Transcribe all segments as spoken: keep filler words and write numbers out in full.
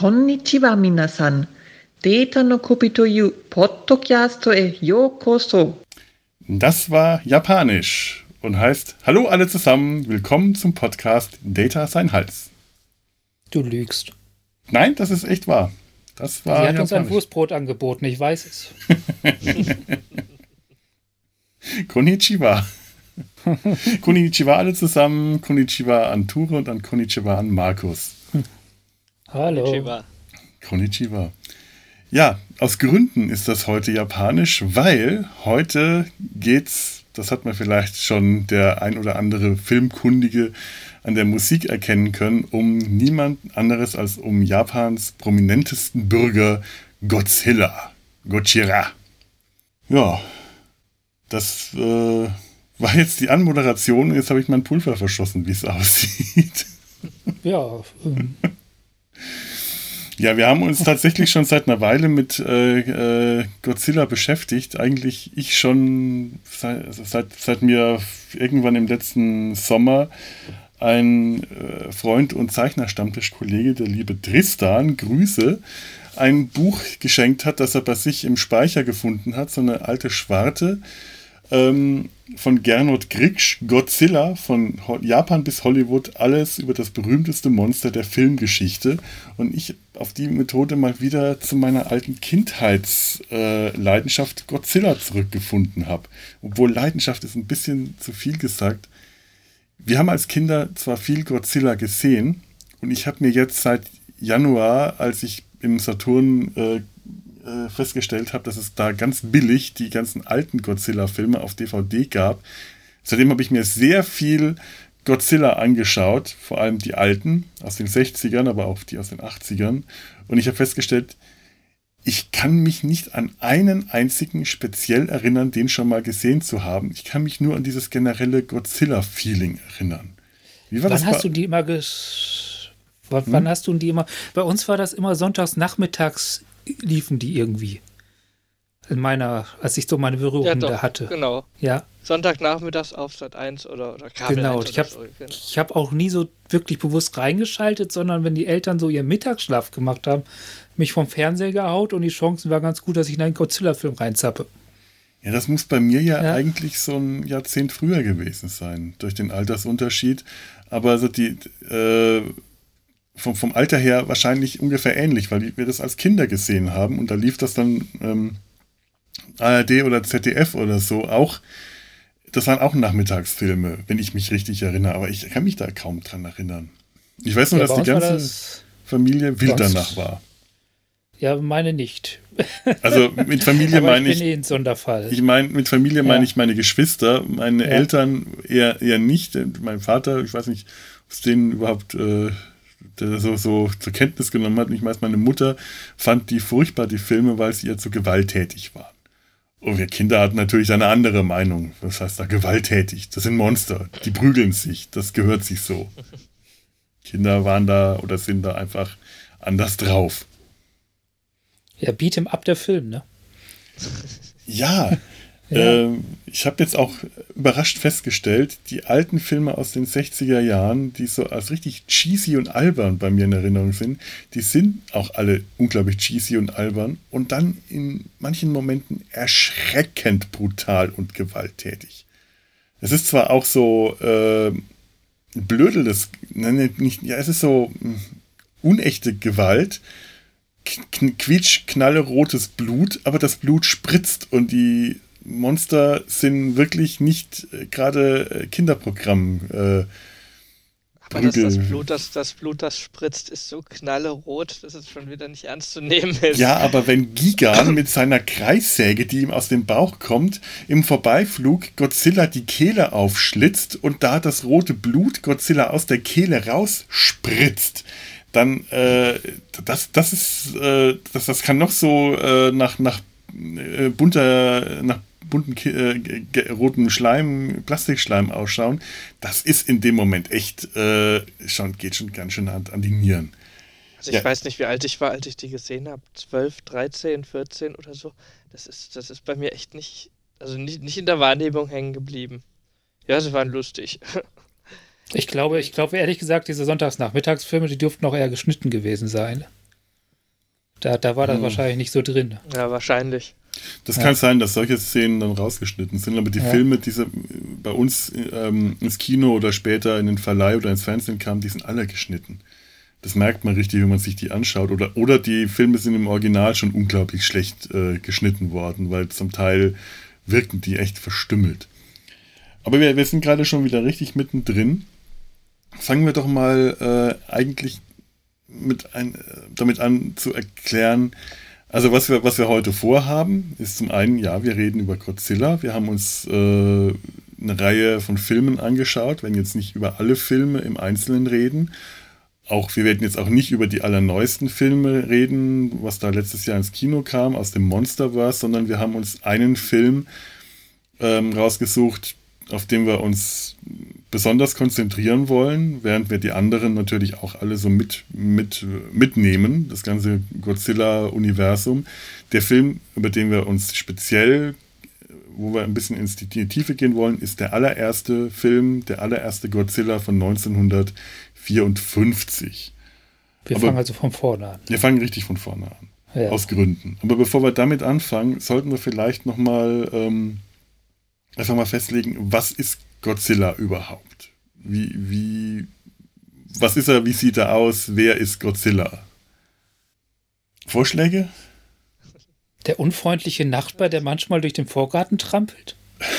Konnichiwa minasan. Data no Kopi to you Podcast e yokoso. Das war Japanisch und heißt: Hallo alle zusammen, willkommen zum Podcast Data sein Hals. Du lügst. Nein, das ist echt wahr. Das war Sie hat Japanisch. uns ein Wurstbrot angeboten, ich weiß es. Konnichiwa. Konnichiwa alle zusammen. Konnichiwa an Ture und an Konnichiwa an Markus. Hallo. Konnichiwa. Konnichiwa. Ja, aus Gründen ist das heute Japanisch, weil heute geht's, das hat man vielleicht schon der ein oder andere Filmkundige an der Musik erkennen können, um niemand anderes als um Japans prominentesten Bürger Godzilla. Gojira. Ja, das äh, war jetzt die Anmoderation. Jetzt habe ich mein Pulver verschossen, wie es aussieht. Ja. Ähm. Ja, wir haben uns tatsächlich schon seit einer Weile mit äh, äh, Godzilla beschäftigt. Eigentlich ich schon seit, also seit, seit mir irgendwann im letzten Sommer ein äh, Freund und Zeichnerstammtischkollege, der liebe Tristan, Grüße, ein Buch geschenkt hat, das er bei sich im Speicher gefunden hat, so eine alte Schwarte ähm, von Gernot Grigsch, Godzilla, von Ho- Japan bis Hollywood, alles über das berühmteste Monster der Filmgeschichte. Und ich auf die Methode mal wieder zu meiner alten Kindheitsleidenschaft äh, Godzilla zurückgefunden habe. Obwohl Leidenschaft ist ein bisschen zu viel gesagt. Wir haben als Kinder zwar viel Godzilla gesehen und ich habe mir jetzt seit Januar, als ich im Saturn äh, äh, festgestellt habe, dass es da ganz billig die ganzen alten Godzilla-Filme auf D V D gab. Seitdem habe ich mir sehr viel Godzilla angeschaut, vor allem die alten aus den sechzigern, aber auch die aus den achtzigern. Und ich habe festgestellt, ich kann mich nicht an einen einzigen speziell erinnern, den schon mal gesehen zu haben. Ich kann mich nur an dieses generelle Godzilla-Feeling erinnern. Wie war Wann das hast bei- du die immer ges... W- Wann Hm? hast du die immer... Bei uns war das immer sonntags nachmittags liefen die irgendwie. In meiner, als ich so meine Berührung Ja, da doch, hatte. genau. Ja, Sonntagnachmittags auf Sat eins oder, oder Kabel genau. eins Ich oder habe so. Genau. ich hab auch nie so wirklich bewusst reingeschaltet, sondern wenn die Eltern so ihren Mittagsschlaf gemacht haben, mich vom Fernseher gehaut und die Chancen war ganz gut, dass ich in einen Godzilla-Film reinzappe. Ja, das muss bei mir ja, Ja. eigentlich so ein Jahrzehnt früher gewesen sein, durch den Altersunterschied. Aber so die, äh, vom, vom Alter her wahrscheinlich ungefähr ähnlich, weil wir das als Kinder gesehen haben und da lief das dann ähm, A R D oder Z D F oder so auch. Das waren auch Nachmittagsfilme, wenn ich mich richtig erinnere, aber ich kann mich da kaum dran erinnern. Ich weiß nur, Ja, dass bei die uns war ganze das- Familie wild bei uns- danach war. Ja, meine nicht. Also mit Familie Aber ich meine bin ich, eh ein Sonderfall. ich meine, mit Familie meine Ja. ich meine Geschwister, meine Ja. Eltern eher, eher nicht. Mein Vater, ich weiß nicht, ob es den überhaupt äh, der so, so zur Kenntnis genommen hat. Und ich weiß, meine Mutter fand die furchtbar, die Filme, weil sie ihr zu gewalttätig waren. Und wir Kinder hatten natürlich eine andere Meinung. Was heißt da gewalttätig? Das sind Monster, die prügeln sich, das gehört sich so. Kinder waren da oder sind da einfach anders drauf. Ja, beat him up der Film, ne? Ja, Ja. ähm, ich habe jetzt auch überrascht festgestellt, die alten Filme aus den sechziger Jahren, die so als richtig cheesy und albern bei mir in Erinnerung sind, die sind auch alle unglaublich cheesy und albern und dann in manchen Momenten erschreckend brutal und gewalttätig. Es ist zwar auch so äh, blödeles, nein, nicht, ja, es ist so mh, unechte Gewalt, K- quietsch, knallerotes Blut, aber das Blut spritzt und die Monster sind wirklich nicht äh, gerade äh, Kinderprogramm. Äh, Aber das, das, Prügel. Blut, das, das Blut, das spritzt, ist so knallerot, dass es schon wieder nicht ernst zu nehmen ist. Ja, aber wenn Gigan mit seiner Kreissäge, die ihm aus dem Bauch kommt, im Vorbeiflug Godzilla die Kehle aufschlitzt und da das rote Blut Godzilla aus der Kehle rausspritzt, dann, äh, das, das ist, äh, das, das kann noch so äh, nach, nach äh, bunter, nach bunten Ki- äh, ge- rotem Schleim, Plastikschleim ausschauen. Das ist in dem Moment echt, äh, schon, geht schon ganz schön an, an die Nieren. Also ich Ja. weiß nicht, wie alt ich war, als ich die gesehen habe. zwölf, dreizehn, vierzehn oder so. Das ist, das ist bei mir echt nicht, also nicht, nicht in der Wahrnehmung hängen geblieben. Ja, sie waren lustig. Ich glaube, ich glaube ehrlich gesagt, diese Sonntagsnachmittagsfilme, die dürften auch eher geschnitten gewesen sein. Da, da war das Hm. wahrscheinlich nicht so drin. Ja, wahrscheinlich. Das Ja. kann sein, dass solche Szenen dann rausgeschnitten sind, aber die Ja. Filme, die so bei uns ähm, ins Kino oder später in den Verleih oder ins Fernsehen kamen, die sind alle geschnitten. Das merkt man richtig, wenn man sich die anschaut. Oder, oder die Filme sind im Original schon unglaublich schlecht äh, geschnitten worden, weil zum Teil wirken die echt verstümmelt. Aber wir, wir sind gerade schon wieder richtig mittendrin. Fangen wir doch mal äh, eigentlich mit ein, damit an zu erklären, also was wir, was wir heute vorhaben, ist zum einen, ja, wir reden über Godzilla. Wir haben uns äh, eine Reihe von Filmen angeschaut, wenn jetzt nicht über alle Filme im Einzelnen reden. Auch, wir werden jetzt auch nicht über die allerneuesten Filme reden, was da letztes Jahr ins Kino kam, aus dem Monsterverse, sondern wir haben uns einen Film ähm, rausgesucht, auf den wir uns besonders konzentrieren wollen, während wir die anderen natürlich auch alle so mit, mit, mitnehmen, das ganze Godzilla-Universum. Der Film, über den wir uns speziell, wo wir ein bisschen in die Tiefe gehen wollen, ist der allererste Film, der allererste Godzilla von neunzehnhundertvierundfünfzig. Wir Aber fangen also von vorne an. Wir fangen richtig von vorne an, Ja. aus Gründen. Aber bevor wir damit anfangen, sollten wir vielleicht nochmal ähm, einfach mal festlegen, was ist Godzilla überhaupt? Wie, wie, was ist er, wie sieht er aus, wer ist Godzilla? Vorschläge? Der unfreundliche Nachbar, der manchmal durch den Vorgarten trampelt.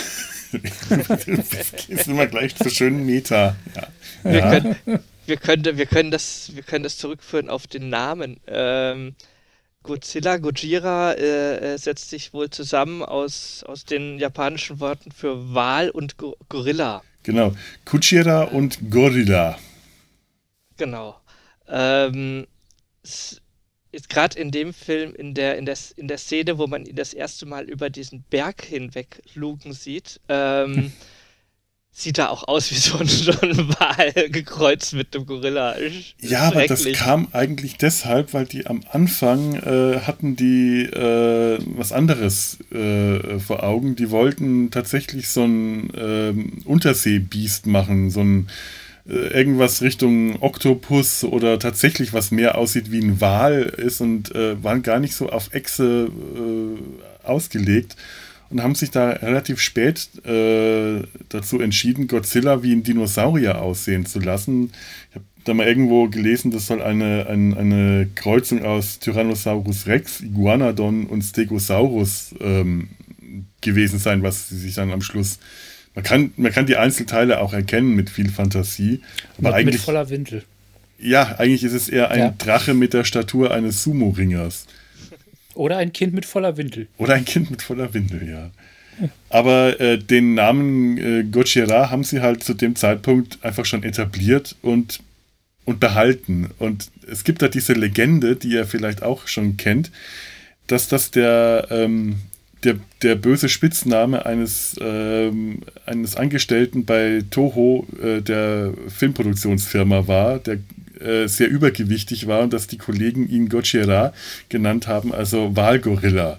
Das ist immer gleich zu schön Meta. Ja. Wir, Ja. können, wir, können, wir, können das, wir können das zurückführen auf den Namen. Ähm, Godzilla, Gojira äh, äh, setzt sich wohl zusammen aus, aus den japanischen Worten für Wal und Go Gorilla. Genau. Kuchira und Gorilla. Genau. Ähm, es ist gerade in dem Film, in der, in, der, in der Szene, wo man ihn das erste Mal über diesen Berg hinweg lugen sieht, ähm, sieht er auch aus wie so ein, so ein Wal gekreuzt mit einem Gorilla. Ja, aber das Schrecklich. kam eigentlich deshalb, weil die am Anfang äh, hatten die äh, was anderes äh, vor Augen. Die wollten tatsächlich so ein ähm, Unterseebiest machen, so ein äh, irgendwas Richtung Oktopus oder tatsächlich was mehr aussieht wie ein Wal ist und äh, waren gar nicht so auf Echse äh, ausgelegt. Und haben sich da relativ spät äh, dazu entschieden, Godzilla wie ein Dinosaurier aussehen zu lassen. Ich habe da mal irgendwo gelesen, das soll eine, eine, eine Kreuzung aus Tyrannosaurus Rex, Iguanodon und Stegosaurus ähm, gewesen sein, was sie sich dann am Schluss... Man kann, man kann die Einzelteile auch erkennen mit viel Fantasie. Aber mit, eigentlich, mit voller Windel. ja, eigentlich ist es eher ein Ja. Drache mit der Statur eines Sumo-Ringers. Oder ein Kind mit voller Windel. Oder ein Kind mit voller Windel, ja. Aber äh, den Namen äh, Gojira haben sie halt zu dem Zeitpunkt einfach schon etabliert und, und behalten. Und es gibt da diese Legende, die ihr vielleicht auch schon kennt, dass das der, ähm, der, der böse Spitzname eines, ähm, eines Angestellten bei Toho, äh, der Filmproduktionsfirma war, der äh, sehr übergewichtig war und dass die Kollegen ihn Gojira genannt haben, also Walgorilla.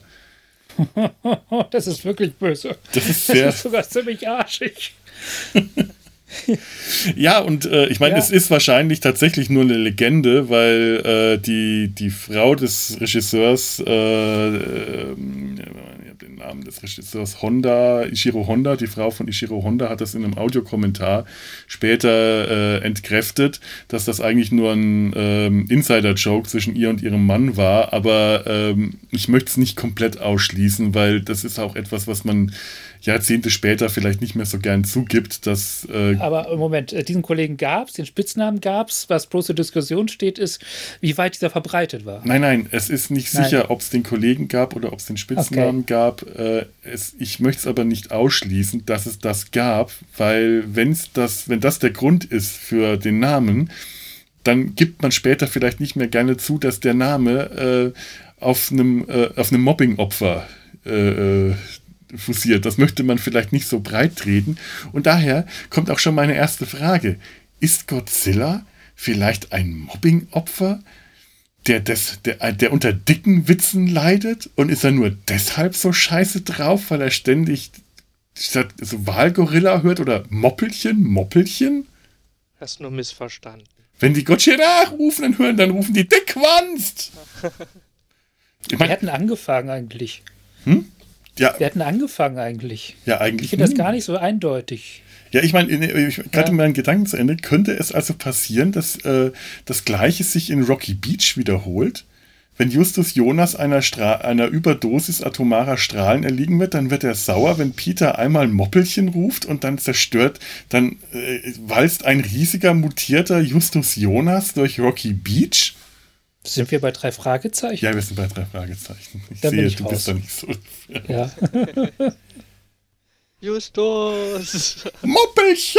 Das ist wirklich böse. Das ist Das sehr... ist sogar ziemlich arschig. Ja, und äh, ich meine, Ja. es ist wahrscheinlich tatsächlich nur eine Legende, weil äh, die, die Frau des Regisseurs, äh, äh, ich habe den Namen des Regisseurs, Honda, Ishiro Honda, die Frau von Ishiro Honda hat das in einem Audiokommentar später äh, entkräftet, dass das eigentlich nur ein ähm, Insider-Joke zwischen ihr und ihrem Mann war, aber ähm, ich möchte es nicht komplett ausschließen, weil das ist auch etwas, was man Jahrzehnte später vielleicht nicht mehr so gern zugibt, dass... Äh, Aber im Moment, äh, diesen Kollegen gab es, den Spitznamen gab es. Was bloß zur Diskussion steht, ist, wie weit dieser verbreitet war. Nein, nein, es ist nicht Nein. sicher, ob es den Kollegen gab oder ob es den Spitznamen Okay. gab. Äh, es, ich möchte es aber nicht ausschließen, dass es das gab, weil wenn's das, wenn das der Grund ist für den Namen, dann gibt man später vielleicht nicht mehr gerne zu, dass der Name äh, auf einem äh, auf einem Mobbing-Opfer äh, äh, fussiert. Das möchte man vielleicht nicht so breit treten. Und daher kommt auch schon meine erste Frage. Ist Godzilla vielleicht ein Mobbing-Opfer, der, des, der, der unter dicken Witzen leidet? Und ist er nur deshalb so scheiße drauf, weil er ständig statt so Walgorilla hört oder Moppelchen, Moppelchen? Hast nur missverstanden. Wenn die Gojira rufen, dann hören, dann rufen die Dickwanst. Ich Wir mein, hätten angefangen eigentlich. hm? Ja, Wir hätten angefangen eigentlich. ja, Ich eigentlich. finde das hm. gar nicht so eindeutig. Ja, ich meine, gerade Ja. in meinen Gedanken zu Ende, könnte es also passieren, dass äh, das Gleiche sich in Rocky Beach wiederholt. Wenn Justus Jonas einer, Stra- einer Überdosis atomarer Strahlen erliegen wird, dann wird er sauer, wenn Peter einmal Moppelchen ruft und dann zerstört, dann äh, walzt ein riesiger, mutierter Justus Jonas durch Rocky Beach. Sind wir bei drei Fragezeichen? Ja, wir sind bei drei Fragezeichen. Ich Da bin sehe, ich du raus. bist da nicht so. Ja. Justus! Moppelchen!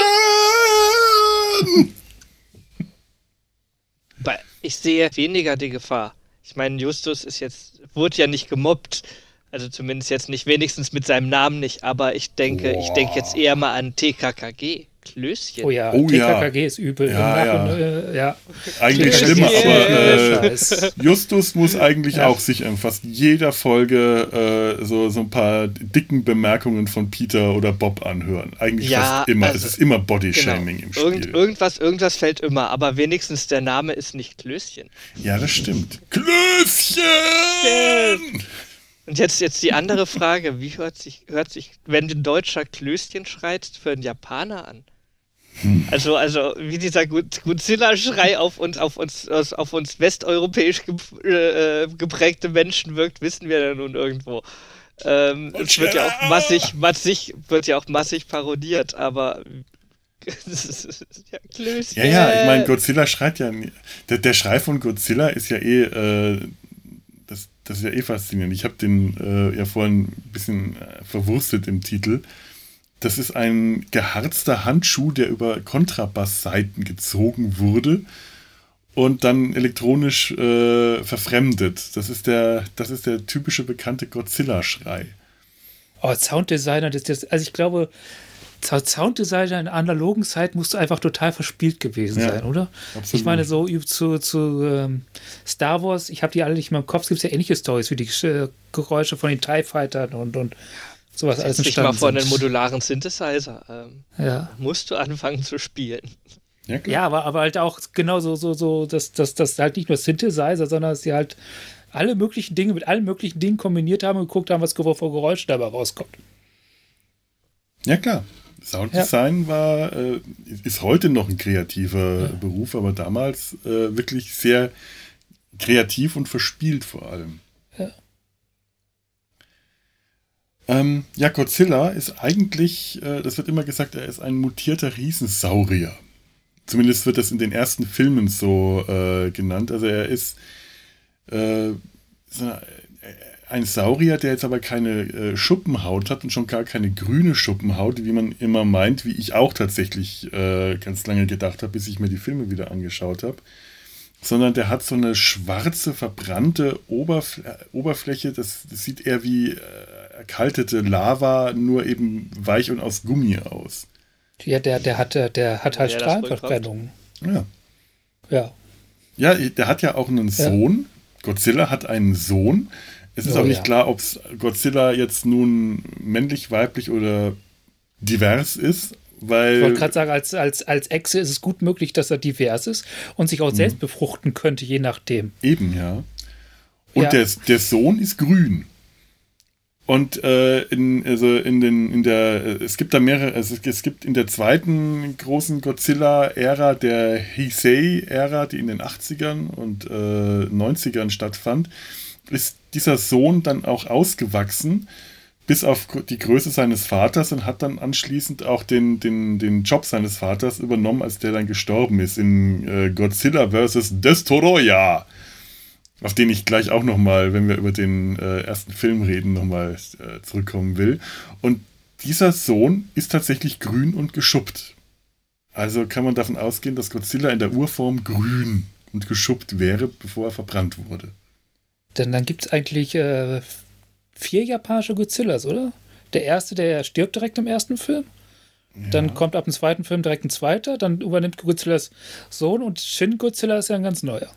Weil ich sehe weniger die Gefahr. Ich meine, Justus ist jetzt, wurde ja nicht gemobbt. Also zumindest jetzt nicht, wenigstens mit seinem Namen nicht. Aber ich denke, ich denke jetzt eher mal an T K K G. Klößchen. Oh ja, Oh T ja. K K G ist übel. Ja, Im Nach- ja. und, äh, ja. Eigentlich T K K G schlimmer, ist aber übler äh, Scheiß. Justus muss eigentlich Ja. auch sich in fast jeder Folge äh, so, so ein paar dicken Bemerkungen von Peter oder Bob anhören. Eigentlich Ja, fast immer. also- es ist immer Genau. Bodyshaming im Spiel. Irgend, irgendwas, irgendwas fällt immer, aber wenigstens der Name ist nicht Klößchen. Ja, das stimmt. Klößchen! Und jetzt, jetzt die andere Frage, wie hört sich, hört sich, wenn ein Deutscher Klößchen schreit, für einen Japaner an? Also, also wie dieser Good- Godzilla-Schrei auf uns, auf uns, aus- auf uns westeuropäisch gep- äh, geprägte Menschen wirkt, wissen wir ja nun irgendwo. Ähm, Und es wird ja auch schneller! massig, massig, wird ja auch massig parodiert, aber ja, Klößchen. Ja, ja, ich meine, Godzilla schreit ja nie. Der, der Schrei von Godzilla ist ja eh, äh, das, das ist ja eh faszinierend. Ich habe den äh, ja vorhin ein bisschen äh, verwurstet im Titel. Das ist ein geharzter Handschuh, der über Kontrabasssaiten gezogen wurde und dann elektronisch äh, verfremdet. Das ist der, das ist der typische bekannte Godzilla-Schrei. Oh, Sounddesigner, das, das, also ich glaube, Sound- Sounddesigner in der analogen Zeit musste einfach total verspielt gewesen Ja, sein, oder? absolut. Ich meine, so zu, zu ähm, Star Wars, ich habe die alle nicht mehr im Kopf, es gibt ja ähnliche Stories, wie die äh, Geräusche von den TIE Fightern und, und sowas alles Setz dich mal entstanden vor einen sind. modularen Synthesizer. Ähm, Ja. musst du anfangen zu spielen. Ja, klar. Ja, aber, aber halt auch genau so, so, so dass das, das halt nicht nur Synthesizer, sondern dass sie halt alle möglichen Dinge mit allen möglichen Dingen kombiniert haben und geguckt haben, was für Geräusche dabei rauskommt. Ja, klar. Sounddesign war, äh, ist heute noch ein kreativer Ja. Beruf, aber damals äh, wirklich sehr kreativ und verspielt vor allem. Ja. Ähm, ja, Godzilla ist eigentlich, äh, das wird immer gesagt, er ist ein mutierter Riesensaurier. Zumindest wird das in den ersten Filmen so äh, genannt. Also er ist äh, so eine, ein Saurier, der jetzt aber keine äh, Schuppenhaut hat und schon gar keine grüne Schuppenhaut, wie man immer meint, wie ich auch tatsächlich äh, ganz lange gedacht habe, bis ich mir die Filme wieder angeschaut habe. Sondern der hat so eine schwarze, verbrannte Oberfl- Oberfläche. Das, das sieht eher wie äh, erkaltete Lava, nur eben weich und aus Gummi aus. Ja, der, der, hat, der hat halt Ja, das Strahlenverbrennung. Ja. Ja. Ja, der hat ja auch einen Sohn. Godzilla hat einen Sohn. Es ist Oh, auch nicht ja. klar, ob Godzilla jetzt nun männlich, weiblich oder divers ist, weil Ich wollte gerade sagen, als, als, als Echse ist es gut möglich, dass er divers ist und sich auch selbst befruchten könnte, je nachdem. eben, ja. Und Ja. Der, der Sohn ist grün. Und äh, in, also in, den, in der, es gibt da mehrere, also es, es gibt in der zweiten großen Godzilla-Ära, der Heisei-Ära, die in den achtzigern und äh, neunzigern stattfand, ist dieser Sohn dann auch ausgewachsen bis auf die Größe seines Vaters und hat dann anschließend auch den, den, den Job seines Vaters übernommen, als der dann gestorben ist in äh, Godzilla versus. Destoroyah. Auf den ich gleich auch nochmal, wenn wir über den äh, ersten Film reden, nochmal äh, zurückkommen will. Und dieser Sohn ist tatsächlich grün und geschuppt. Also kann man davon ausgehen, dass Godzilla in der Urform grün und geschuppt wäre, bevor er verbrannt wurde. Denn dann gibt es eigentlich äh, vier japanische Godzillas, oder? Der erste, der stirbt direkt im ersten Film. Ja. Dann kommt ab dem zweiten Film direkt ein zweiter. Dann übernimmt Godzillas Sohn und Shin Godzilla ist ja ein ganz neuer.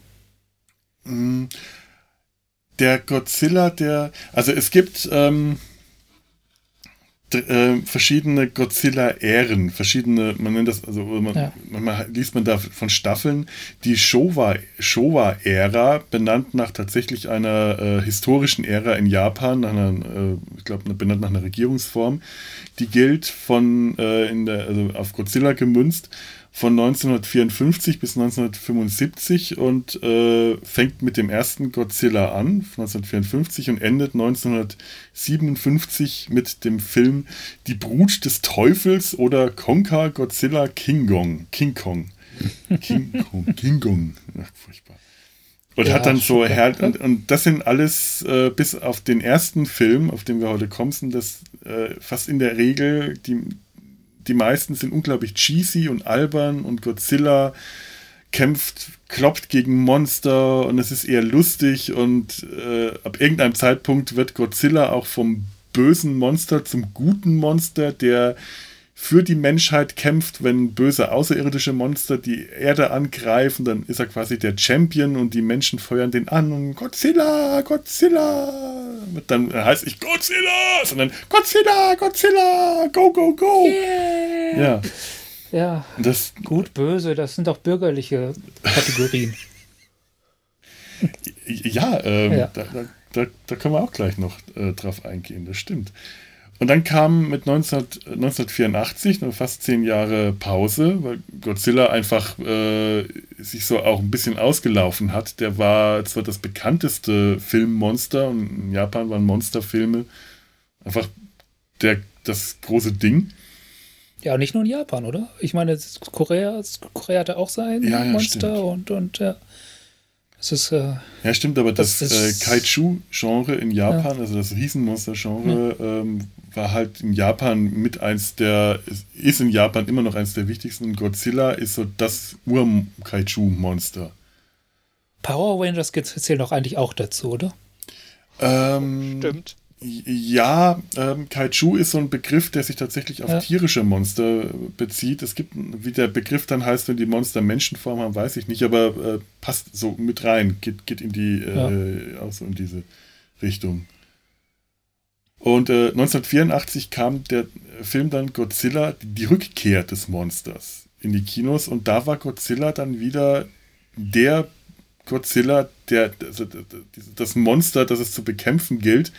Der Godzilla, der, also es gibt ähm, äh, verschiedene Godzilla-Ähren, verschiedene, man nennt das, also man, ja. manchmal liest man da von Staffeln, die Showa, Showa-Ära, benannt nach tatsächlich einer äh, historischen Ära in Japan, nach einer, äh, ich glaube, benannt nach einer Regierungsform, die gilt von, äh, in der, also auf Godzilla gemünzt, von neunzehnhundertvierundfünfzig bis neunzehnhundertfünfundsiebzig und äh, fängt mit dem ersten Godzilla an, neunzehnhundertvierundfünfzig, und endet neunzehnhundertsiebenundfünfzig mit dem Film Die Brut des Teufels oder Konka Godzilla King Kong. King Kong. King Kong. King Kong. Ach, furchtbar. Und ja, hat dann so her und, und das sind alles, äh, bis auf den ersten Film, auf den wir heute kommen, sind das äh, fast in der Regel die Die meisten sind unglaublich cheesy und albern und Godzilla kämpft, kloppt gegen Monster und es ist eher lustig und äh, ab irgendeinem Zeitpunkt wird Godzilla auch vom bösen Monster zum guten Monster, der für die Menschheit kämpft, wenn böse außerirdische Monster die Erde angreifen, dann ist er quasi der Champion und die Menschen feuern den an und Godzilla, Godzilla, dann heißt nicht Godzilla, sondern Godzilla, Godzilla, go, go, go. Yeah. Ja. Ja, das, gut, böse, das sind doch bürgerliche Kategorien. Ja, ähm, ja. Da, da, da können wir auch gleich noch äh, drauf eingehen, das stimmt. Und dann kam mit neunzehnhundertvierundachtzig, noch fast zehn Jahre Pause, weil Godzilla einfach äh, sich so auch ein bisschen ausgelaufen hat. Der war zwar das bekannteste Filmmonster und in Japan waren Monsterfilme einfach der, das große Ding. Ja, nicht nur in Japan, oder? Ich meine, Korea, Korea hatte auch sein ja, ja, Monster stimmt. und, und ja. Das ist, äh, ja, stimmt, aber das, das äh, Kaiju-Genre in Japan, ja. also das Riesenmonster-Genre, ja. ähm, war halt in Japan mit eins der, ist in Japan immer noch eins der wichtigsten. Und Godzilla ist so das Ur-Kaiju-Monster. Power Rangers zählen doch eigentlich auch dazu, oder? Ähm, Stimmt. Ja, ähm, Kaiju ist so ein Begriff, der sich tatsächlich auf ja. tierische Monster bezieht. Es gibt, wie der Begriff dann heißt, wenn die Monster Menschenform haben, weiß ich nicht, aber äh, passt so mit rein, geht, geht in die, äh, ja. auch so in diese Richtung. Und äh, neunzehnhundertvierundachtzig kam der Film dann Godzilla, die Rückkehr des Monsters, in die Kinos, und da war Godzilla dann wieder der Godzilla, der, also das Monster, das es zu bekämpfen gilt,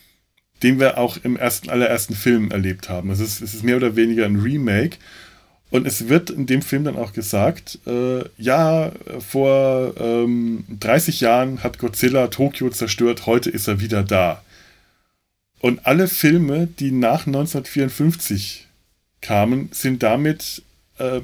den wir auch im ersten, allerersten Film erlebt haben. Es ist, es ist mehr oder weniger ein Remake. Und es wird in dem Film dann auch gesagt, äh, ja, vor ähm, dreißig Jahren hat Godzilla Tokio zerstört, heute ist er wieder da. Und alle Filme, die nach neunzehnhundertvierundfünfzig kamen, sind damit äh,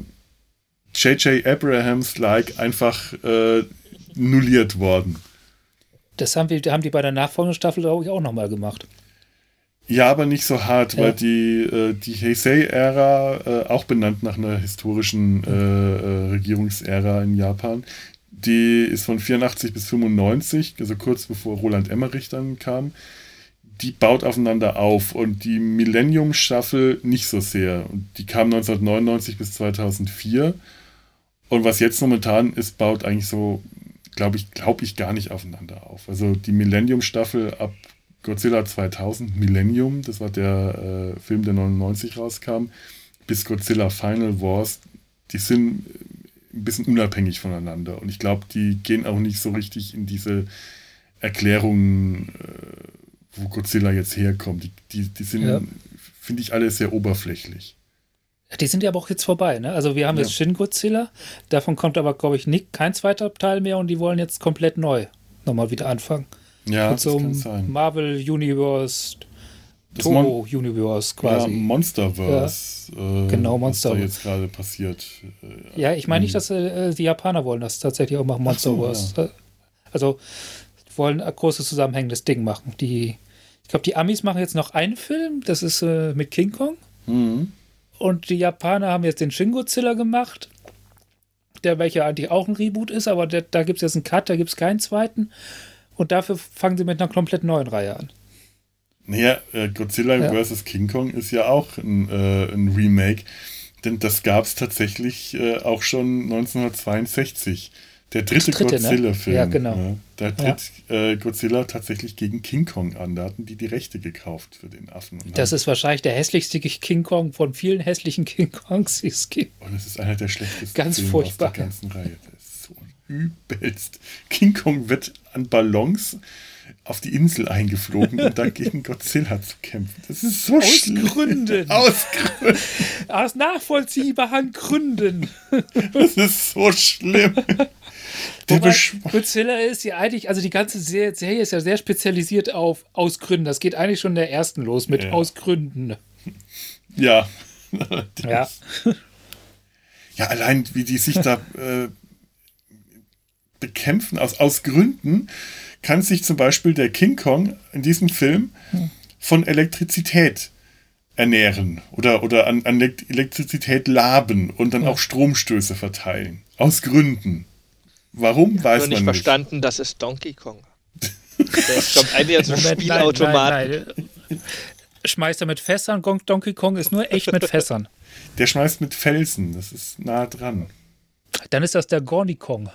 J J Abrahams-like einfach äh, nulliert worden. Das haben, wir, haben die bei der nachfolgenden Staffel, glaube ich, auch nochmal gemacht. Ja, aber nicht so hart, ja. weil die, äh, die Heisei-Ära, äh, auch benannt nach einer historischen äh, äh, Regierungsära in Japan, die ist von vierundachtzig bis fünfundneunzig, also kurz bevor Roland Emmerich dann kam. Die baut aufeinander auf und die Millennium-Staffel nicht so sehr. Und die kam neunzehnhundertneunundneunzig bis zweitausendvier. Und was jetzt momentan ist, baut eigentlich so, glaube ich, glaube ich, gar nicht aufeinander auf. Also die Millennium-Staffel ab Godzilla zweitausend, Millennium, das war der äh, Film, der neunundneunzig rauskam, bis Godzilla Final Wars, die sind ein bisschen unabhängig voneinander. Und ich glaube, die gehen auch nicht so richtig in diese Erklärungen, äh, wo Godzilla jetzt herkommt. Die, die, die sind, ja. finde ich, alle sehr oberflächlich. Die sind ja aber auch jetzt vorbei, ne? Also wir haben ja. jetzt Shin Godzilla, davon kommt aber, glaube ich, nicht, kein zweiter Teil mehr und die wollen jetzt komplett neu nochmal wieder anfangen. Ja, mit so einem Marvel Universe, Toho Universe quasi. Ja, Monsterverse. Ja. Äh, genau, Monster. Was da jetzt gerade passiert. Ja, ich meine nicht, dass äh, die Japaner wollen das tatsächlich auch machen, Monsterverse. So, ja. Also wollen ein großes zusammenhängendes Ding machen. Die, ich glaube, die Amis machen jetzt noch einen Film, das ist äh, mit King Kong. Mhm. Und die Japaner haben jetzt den Shin Godzilla gemacht, der welcher eigentlich auch ein Reboot ist, aber der, da gibt es jetzt einen Cut, da gibt es keinen zweiten. Und dafür fangen sie mit einer komplett neuen Reihe an. Naja, äh, Godzilla ja. versus. King Kong ist ja auch ein, äh, ein Remake, denn das gab es tatsächlich äh, auch schon neunzehnhundertzweiundsechzig. Der dritte, dritte Godzilla-Film. Ne? Ja, genau. Ja, da tritt ja. äh, Godzilla tatsächlich gegen King Kong an. Da hatten die die Rechte gekauft für den Affen. Und das ist wahrscheinlich der hässlichste King Kong von vielen hässlichen King Kongs, die es gibt. Und es ist einer der schlechtesten Ganz Filme furchtbar. aus der ganzen Reihe. Das ist so übelst. King Kong wird an Ballons auf die Insel eingeflogen, um dann gegen Godzilla zu kämpfen. Das ist so Aus schlimm. Gründen. Aus Gründen. Aus nachvollziehbaren Gründen. Das ist so schlimm. Der Wobei Besch- Godzilla ist ja eigentlich, also die ganze Se- Serie ist ja sehr spezialisiert auf Aus Gründen. Das geht eigentlich schon in der ersten los mit Ja. Aus Gründen. Ja. Ja. Ja, allein wie die sich da äh, bekämpfen, aus, aus Gründen kann sich zum Beispiel der King Kong in diesem Film von Elektrizität ernähren oder, oder an, an Elektrizität laben und dann Ja. auch Stromstöße verteilen. Aus Gründen. Warum, weiß Nur man nicht nicht. verstanden, das ist Donkey Kong. Der kommt eigentlich als Moment, Spielautomaten. nein, nein, nein. Schmeißt er mit Fässern? Gong- Donkey Kong ist nur echt mit Fässern. Der schmeißt mit Felsen, das ist nah dran. Dann ist das der Gorny Kong.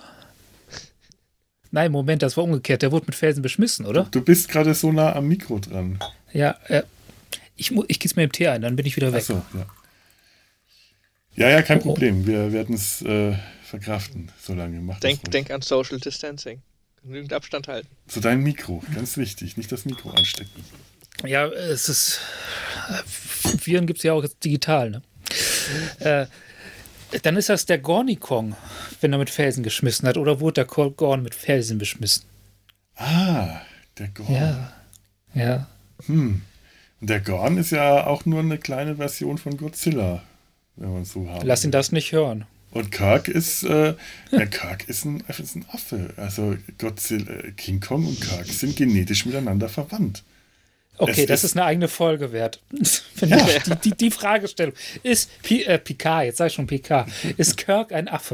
Nein, Moment, das war umgekehrt. Der wurde mit Felsen beschmissen, oder? Du bist gerade so nah am Mikro dran. Ja, äh, ich, mu- ich gieße mir im Tee ein, dann bin ich wieder weg. Achso, ja. Ja, ja, kein Oh, oh. Problem. Wir werden es äh, verkraften, solange. Mach das Denk, ruhig. denk an Social Distancing. Genügend Abstand halten. Zu deinem Mikro, ganz wichtig. Nicht das Mikro anstecken. Ja, es ist. äh, Viren gibt es ja auch jetzt digital, ne? Äh, dann ist das der Gorny Kong, wenn er mit Felsen geschmissen hat. Oder wurde der Ko- Gorn mit Felsen beschmissen? Ah, der Gorn. Ja. Ja. Hm. Und der Gorn ist ja auch nur eine kleine Version von Godzilla, wenn man es so haben Lass ihn will. das nicht hören. Und Kirk ist, äh, ja, Kirk ist ein, ist ein Affe. Also Godzilla, King Kong und Kirk sind genetisch miteinander verwandt. Okay, Es das ist- ist eine eigene Folge wert. Finde ich. Die, die, die Fragestellung. Ist P äh, Picard, jetzt sag ich schon P K, ist Kirk ein Affe?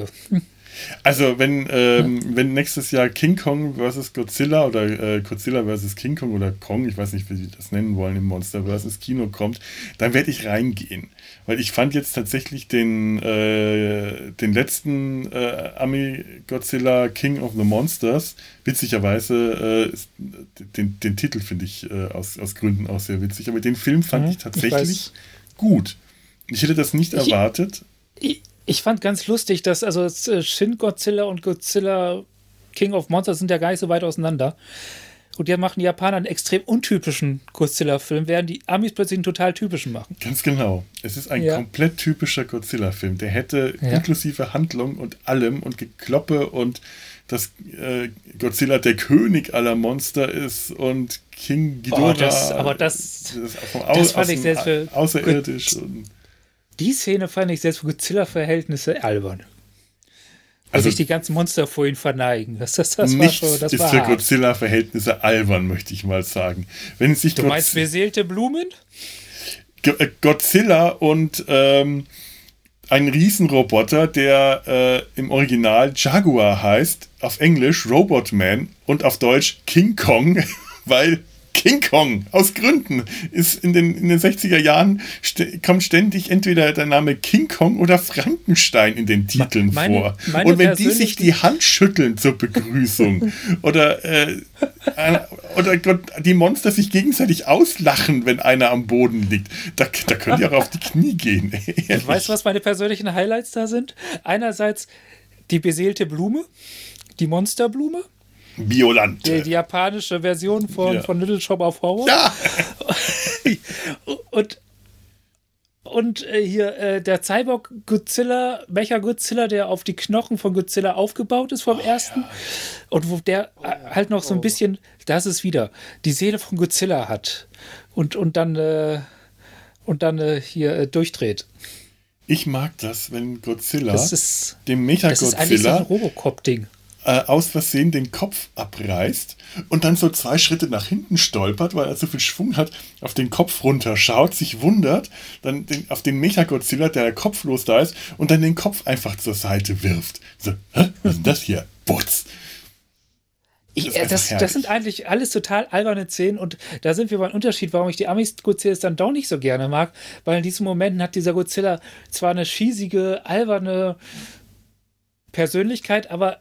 Also wenn, ähm, wenn nächstes Jahr King Kong versus Godzilla oder äh, Godzilla versus King Kong oder Kong, ich weiß nicht, wie sie das nennen wollen, im Monsterverse ins Kino kommt, dann werde ich reingehen. Weil ich fand jetzt tatsächlich den, äh, den letzten äh, Ami-Godzilla King of the Monsters, witzigerweise, äh, ist, den, den Titel finde ich äh, aus, aus Gründen auch sehr witzig, aber den Film fand Mhm, ich ich tatsächlich weiß. gut. Ich hätte das nicht Ich- erwartet. Ich, ich fand ganz lustig, dass also äh, Shin Godzilla und Godzilla King of Monsters sind ja gar nicht so weit auseinander. Und die machen die Japaner einen extrem untypischen Godzilla-Film, während die Amis plötzlich einen total typischen machen. Ganz genau. Es ist ein Ja. komplett typischer Godzilla-Film. Der hätte Ja. inklusive Handlung und allem und Gekloppe und dass äh, Godzilla der König aller Monster ist und King Ghidorah. Oh, das- aber das- das vom das fand aus ich dem selbst für- außerirdisch. Und, Die Szene fand ich selbst für Godzilla-Verhältnisse albern. Weil Also- sich die ganzen Monster vor ihn verneigen. Das, das, das war nichts schon, das ist war für hart. Godzilla-Verhältnisse albern, möchte ich mal sagen. Wenn sich Du meinst Godz- beseelte Blumen? Go- äh, Godzilla und ähm, ein Riesenroboter, der äh, im Original Jaguar heißt, auf Englisch Robotman und auf Deutsch King Kong, weil King Kong, aus Gründen, ist in den, in den sechziger Jahren, st- kommt ständig entweder der Name King Kong oder Frankenstein in den Titeln Meine- vor. meine Und wenn die sich persönlichen- die Hand schütteln zur Begrüßung oder, äh, äh, oder Gott, die Monster sich gegenseitig auslachen, wenn einer am Boden liegt, da, da können die auch auf die Knie gehen. Weißt du, was meine persönlichen Highlights da sind? Einerseits die beseelte Blume, die Monsterblume, Violante. die, die japanische Version von, Ja. von Little Shop of Horror. Ja. Und, und äh, hier äh, der Cyborg Godzilla, Mecha Godzilla, der auf die Knochen von Godzilla aufgebaut ist vom ersten. Und wo der äh, halt noch so ein bisschen, das ist wieder, die Seele von Godzilla hat. Und, und dann, äh, und dann äh, hier äh, durchdreht. Ich mag das, wenn Godzilla Das ist, dem das ist eigentlich so ein Mechagodzilla Robocop-Ding. äh, aus Versehen den Kopf abreißt und dann so zwei Schritte nach hinten stolpert, weil er so viel Schwung hat, auf den Kopf runterschaut, sich wundert, dann den, auf den Mechagodzilla, der kopflos da ist, und dann den Kopf einfach zur Seite wirft. So, hä? Was ist denn das hier? Butz! Ich, Das ist äh, einfach das, herrlich. das sind eigentlich alles total alberne Szenen und da sind wir beim Unterschied, warum ich die Amis-Godzillas dann doch nicht so gerne mag, weil in diesen Momenten hat dieser Godzilla zwar eine schießige, alberne Persönlichkeit, aber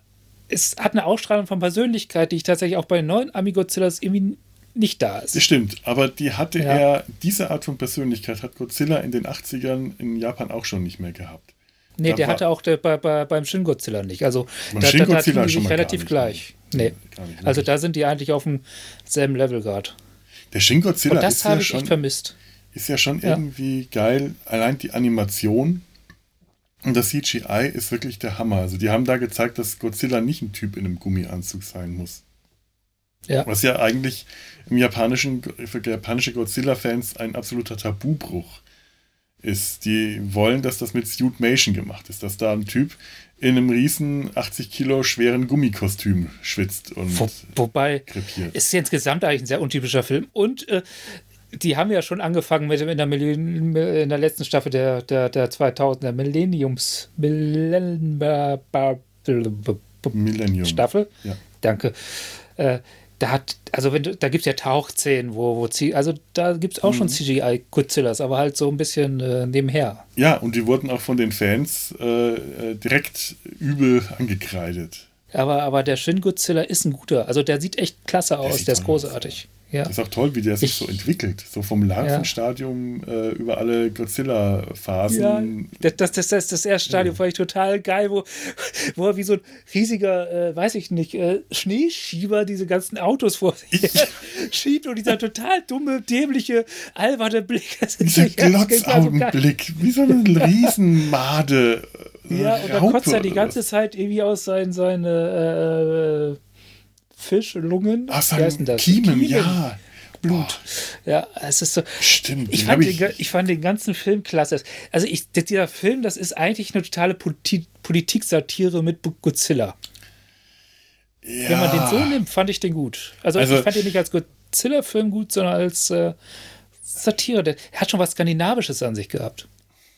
es hat eine Ausstrahlung von Persönlichkeit, die ich tatsächlich auch bei den neuen Ami-Godzillas irgendwie nicht da ist. Das stimmt, aber die hatte Ja. er, diese Art von Persönlichkeit hat Godzilla in den achtzigern in Japan auch schon nicht mehr gehabt. Nee, Da der war- hatte auch der, bei, bei, beim Shin Godzilla nicht. Also Beim da, Shin da, da Godzilla tun die schon sich mal gar relativ nicht, gleich. ne? Nee. Gar nicht, Also wirklich. da sind die eigentlich auf dem selben Level gerade. Der Shin Godzilla Und das ist, habe ja ich echt schon, vermisst. ist ja schon Ja. irgendwie geil. Allein die Animation und das C G I ist wirklich der Hammer. Also die haben da gezeigt, dass Godzilla nicht ein Typ in einem Gummianzug sein muss. Ja. Was ja eigentlich im japanischen, für japanische Godzilla-Fans ein absoluter Tabubruch ist. Die wollen, dass das mit Suitmation gemacht ist, dass da ein Typ in einem riesen achtzig Kilo schweren Gummikostüm schwitzt und Wo, wobei, krepiert. ist insgesamt eigentlich ein sehr untypischer Film. Und äh, die haben ja schon angefangen mit dem- in der, Millenn- in der letzten Staffel der, der, der zweitausender Millenniums Millenn- ba- ba- Millennium. Staffel. Ja. Danke. Äh, da hat, also wenn du, da gibt es ja Tauchszenen, wo, wo C- also da gibt es auch Mhm. schon C G I-Godzillas, aber halt so ein bisschen äh, nebenher. Ja, und die wurden auch von den Fans äh, äh, direkt übel angekreidet. Aber, aber der Shin Godzilla ist ein guter. Also der sieht echt klasse aus, sieht der ist toll aus, großartig. Ja. Das ist auch toll, wie der sich Ich- so entwickelt. So vom Larvenstadium äh, über alle Godzilla-Phasen. Ja, das, das, das, das, das erste Stadion fand ich total geil, wo, wo er wie so ein riesiger, äh, weiß ich nicht, äh, Schneeschieber diese ganzen Autos vor sich her schiebt und dieser total dumme, dämliche, alberne Blick. Das ist Dieser echt- das ist so geil. Glotzaugenblick, wie so eine Riesenmade. äh, Ja, und dann Raupe kotzt er die oder ganze was. Zeit irgendwie aus seinen, seine äh, Fischlungen. Aus Wie heißt denn seinen das? Kiemen, ja. Blut. Ja, es ist so. Stimmt, Ich den fand, hab den, ga- ich fand den ganzen Film klasse. Also ich, der- dieser Film, das ist eigentlich eine totale Politi Politik-Satire mit Bu- Godzilla. ja. Wenn man den so nimmt, fand ich den gut. Also, Also- ich fand den nicht als Godzilla-Film gut, sondern als äh, Satire. Der hat schon was Skandinavisches an sich gehabt.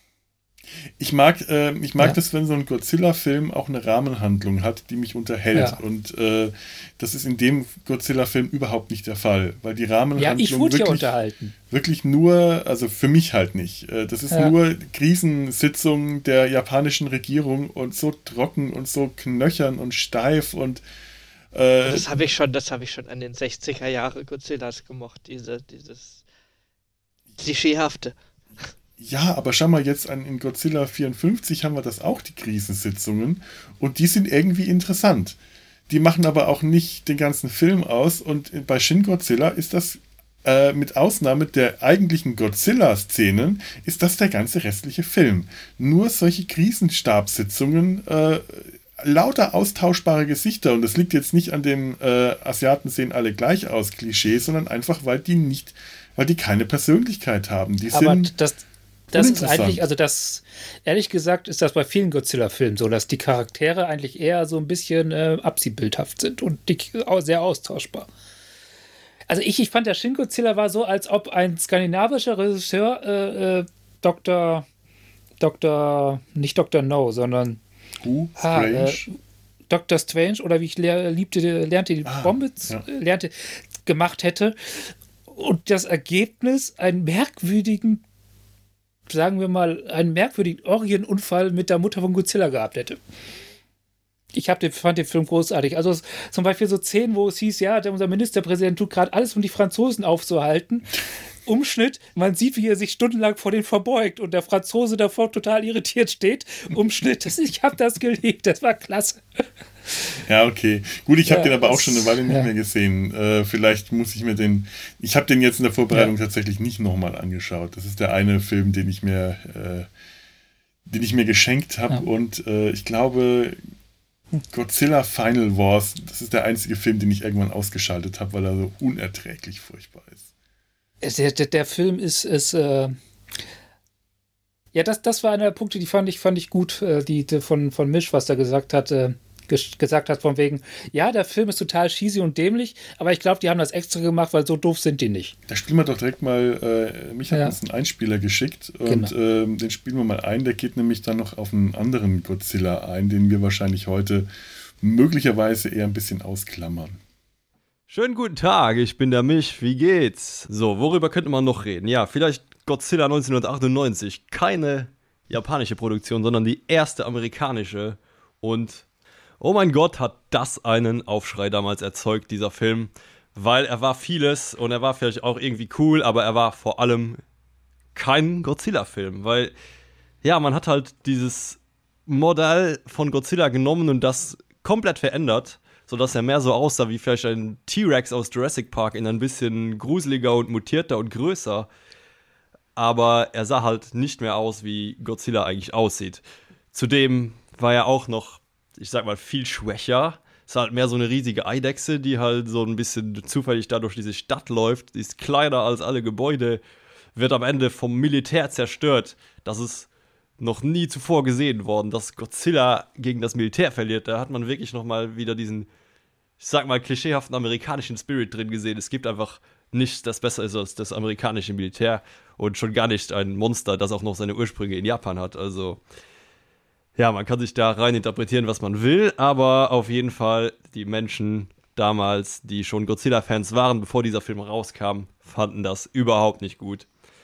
Ich mag, äh, ich mag Ja. das, wenn so ein Godzilla-Film auch eine Rahmenhandlung hat, die mich unterhält. Ja. Und äh, das ist in dem Godzilla-Film überhaupt nicht der Fall, weil die Ja, Rahmenhandlung ich wurde ja wirklich, unterhalten. wirklich nur, also für mich halt nicht. Äh, Das ist Ja. nur Krisensitzung der japanischen Regierung und so trocken und so knöchern und steif und äh, Das habe ich schon, das habe ich schon an den sechziger Jahre Godzillas gemocht, diese, dieses Klischeehafte. ja, aber schau mal, jetzt an, in Godzilla vierundfünfzig haben wir das auch, die Krisensitzungen, und die sind irgendwie interessant. Die machen aber auch nicht den ganzen Film aus, und bei Shin Godzilla ist das, äh, mit Ausnahme der eigentlichen Godzilla-Szenen, ist das der ganze restliche Film. Nur solche Krisenstabssitzungen, äh, lauter austauschbare Gesichter, und das liegt jetzt nicht an dem äh, Asiaten sehen alle gleich aus Klischee, sondern einfach, weil die nicht, weil die keine Persönlichkeit haben. Die Aber sind das, das ist uninteressant. eigentlich, also das, ehrlich gesagt, ist das bei vielen Godzilla-Filmen so, dass die Charaktere eigentlich eher so ein bisschen äh, abziehbildhaft sind und die, au- sehr austauschbar. Also ich, ich fand, der Shin Godzilla war so, als ob ein skandinavischer Regisseur äh, äh, Doktor Doktor, nicht Doktor No, sondern Who? Ah, Strange? äh, Doktor Strange oder wie ich lehr, liebte, lernte die Ah, Bombe, ja. äh, lernte, gemacht hätte. Und das Ergebnis einen merkwürdigen, sagen wir mal, einen merkwürdigen Orgienunfall mit der Mutter von Godzilla gehabt hätte. Ich hab den, fand den Film großartig. Also es, zum Beispiel so Szenen, wo es hieß, ja, der, unser Ministerpräsident tut gerade alles, um die Franzosen aufzuhalten. Umschnitt, man sieht, wie er sich stundenlang vor denen verbeugt und der Franzose davor total irritiert steht. Umschnitt, das, ich habe das geliebt, das war klasse. Ja, okay. Gut, ich habe Ja, den aber auch das- schon eine Weile nicht ja. mehr gesehen. Äh, vielleicht muss ich mir den. Ich habe den jetzt in der Vorbereitung Ja. tatsächlich nicht nochmal angeschaut. Das ist der eine Film, den ich mir, äh, den ich mir geschenkt habe. Ja. Und äh, ich glaube, Godzilla Final Wars, das ist der einzige Film, den ich irgendwann ausgeschaltet habe, weil er so unerträglich furchtbar ist. Der, der, der Film ist, ist äh ja, das, das war einer der Punkte, die fand ich, fand ich gut, äh, die, die von, von Misch, was er gesagt hat, äh, ges gesagt hat, von wegen, ja, der Film ist total cheesy und dämlich, aber ich glaube, die haben das extra gemacht, weil so doof sind die nicht. Da spielen wir doch direkt mal, äh, mich hat Ja. uns einen Einspieler geschickt und Genau. ähm, den spielen wir mal ein. Der geht nämlich dann noch auf einen anderen Godzilla ein, den wir wahrscheinlich heute möglicherweise eher ein bisschen ausklammern. Schönen guten Tag, ich bin der Misch, wie geht's? So, worüber könnte man noch reden? Ja, vielleicht Godzilla neunzehnhundertachtundneunzig, keine japanische Produktion, sondern die erste amerikanische und oh mein Gott, hat das einen Aufschrei damals erzeugt, dieser Film. Weil er war vieles und er war vielleicht auch irgendwie cool, aber er war vor allem kein Godzilla-Film. Weil, ja, man hat halt dieses Modell von Godzilla genommen und das komplett verändert, sodass er mehr so aussah wie vielleicht ein T-Rex aus Jurassic Park in ein bisschen gruseliger und mutierter und größer. Aber er sah halt nicht mehr aus, wie Godzilla eigentlich aussieht. Zudem war er auch noch, ich sag mal, viel schwächer. Es ist halt mehr so eine riesige Eidechse, die halt so ein bisschen zufällig da durch diese Stadt läuft. Die ist kleiner als alle Gebäude, wird am Ende vom Militär zerstört. Das ist noch nie zuvor gesehen worden, dass Godzilla gegen das Militär verliert. Da hat man wirklich noch mal wieder diesen, ich sag mal, klischeehaften amerikanischen Spirit drin gesehen. Es gibt einfach nichts, das besser ist als das amerikanische Militär und schon gar nicht ein Monster, das auch noch seine Ursprünge in Japan hat. Also, ja, man kann sich da rein interpretieren, was man will, aber auf jeden Fall die Menschen damals, die schon Godzilla-Fans waren, bevor dieser Film rauskam, fanden das überhaupt nicht gut.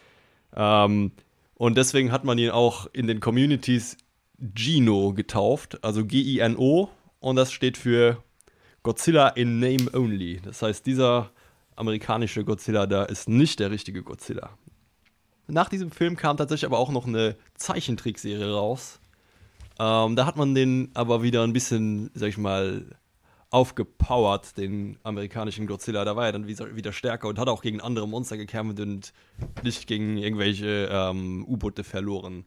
Ähm, und deswegen hat man ihn auch in den Communities Gino getauft, also G I N O, und das steht für Godzilla in Name Only. Das heißt, dieser amerikanische Godzilla da ist nicht der richtige Godzilla. Nach diesem Film kam tatsächlich aber auch noch eine Zeichentrickserie raus. Ähm, da hat man den aber wieder ein bisschen, sag ich mal, aufgepowert, den amerikanischen Godzilla. Da war er dann wieder, wieder stärker und hat auch gegen andere Monster gekämpft und nicht gegen irgendwelche ähm, U-Boote verloren.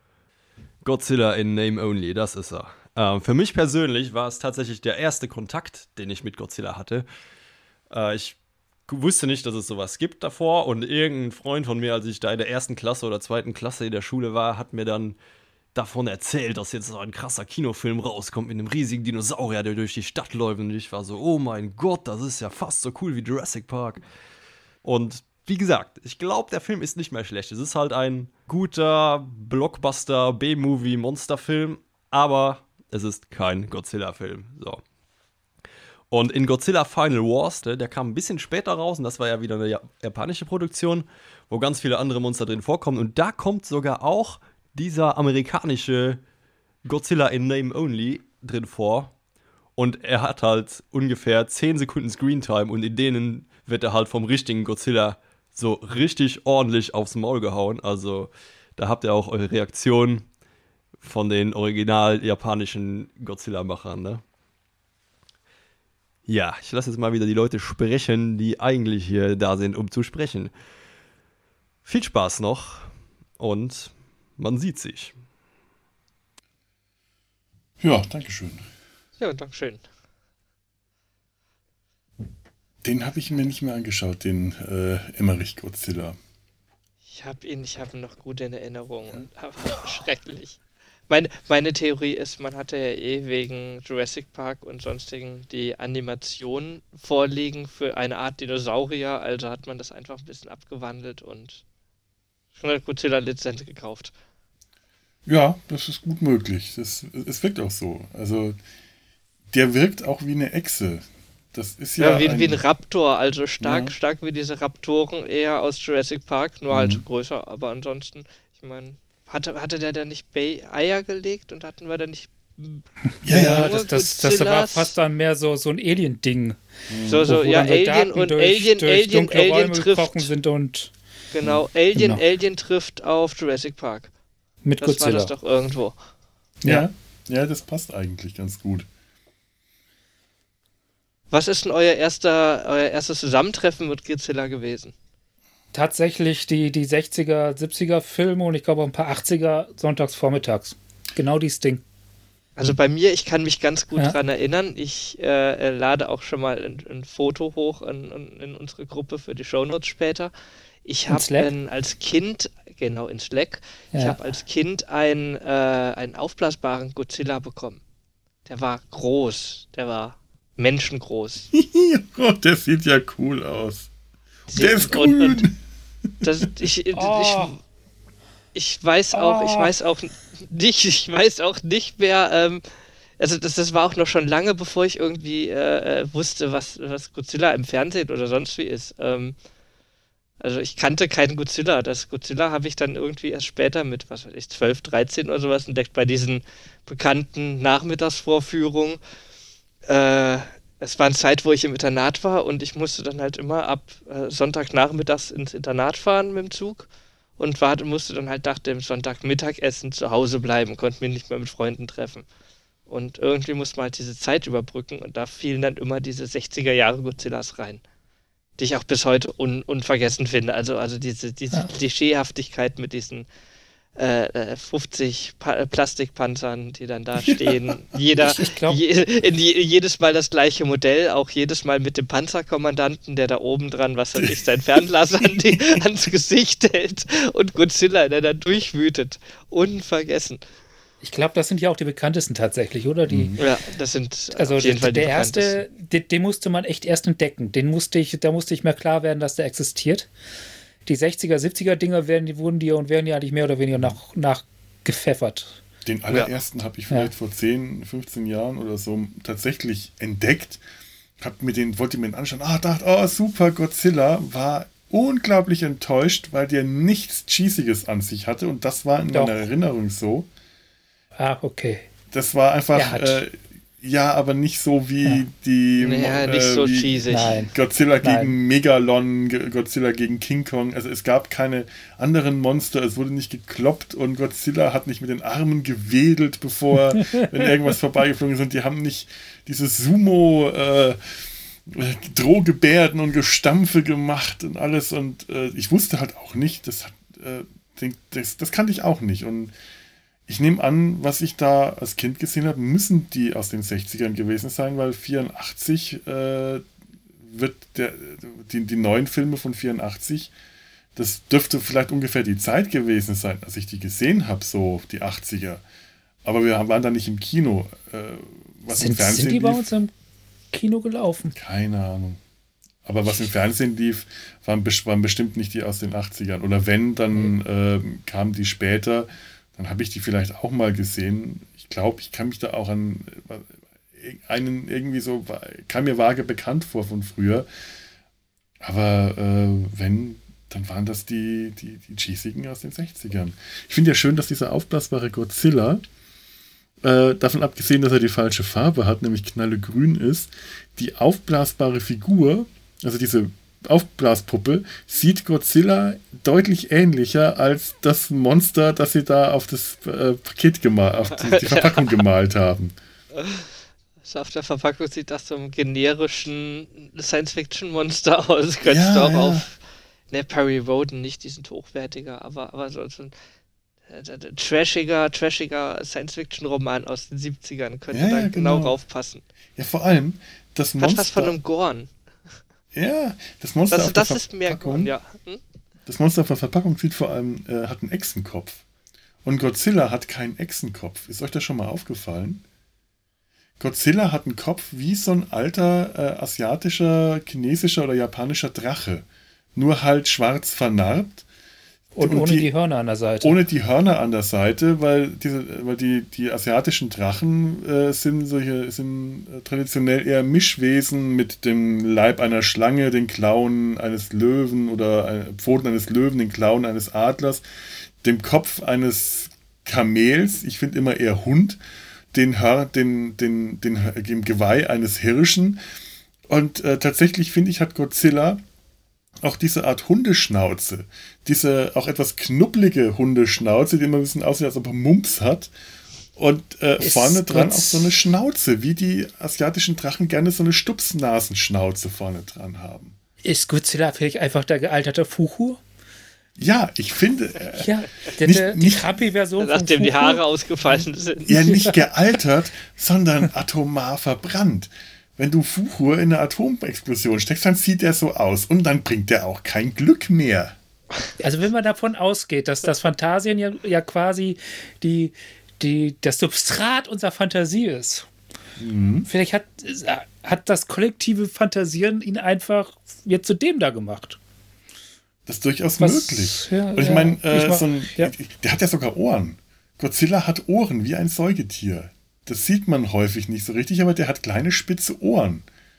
Godzilla in Name Only, das ist er. Ähm, für mich persönlich war es tatsächlich der erste Kontakt, den ich mit Godzilla hatte. Äh, ich wusste nicht, dass es sowas gibt davor und irgendein Freund von mir, als ich da in der ersten Klasse oder zweiten Klasse in der Schule war, hat mir dann davon erzählt, dass jetzt so ein krasser Kinofilm rauskommt mit einem riesigen Dinosaurier, der durch die Stadt läuft, und ich war so, oh mein Gott, das ist ja fast so cool wie Jurassic Park. Und wie gesagt, ich glaube, der Film ist nicht mehr schlecht. Es ist halt ein guter Blockbuster B-Movie Monsterfilm, aber es ist kein Godzilla-Film. So. Und in Godzilla Final Wars, der, der kam ein bisschen später raus, und das war ja wieder eine japanische Produktion, wo ganz viele andere Monster drin vorkommen, und da kommt sogar auch dieser amerikanische Godzilla in Name Only drin vor. Und er hat halt ungefähr zehn Sekunden Screentime und in denen wird er halt vom richtigen Godzilla so richtig ordentlich aufs Maul gehauen. Also da habt ihr auch eure Reaktion von den original japanischen Godzilla-Machern, ne? Ja, ich lasse jetzt mal wieder die Leute sprechen, die eigentlich hier da sind, um zu sprechen. Viel Spaß noch und man sieht sich. Ja, danke schön. Ja, danke schön. Den habe ich mir nicht mehr angeschaut, den äh, Emmerich Godzilla. Ich habe ihn, ich habe ihn noch gut in Erinnerung. Und, aber schrecklich. Meine, meine Theorie ist, man hatte ja eh wegen Jurassic Park und sonstigen die Animationen vorliegen für eine Art Dinosaurier, also hat man das einfach ein bisschen abgewandelt und schon eine Godzilla-Lizenz gekauft. Ja, das ist gut möglich. Das, es wirkt auch so. Also, der wirkt auch wie eine Echse. Das ist ja, ja wie, ein, wie ein Raptor, also stark, ja. stark wie diese Raptoren eher aus Jurassic Park, nur Mhm. halt größer, aber ansonsten, ich meine, hatte, hatte der da nicht Bay Eier gelegt und hatten wir da nicht Ja, ja, Ja, das, das, das war Godzillas? fast dann mehr so, so ein Alien-Ding. So, so, wo ja, dann Alien Soldaten und durch, Alien, durch Alien, dunkle Alien Räume trifft. gekrochen sind und Genau, Alien, Genau. Alien trifft auf Jurassic Park. mit Das war Godzilla. das doch irgendwo. ja, ja, das passt eigentlich ganz gut. Was ist denn euer erster, euer erstes Zusammentreffen mit Godzilla gewesen? Tatsächlich die, die sechziger, siebziger Filme und ich glaube auch ein paar achtziger sonntags vormittags. Genau dieses Ding. Also bei mir, ich kann mich ganz gut Ja. dran erinnern. Ich äh, lade auch schon mal ein, ein Foto hoch in, in, in unsere Gruppe für die Shownotes später. Ich In habe Slack? ähm, als Kind, genau in Slack, ich Ja. habe als Kind ein, äh, einen aufblasbaren Godzilla bekommen. Der war groß, der war menschengroß. Oh Gott, der sieht ja cool aus. Der ist grün. Und, und das, ich, Oh. ich, ich weiß auch, ich Oh. weiß auch nicht, ich weiß auch nicht mehr, ähm, also das, das war auch noch schon lange, bevor ich irgendwie äh, äh, wusste, was, was Godzilla im Fernsehen oder sonst wie ist. Ähm, Also ich kannte keinen Godzilla. Das Godzilla habe ich dann irgendwie erst später mit, was weiß ich, zwölf, dreizehn oder sowas entdeckt, bei diesen bekannten Nachmittagsvorführungen. Äh, es war eine Zeit, wo ich im Internat war und ich musste dann halt immer ab äh, Sonntagnachmittags ins Internat fahren mit dem Zug und war, musste dann halt nach dem Sonntagmittagessen zu Hause bleiben, konnte mich nicht mehr mit Freunden treffen. Und irgendwie musste man halt diese Zeit überbrücken und da fielen dann immer diese sechziger Jahre Godzillas rein, die ich auch bis heute un unvergessen finde. Also, also diese, diese Ja. Klischeehaftigkeit mit diesen äh, fünfzig pa Plastikpanzern, die dann da stehen. Jeder, Ich, ich glaube, je, in je, jedes Mal das gleiche Modell, auch jedes Mal mit dem Panzerkommandanten, der da oben dran, was weiß ich, sein Fernglas an die, ans Gesicht hält und Godzilla, der da durchwütet. Unvergessen. ich glaub, das sind ja auch die bekanntesten tatsächlich, oder? Die, Ja, das sind Also auf jeden der, Fall die der bekanntesten. erste, den, den musste man echt erst entdecken. Den musste ich, da musste ich mir klar werden, dass der existiert. Die sechziger, siebziger Dinger werden, die wurden die und werden ja eigentlich mehr oder weniger nach, nach gepfeffert. Den allerersten habe ich vielleicht Ja. vor zehn, fünfzehn Jahren oder so tatsächlich entdeckt. Hab mir den, wollte mir den anschauen. Ah, dachte, oh, super, Godzilla. War unglaublich enttäuscht, weil der nichts Cheesiges an sich hatte. Und das war in Doch. meiner Erinnerung so. Ah, okay. Das war einfach, Er hat- äh, ja, aber nicht so wie Ja. die Naja, nicht äh, so wie cheesy. Nein. Godzilla Nein. gegen Megalon, G- Godzilla gegen King Kong. Also es gab keine anderen Monster, es wurde nicht gekloppt und Godzilla hat nicht mit den Armen gewedelt, bevor, wenn irgendwas vorbeigeflogen sind. Die haben nicht diese Sumo äh, Drohgebärden und Gestampfe gemacht und alles. Und äh, ich wusste halt auch nicht, das, hat, äh, den- das, das kannte ich auch nicht. Und ich nehme an, was ich da als Kind gesehen habe, müssen die aus den sechzigern gewesen sein, weil vierundachtzig äh, wird der, die, die neuen Filme von vierundachtzig, das dürfte vielleicht ungefähr die Zeit gewesen sein, als ich die gesehen habe, so die achtziger. Aber wir waren da nicht im Kino. Äh, was im Sind, Fernsehen sind die bei lief, uns im Kino gelaufen? keine Ahnung. Aber was im Fernsehen lief, waren, bes- waren bestimmt nicht die aus den achtzigern. Oder wenn, dann ähm, kamen die später. Dann habe ich die vielleicht auch mal gesehen. Ich glaube, ich kann mich da auch an äh, einen irgendwie so, kam mir vage bekannt vor von früher. Aber äh, wenn, dann waren das die, die, die cheesigen aus den sechzigern. Ich finde ja schön, dass dieser aufblasbare Godzilla, äh, davon abgesehen, dass er die falsche Farbe hat, nämlich knallegrün ist, die aufblasbare Figur, also diese Aufblaspuppe, sieht Godzilla deutlich ähnlicher als das Monster, das sie da auf das äh, Paket gemalt, auf die, die Verpackung gemalt haben. Also auf der Verpackung sieht das so einem generischen Science-Fiction-Monster aus. Könntest Ja, du auch ja. auf. Ne, Perry Roden, nicht, die sind hochwertiger, aber, aber so, so ein äh, äh, trashiger, trashiger Science-Fiction-Roman aus den siebzigern könnte Ja, da ja, genau genau. raufpassen. Ja, vor allem, das Hat Monster. was von einem Gorn. Ja, das Monster Das, auf der das ist mehr Verpackung, Gorn, ja. Hm? Das Monster auf der Verpackung sieht vor allem, äh, hat einen Echsenkopf. Und Godzilla hat keinen Echsenkopf. Ist euch das schon mal aufgefallen? Godzilla hat einen Kopf wie so ein alter äh, asiatischer, chinesischer oder japanischer Drache. Nur halt schwarz vernarbt. Und, Und ohne die- die, Hörner an der Seite. Ohne die Hörner an der Seite, weil, diese, weil die, die asiatischen Drachen äh, sind, solche, sind äh, traditionell eher Mischwesen mit dem Leib einer Schlange, den Klauen eines Löwen oder äh, Pfoten eines Löwen, den Klauen eines Adlers, dem Kopf eines Kamels, ich finde immer eher Hund, den, Hör, den, den, den, dem Geweih eines Hirschen. Und äh, tatsächlich finde ich, hat Godzilla auch diese Art Hundeschnauze, diese auch etwas knubbelige Hundeschnauze, die immer ein bisschen aussieht, als ob er Mumps hat. Und äh, Ist vorne dran Gott- auch so eine Schnauze, wie die asiatischen Drachen gerne so eine Stupsnasenschnauze vorne dran haben. Ist Godzilla vielleicht einfach der gealterte Fuchu? Ja, ich finde, äh, Ja, der, Nicht- der, die nicht- Trabi-Version von Nachdem die Fuchu. Haare ausgefallen sind. ja nicht gealtert, sondern atomar verbrannt. Wenn du Fuchur in eine Atomexplosion steckst, dann sieht er so aus und dann bringt er auch kein Glück mehr. Also wenn man davon ausgeht, dass das Phantasien ja, ja quasi die, die, das Substrat unserer Fantasie ist. Mhm. Vielleicht hat, hat das kollektive Fantasieren ihn einfach jetzt zu dem da gemacht. Das ist durchaus Was- möglich. ja, und ich ja, meine, ich äh, mach- so ein, ja. der hat ja sogar Ohren. Godzilla hat Ohren wie ein Säugetier. Das sieht man häufig nicht so richtig, aber der hat kleine spitze Ohren.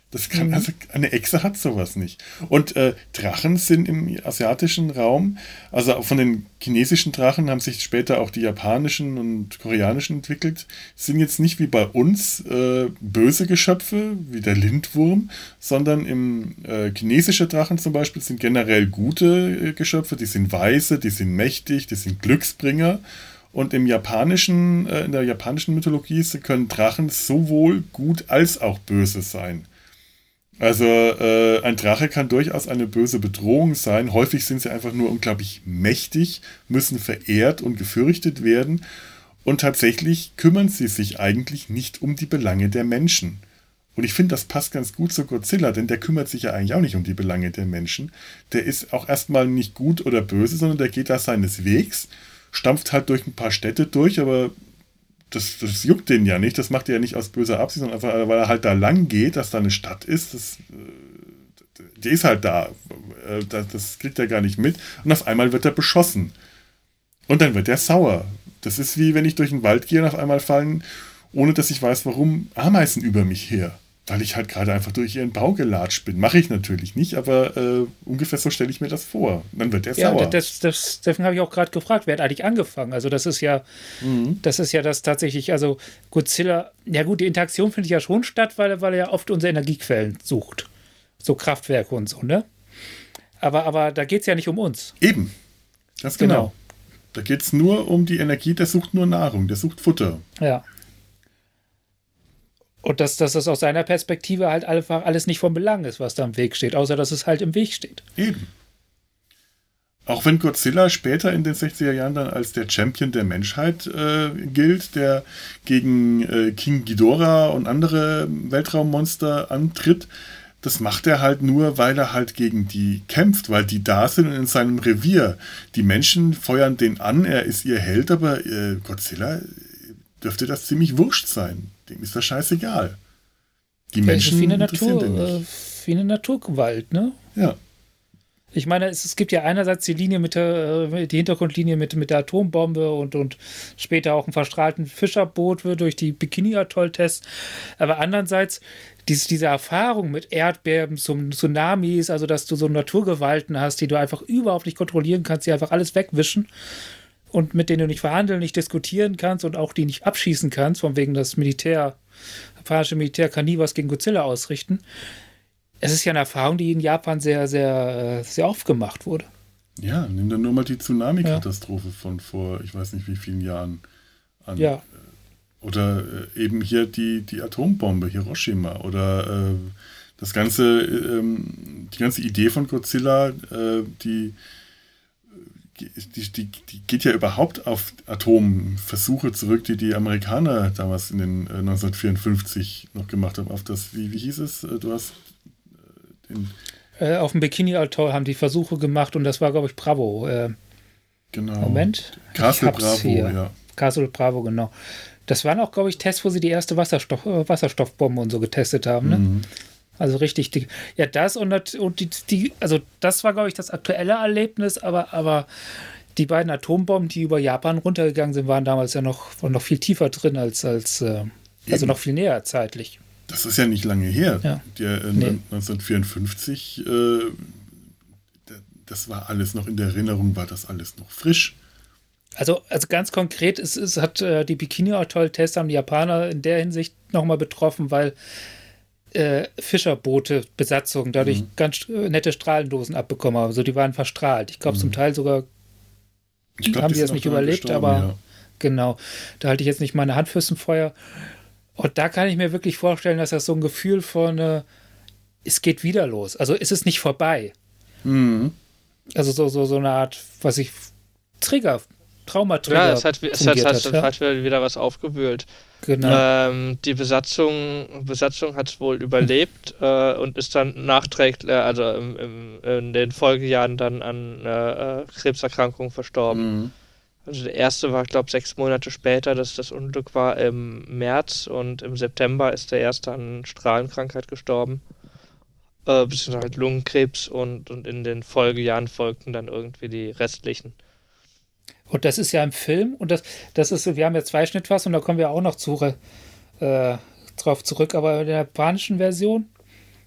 Das kann, also eine Echse hat sowas nicht. Und äh, Drachen sind im asiatischen Raum, also von den chinesischen Drachen haben sich später auch die japanischen und koreanischen entwickelt, sind jetzt nicht wie bei uns äh, böse Geschöpfe, wie der Lindwurm, sondern im äh, chinesische Drachen zum Beispiel sind generell gute äh, Geschöpfe, die sind weise, die sind mächtig, die sind Glücksbringer. Und im japanischen, äh, in der japanischen Mythologie können Drachen sowohl gut als auch böse sein. Also äh, ein Drache kann durchaus eine böse Bedrohung sein. Häufig sind sie einfach nur unglaublich mächtig, müssen verehrt und gefürchtet werden. Und tatsächlich kümmern sie sich eigentlich nicht um die Belange der Menschen. Und ich finde, das passt ganz gut zu Godzilla, denn der kümmert sich ja eigentlich auch nicht um die Belange der Menschen. Der ist auch erstmal nicht gut oder böse, sondern der geht da seines Wegs, stampft halt durch ein paar Städte durch, aber Das, das juckt den ja nicht, das macht er ja nicht aus böser Absicht, sondern einfach, weil er halt da lang geht, dass da eine Stadt ist, das, die ist halt da, das, das kriegt er gar nicht mit und auf einmal wird er beschossen und dann wird er sauer. Das ist wie wenn ich durch den Wald gehe und auf einmal fallen, ohne dass ich weiß warum, Ameisen über mich her, weil ich halt gerade einfach durch ihren Bau gelatscht bin. Mache ich natürlich nicht, aber äh, ungefähr so stelle ich mir das vor. Dann wird der ja, sauer. Das, das, deswegen habe ich auch gerade gefragt, wer hat eigentlich angefangen? Also das ist ja, mhm. das ist ja das tatsächlich, also Godzilla, ja gut, die Interaktion findet ja schon statt, weil, weil er ja oft unsere Energiequellen sucht. So Kraftwerke und so, ne? Aber, aber da geht es ja nicht um uns. Eben, ganz genau. genau. Da geht es nur um die Energie, der sucht nur Nahrung, der sucht Futter. Ja. Und dass, dass das aus seiner Perspektive halt einfach alles nicht von Belang ist, was da im Weg steht, außer dass es halt im Weg steht. Eben. Auch wenn Godzilla später in den sechziger Jahren dann als der Champion der Menschheit äh, gilt, der gegen äh, King Ghidorah und andere Weltraummonster antritt, das macht er halt nur, weil er halt gegen die kämpft, weil die da sind und in seinem Revier. Die Menschen feuern den an, er ist ihr Held, aber äh, Godzilla dürfte das ziemlich wurscht sein. Dem ist das scheißegal. Die ja, Menschen ist wie eine interessieren Natur, den nicht. äh, wie eine Naturgewalt, ne? Ja. Ich meine, es, es gibt ja einerseits die Linie mit der, äh, die Hintergrundlinie mit, mit der Atombombe und, und später auch einen verstrahlten Fischerboot durch die Bikini-Atoll-Tests. Aber andererseits diese, diese Erfahrung mit Erdbeben, Tsunamis, also dass du so Naturgewalten hast, die du einfach überhaupt nicht kontrollieren kannst, die einfach alles wegwischen. Und mit denen du nicht verhandeln, nicht diskutieren kannst und auch die nicht abschießen kannst, von wegen das Militär, japanische Militär kann nie was gegen Godzilla ausrichten. Es ist ja eine Erfahrung, die in Japan sehr, sehr, sehr oft gemacht wurde. Ja, nimm dann nur mal die Tsunami-Katastrophe ja. von vor, ich weiß nicht wie vielen Jahren an. Ja. Oder äh, eben hier die, die Atombombe, Hiroshima. Oder äh, das ganze, ähm, die ganze Idee von Godzilla, äh, die Die, die, die geht ja überhaupt auf Atomversuche zurück, die die Amerikaner damals in den äh, neunzehnhundertvierundfünfzig noch gemacht haben. Auf das, wie, wie hieß es? Du hast äh, den... Äh, auf dem Bikini-Atoll haben die Versuche gemacht und das war, glaube ich, Bravo. Äh, genau. Moment. Castle Bravo, hier. ja. Castle Bravo, genau. Das waren auch, glaube ich, Tests, wo sie die erste Wasserstoff, äh, Wasserstoffbombe und so getestet haben, ne? Mhm. Also richtig dick. Ja, das und, und die, die, also das war, glaube ich, das aktuelle Erlebnis, aber, aber die beiden Atombomben, die über Japan runtergegangen sind, waren damals ja noch, waren noch viel tiefer drin als, als äh, also noch viel näher zeitlich. Das ist ja nicht lange her. Ja. Der, äh, nee. neunzehnhundertvierundfünfzig, äh, das war alles noch in der Erinnerung, war das alles noch frisch. Also, also ganz konkret, es, es hat äh, die Bikini-Atoll-Tests haben die Japaner in der Hinsicht nochmal betroffen, weil Äh, Fischerboote, Besatzungen, dadurch mhm. ganz äh, nette Strahlendosen abbekommen haben. Also die waren verstrahlt. Ich glaube, mhm. zum Teil sogar ich glaub, haben die das nicht überlebt, aber ja. Genau. Da halte ich jetzt nicht meine Hand fürs Feuer. Und da kann ich mir wirklich vorstellen, dass das so ein Gefühl von äh, es geht wieder los. Also ist es nicht vorbei. Mhm. Also so, so, so eine Art, was ich Trigger, Traumatrigger. Ja, es hat, es hat, hat, ja. hat wieder was aufgewühlt. Genau. Ähm, die Besatzung, Besatzung hat es wohl überlebt äh, und ist dann nachträglich, äh, also im, im, in den Folgejahren dann an äh, Krebserkrankungen verstorben. Mhm. Also der erste war, glaube ich, sechs Monate später, dass das Unglück war im März und im September ist der erste an Strahlenkrankheit gestorben. Äh, beziehungsweise halt Lungenkrebs und, und in den Folgejahren folgten dann irgendwie die restlichen. Und das ist ja im Film und das, das ist, wir haben ja zwei Schnittfassungen, da kommen wir auch noch zu, äh, drauf zurück, aber in der japanischen Version,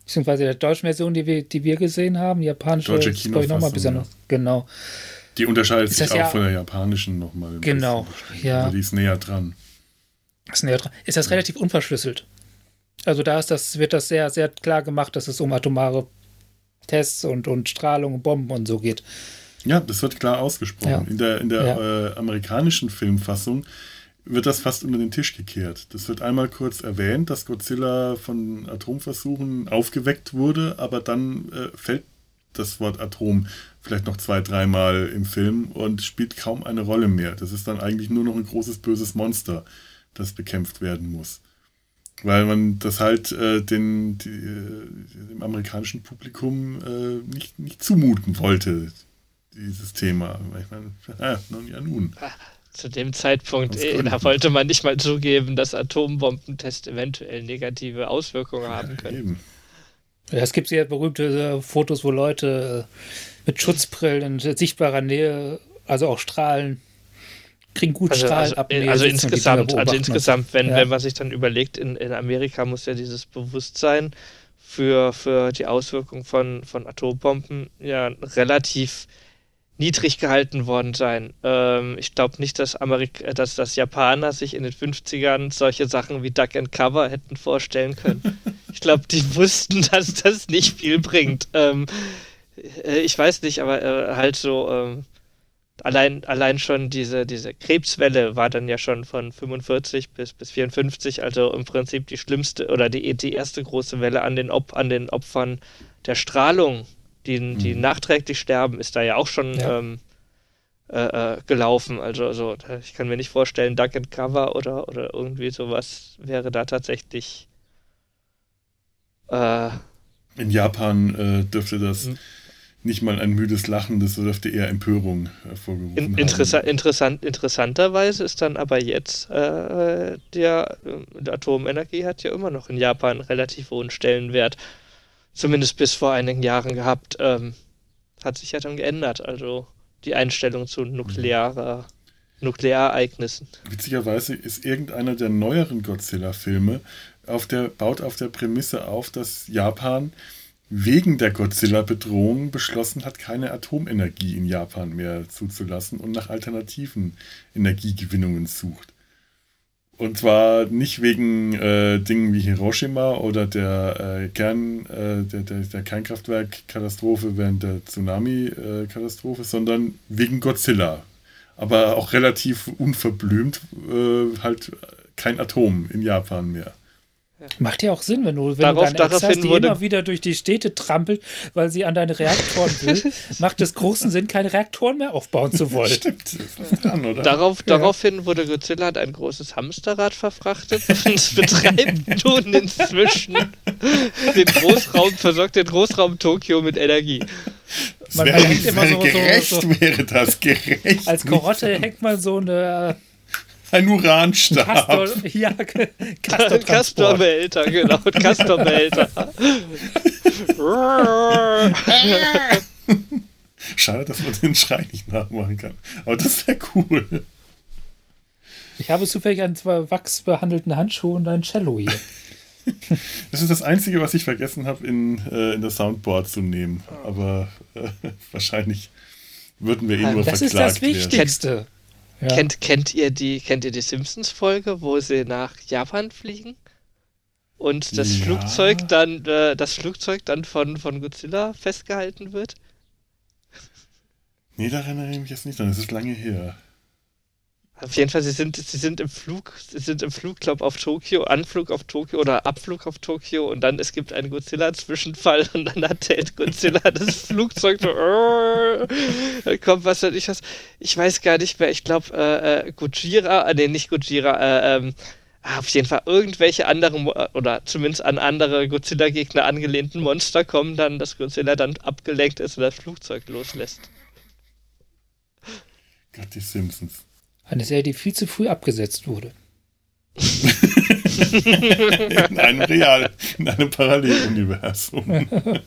Beziehungsweise der deutschen Version, die wir, die wir gesehen haben, die japanische, Deutsche ist, glaube ich, nochmal Kinofassung, besonders. Genau. Die unterscheidet Ist sich das auch ja- von der japanischen nochmal. ein Genau, bisschen. ja. Aber die ist näher dran. Ist, näher dran. Ist das relativ unverschlüsselt? Also da ist das, wird das sehr, sehr klar gemacht, dass es um atomare Tests und, und Strahlung und Bomben und so geht. Ja, das wird klar ausgesprochen. Ja. In der, in der Ja. äh, amerikanischen Filmfassung wird das fast unter den Tisch gekehrt. Das wird einmal kurz erwähnt, dass Godzilla von Atomversuchen aufgeweckt wurde, aber dann äh, fällt das Wort Atom vielleicht noch zwei, dreimal im Film und spielt kaum eine Rolle mehr. Das ist dann eigentlich nur noch ein großes, böses Monster, das bekämpft werden muss. Weil man das halt äh, den, die, äh, dem amerikanischen Publikum äh, nicht, nicht zumuten wollte, dieses Thema. Ich meine, ja, nun ja nun. Zu dem Zeitpunkt, Aus äh, Gründen. da wollte man nicht mal zugeben, dass Atombombentests eventuell negative Auswirkungen haben können. Eben. Ja, es gibt sehr berühmte äh, Fotos, wo Leute äh, mit Schutzbrillen in sichtbarer Nähe, also auch Strahlen, kriegen gut Also, Strahlen also, ab. äh, also insgesamt, also insgesamt, wenn, Ja. wenn man sich dann überlegt, in, in Amerika muss ja dieses Bewusstsein für, für die Auswirkung von, von Atombomben ja relativ niedrig gehalten worden sein. Ähm, ich glaube nicht, dass, Amerik äh, dass, dass Japaner sich in den fünfzigern solche Sachen wie Duck and Cover hätten vorstellen können. Ich glaube, die wussten, dass das nicht viel bringt. Ähm, äh, ich weiß nicht, aber äh, halt so ähm, allein, allein schon diese, diese Krebswelle war dann ja schon von fünfundvierzig bis, bis vierundfünfzig, also im Prinzip die schlimmste oder die, die erste große Welle an den, Op an den Opfern der Strahlung, die, die Mhm. nachträglich sterben, ist da ja auch schon Ja. ähm, äh, äh, gelaufen. Also, also ich kann mir nicht vorstellen, Duck and Cover oder, oder irgendwie sowas wäre da tatsächlich äh, In Japan äh, dürfte das Mhm. nicht mal ein müdes Lachen, das dürfte eher Empörung hervorgerufen in, haben. interessa interessant, interessanterweise ist dann aber jetzt äh, der, äh, die Atomenergie hat ja immer noch in Japan einen relativ hohen Stellenwert. Zumindest bis vor einigen Jahren gehabt. Ähm, hat sich ja dann geändert. Also die Einstellung zu nuklearer, Nuklearereignissen. Witzigerweise ist irgendeiner der neueren Godzilla-Filme auf der, baut auf der Prämisse auf, dass Japan wegen der Godzilla-Bedrohung beschlossen hat, keine Atomenergie in Japan mehr zuzulassen und nach alternativen Energiegewinnungen sucht. Und zwar nicht wegen äh, Dingen wie Hiroshima oder der, äh, Kern, äh, der, der, der Kernkraftwerkkatastrophe während der Tsunami-Katastrophe, sondern wegen Godzilla. Aber auch relativ unverblümt, äh, halt kein Atom in Japan mehr. Macht ja auch Sinn, wenn du, wenn Darauf- du deine Ex daraufhin hast, die wurde- immer wieder durch die Städte trampelt, weil sie an deine Reaktoren will, macht es großen Sinn, keine Reaktoren mehr aufbauen zu wollen. Stimmt, das ist dran, oder? Darauf, Daraufhin wurde Godzilla in ein großes Hamsterrad verfrachtet und es betreibt nun inzwischen den Großraum, versorgt den Großraum Tokio mit Energie. Das Man wäre, hängt immer wäre so- so- gerecht, so- wäre das gerecht. Als Karotte hängt man so eine Ein Uranstab. Castor, ja, Castor-Transport. Castor-Behälter, genau, Castor-Behälter. Schade, dass man den Schrei nicht nachmachen kann. Aber das wäre cool. Ich habe zufällig einen zwei wachsbehandelten Handschuh und ein Cello hier. Das ist das Einzige, was ich vergessen habe, in, äh, in das Soundboard zu nehmen. Aber äh, wahrscheinlich würden wir eh nur Das ist verklagt das werden. Wichtigste. Ja. Kennt, kennt ihr die, kennt ihr die Simpsons-Folge, wo sie nach Japan fliegen? Und das Ja. Flugzeug dann, äh, das Flugzeug dann von, von Godzilla festgehalten wird? Nee, da erinnere ich mich jetzt nicht dran. Das ist lange her. Auf jeden Fall, sie sind, sie sind im Flug, sie sind im Flug, glaub, auf Tokio, Anflug auf Tokio oder Abflug auf Tokio und dann es gibt einen Godzilla-Zwischenfall und dann erzählt Godzilla das Flugzeug so, äh, da kommt was weiß ich was. Ich weiß gar nicht mehr, ich glaube, äh, äh, Gojira, äh, nee, nicht Gojira, äh, ähm, auf jeden Fall irgendwelche anderen, Mo- oder zumindest an andere Godzilla-Gegner angelehnten Monster kommen dann, dass Godzilla dann abgelenkt ist und das Flugzeug loslässt. Gott, die Simpsons. Eine Serie, die viel zu früh abgesetzt wurde. In einem Real, in einem Paralleluniversum.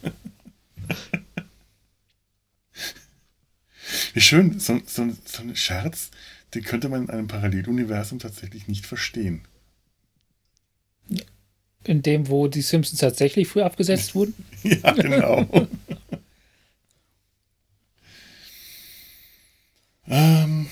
Wie schön, so, so, so ein Scherz, den könnte man in einem Paralleluniversum tatsächlich nicht verstehen. In dem, wo die Simpsons tatsächlich früh abgesetzt wurden? Ja, genau. ähm,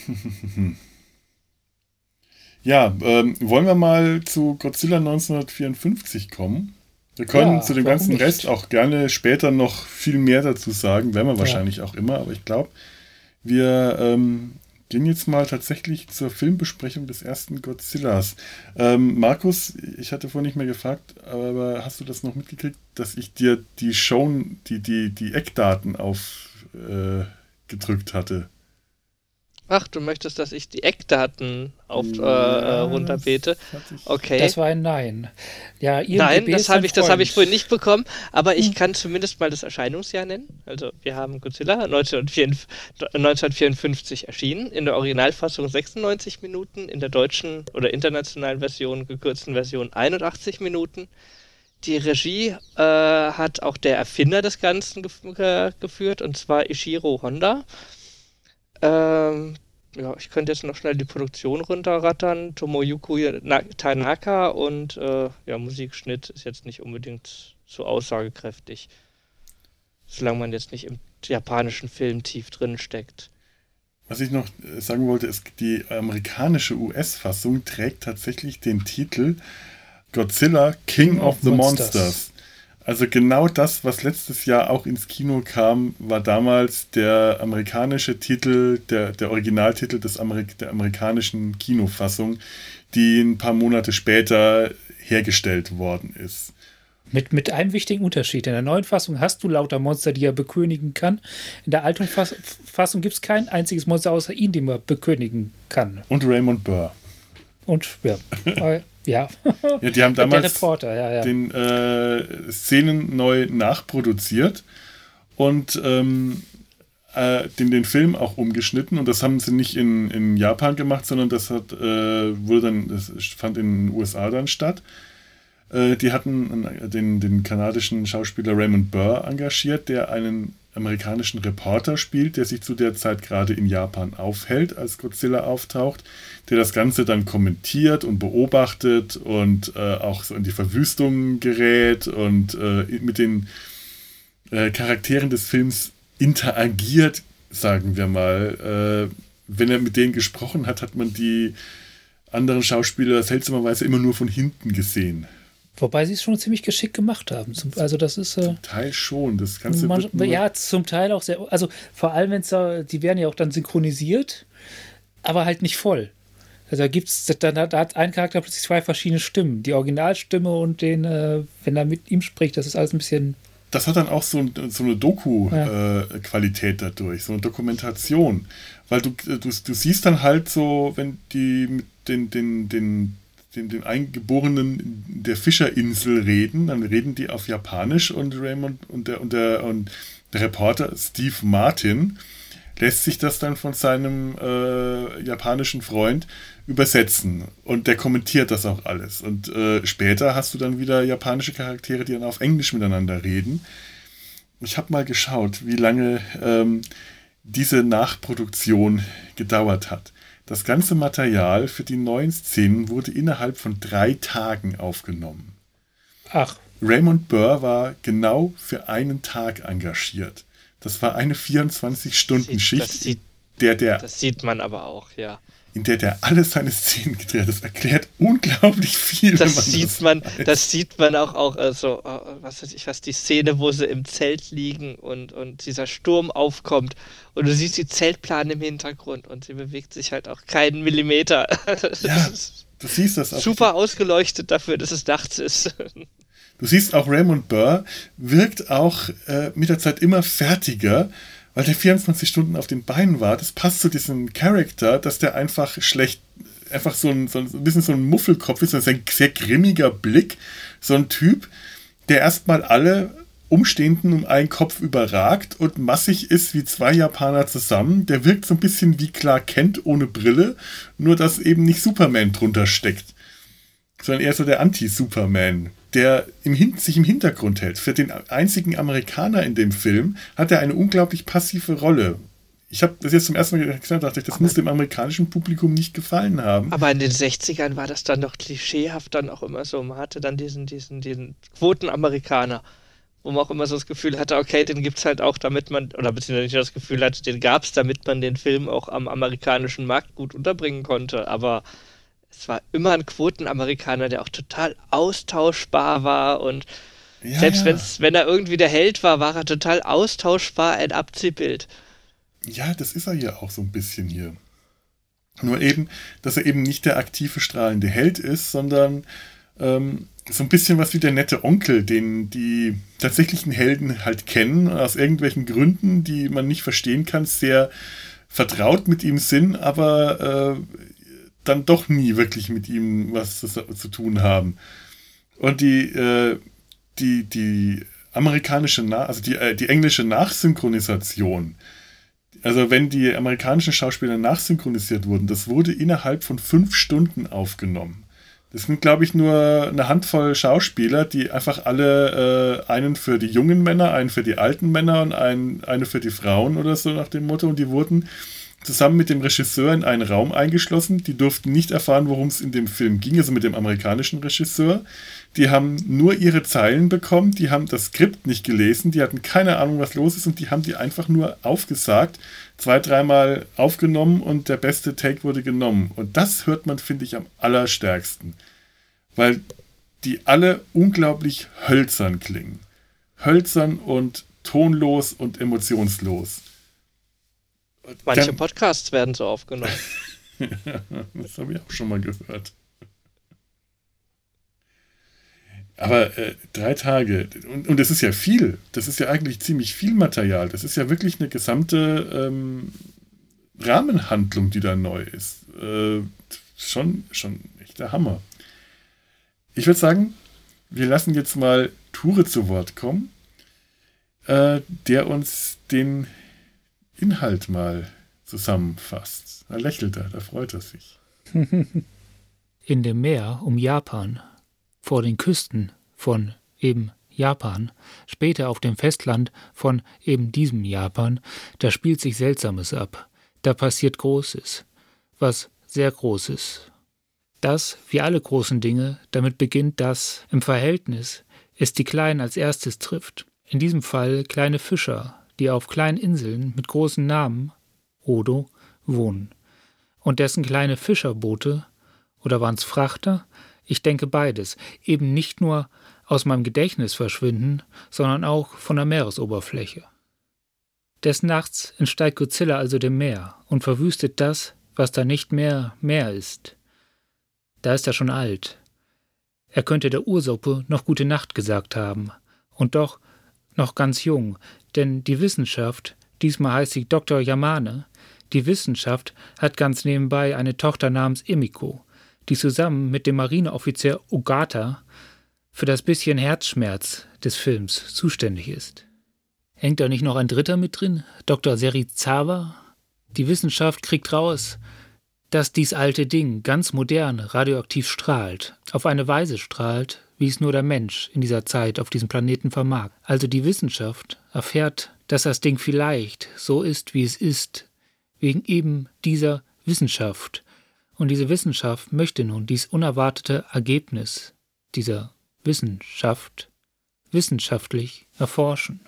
ja, ähm, wollen wir mal zu Godzilla neunzehnhundertvierundfünfzig kommen? Wir können Ja, zu dem warum ganzen nicht? Rest auch gerne später noch viel mehr dazu sagen, werden wir Ja. wahrscheinlich auch immer, aber ich glaube, wir ähm, gehen jetzt mal tatsächlich zur Filmbesprechung des ersten Godzillas. Ähm, Markus, ich hatte vorhin nicht mehr gefragt, aber hast du das noch mitgekriegt, dass ich dir die Show, die, die, die Eckdaten aufgedrückt äh, gedrückt hatte? Ach, du möchtest, dass ich die Eckdaten auf, äh, Ja, äh, runterbete? das hatte ich- Okay. Das war ein Nein. Ja, IMDb Nein, das ist habe ein ich, das habe ich Freund. vorhin nicht bekommen, aber ich Hm. kann zumindest mal das Erscheinungsjahr nennen. Also wir haben Godzilla neunzehnhundertvierundfünfzig erschienen, in der Originalfassung sechsundneunzig Minuten, in der deutschen oder internationalen Version, gekürzten Version einundachtzig Minuten. Die Regie äh, hat auch der Erfinder des Ganzen gef ge geführt, und zwar Ishiro Honda. Ähm, ja, ich könnte jetzt noch schnell die Produktion runterrattern. Tomoyuki Na- Tanaka und äh, ja, Musikschnitt ist jetzt nicht unbedingt so aussagekräftig. Solange man jetzt nicht im japanischen Film tief drin steckt. Was ich noch äh, sagen wollte, ist, die amerikanische U S-Fassung trägt tatsächlich den Titel Godzilla King of the Monsters. Monsters. Also genau das, was letztes Jahr auch ins Kino kam, war damals der amerikanische Titel, der, der Originaltitel des Amerik der amerikanischen Kinofassung, die ein paar Monate später hergestellt worden ist. Mit, mit einem wichtigen Unterschied. In der neuen Fassung hast du lauter Monster, die er bekönigen kann. In der alten Fass Fassung gibt es kein einziges Monster außer ihn, den man bekönigen kann. Und Raymond Burr. Und ja, äh, ja. Ja, die haben der damals Reporter, ja, ja. den äh, Szenen neu nachproduziert und ähm, äh, den, den Film auch umgeschnitten, und das haben sie nicht in, in Japan gemacht, sondern das hat, äh, wurde dann, das fand in den U S A dann statt. Äh, die hatten den, den kanadischen Schauspieler Raymond Burr engagiert, der einen amerikanischen Reporter spielt, der sich zu der Zeit gerade in Japan aufhält, als Godzilla auftaucht, der das Ganze dann kommentiert und beobachtet und äh, auch so in die Verwüstung gerät und äh, mit den äh, Charakteren des Films interagiert, sagen wir mal. Äh, wenn er mit denen gesprochen hat, hat man die anderen Schauspieler seltsamerweise immer nur von hinten gesehen. Wobei sie es schon ziemlich geschickt gemacht haben. Zum, also das ist äh, Teil schon, das Ganze man, wird nur, ja zum Teil auch sehr, also vor allem wenn es da, die werden ja auch dann synchronisiert, aber halt nicht voll. Also da gibt's, da, da hat ein Charakter plötzlich zwei verschiedene Stimmen, die Originalstimme und den, äh, wenn er mit ihm spricht, das ist alles ein bisschen. das hat dann auch so, so eine Doku-Qualität ja. äh, dadurch, so eine Dokumentation. Weil du, du, du siehst dann halt so, wenn die mit den, den, den, den, den Eingeborenen der Fischerinsel reden, dann reden die auf Japanisch, und Raymond und der, und der, und der Reporter Steve Martin lässt sich das dann von seinem äh, japanischen Freund übersetzen. Und der kommentiert das auch alles. Und äh, später hast du dann wieder japanische Charaktere, die dann auf Englisch miteinander reden. Ich habe mal geschaut, wie lange ähm, diese Nachproduktion gedauert hat. Das ganze Material für die neuen Szenen wurde innerhalb von drei Tagen aufgenommen. Ach, Raymond Burr war genau für einen Tag engagiert. Das war eine vierundzwanzig-Stunden-Schicht, Das sieht, in der der das sieht man aber auch, ja. in der der alle seine Szenen gedreht hat. Das erklärt unglaublich viel. Das wenn man sieht das man, weiß. das sieht man auch, auch also, äh, was weiß ich, was die Szene, wo sie im Zelt liegen und, und dieser Sturm aufkommt und du siehst die Zeltplane im Hintergrund und sie bewegt sich halt auch keinen Millimeter. Das Ja, ist du siehst das auch. super ausgeleuchtet dafür, dass es nachts ist. Du siehst auch, Raymond Burr wirkt auch äh, mit der Zeit immer fertiger, weil der vierundzwanzig Stunden auf den Beinen war. Das passt zu diesem Charakter, dass der einfach schlecht, einfach so ein, so ein bisschen so ein Muffelkopf ist, also ein sehr grimmiger Blick. So ein Typ, der erstmal alle Umstehenden um einen Kopf überragt und massig ist wie zwei Japaner zusammen. Der wirkt so ein bisschen wie Clark Kent ohne Brille, nur dass eben nicht Superman drunter steckt, sondern eher so der Anti-Superman, der im Hin- sich im Hintergrund hält. Für den einzigen Amerikaner in dem Film hat er eine unglaublich passive Rolle. Ich habe das jetzt zum ersten Mal gesagt, dachte ich, das muss dem amerikanischen Publikum nicht gefallen haben. Aber in den sechzigern war das dann doch klischeehaft dann auch immer so. Man hatte dann diesen, diesen, diesen Quotenamerikaner, wo man auch immer so das Gefühl hatte, okay, den gibt's halt auch, damit man, oder beziehungsweise nicht das Gefühl hatte, den gab's, damit man den Film auch am amerikanischen Markt gut unterbringen konnte. Aber es war immer ein Quotenamerikaner, der auch total austauschbar war und ja, selbst ja. Wenn's, wenn er irgendwie der Held war, war er total austauschbar, ein Abziehbild. Ja, das ist er ja auch so ein bisschen hier. Nur eben, dass er eben nicht der aktive, strahlende Held ist, sondern ähm, so ein bisschen was wie der nette Onkel, den die tatsächlichen Helden halt kennen, aus irgendwelchen Gründen, die man nicht verstehen kann, sehr vertraut mit ihm sind, aber äh, dann doch nie wirklich mit ihm was zu, zu tun haben. Und die, äh, die, die amerikanische, Na- also die, äh, die englische Nachsynchronisation, also wenn die amerikanischen Schauspieler nachsynchronisiert wurden, das wurde innerhalb von fünf Stunden aufgenommen. Das sind, glaube ich, nur eine Handvoll Schauspieler, die einfach alle, äh, einen für die jungen Männer, einen für die alten Männer und einen, eine für die Frauen oder so nach dem Motto. Und die wurden zusammen mit dem Regisseur in einen Raum eingeschlossen. Die durften nicht erfahren, worum es in dem Film ging, also mit dem amerikanischen Regisseur. Die haben nur ihre Zeilen bekommen, die haben das Skript nicht gelesen, die hatten keine Ahnung, was los ist und die haben die einfach nur aufgesagt, zwei, dreimal aufgenommen und der beste Take wurde genommen. Und das hört man, finde ich, am allerstärksten, weil die alle unglaublich hölzern klingen. Hölzern und tonlos und emotionslos. Manche Dann, Podcasts werden so aufgenommen. Das habe ich auch schon mal gehört. Aber äh, drei Tage, und, und das ist ja viel, das ist ja eigentlich ziemlich viel Material, das ist ja wirklich eine gesamte ähm, Rahmenhandlung, die da neu ist. Äh, schon, schon echt der Hammer. Ich würde sagen, wir lassen jetzt mal Ture zu Wort kommen, äh, der uns den Inhalt mal zusammenfasst. Da lächelt er, da freut er sich. In dem Meer um Japan, vor den Küsten von eben Japan, später auf dem Festland von eben diesem Japan, da spielt sich Seltsames ab. Da passiert Großes, was sehr Großes. Das, wie alle großen Dinge, damit beginnt, dass im Verhältnis es die Kleinen als erstes trifft. In diesem Fall kleine Fischer, die auf kleinen Inseln mit großen Namen, Odo, wohnen. Und dessen kleine Fischerboote, oder waren's Frachter? Ich denke beides, eben nicht nur aus meinem Gedächtnis verschwinden, sondern auch von der Meeresoberfläche. Des Nachts entsteigt Godzilla also dem Meer und verwüstet das, was da nicht mehr Meer ist. Da ist er schon alt. Er könnte der Ursuppe noch gute Nacht gesagt haben. Und doch noch ganz jung, denn die Wissenschaft, diesmal heißt sie Doktor Yamane, die Wissenschaft hat ganz nebenbei eine Tochter namens Emiko, die zusammen mit dem Marineoffizier Ogata für das bisschen Herzschmerz des Films zuständig ist. Hängt da nicht noch ein Dritter mit drin, Doktor Serizawa? Die Wissenschaft kriegt raus, dass dies alte Ding ganz modern radioaktiv strahlt, auf eine Weise strahlt, wie es nur der Mensch in dieser Zeit auf diesem Planeten vermag. Also die Wissenschaft erfährt, dass das Ding vielleicht so ist, wie es ist, wegen eben dieser Wissenschaft. Und diese Wissenschaft möchte nun dies unerwartete Ergebnis dieser Wissenschaft wissenschaftlich erforschen.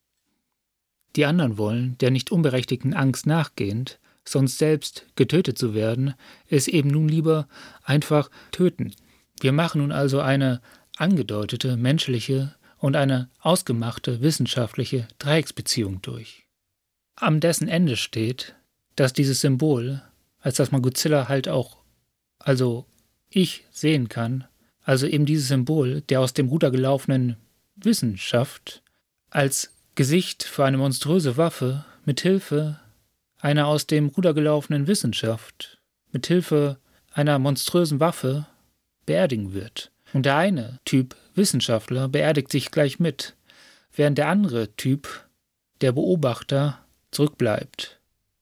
Die anderen wollen, der nicht unberechtigten Angst nachgehend, sonst selbst getötet zu werden, es eben nun lieber einfach töten. Wir machen nun also eine angedeutete menschliche und eine ausgemachte wissenschaftliche Dreiecksbeziehung durch. Am dessen Ende steht, dass dieses Symbol, als dass man Godzilla halt auch, also ich, sehen kann, also eben dieses Symbol der aus dem Ruder gelaufenen Wissenschaft, als Gesicht für eine monströse Waffe mit Hilfe einer aus dem Ruder gelaufenen Wissenschaft, mit Hilfe einer monströsen Waffe beerdigen wird. Und der eine Typ Wissenschaftler beerdigt sich gleich mit, während der andere Typ, der Beobachter, zurückbleibt.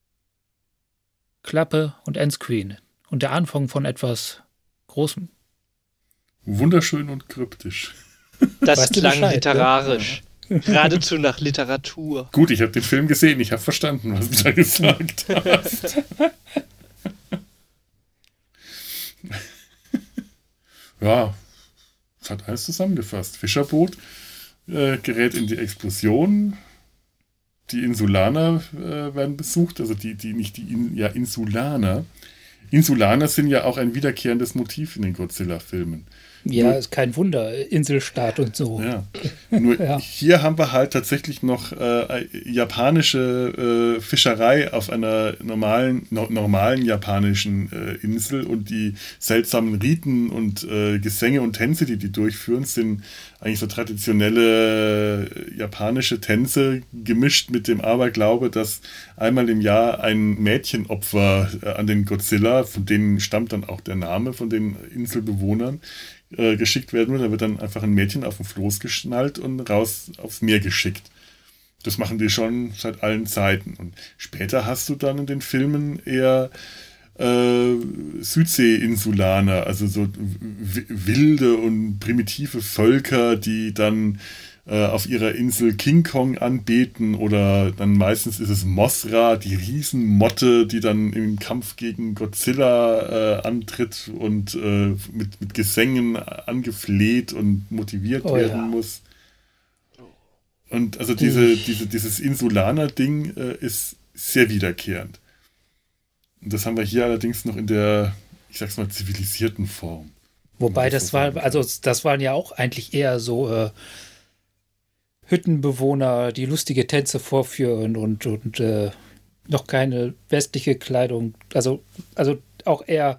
Klappe und Endscreen und der Anfang von etwas Großem. Wunderschön und kryptisch. Das weißt klang literarisch. Geradezu nach Literatur. Gut, ich habe den Film gesehen, ich habe verstanden, was du da gesagt hast. Ja, das hat alles zusammengefasst. Fischerboot äh, gerät in die Explosion. Die Insulaner äh, werden besucht, also die, die nicht die In, ja, Insulaner. Insulaner sind ja auch ein wiederkehrendes Motiv in den Godzilla-Filmen. Ja, Nur, ist kein Wunder, Inselstaat und so. Ja. Nur Ja. hier haben wir halt tatsächlich noch äh, japanische äh, Fischerei auf einer normalen, no, normalen japanischen äh, Insel und die seltsamen Riten und äh, Gesänge und Tänze, die die durchführen, sind eigentlich so traditionelle äh, japanische Tänze gemischt mit dem Aberglaube, dass einmal im Jahr ein Mädchenopfer äh, an den Godzilla, von denen stammt dann auch der Name von den Inselbewohnern, äh, geschickt werden wird. Da wird dann einfach ein Mädchen auf den Floß geschnallt und raus aufs Meer geschickt. Das machen die schon seit allen Zeiten. Und später hast du dann in den Filmen eher äh, Südsee-Insulaner, also so w- wilde und primitive Völker, die dann äh, auf ihrer Insel King Kong anbeten, oder dann meistens ist es Mothra, die Riesenmotte, die dann im Kampf gegen Godzilla äh, antritt und äh, mit, mit Gesängen angefleht und motiviert Oh, werden ja. muss. Und also diese, diese, dieses Insulaner-Ding äh, ist sehr wiederkehrend. Und das haben wir hier allerdings noch in der, ich sag's mal, zivilisierten Form. Wobei Wenn man das so war, sagen kann. also das waren ja auch eigentlich eher so äh, Hüttenbewohner, die lustige Tänze vorführen und, und äh, noch keine westliche Kleidung. Also, also auch eher,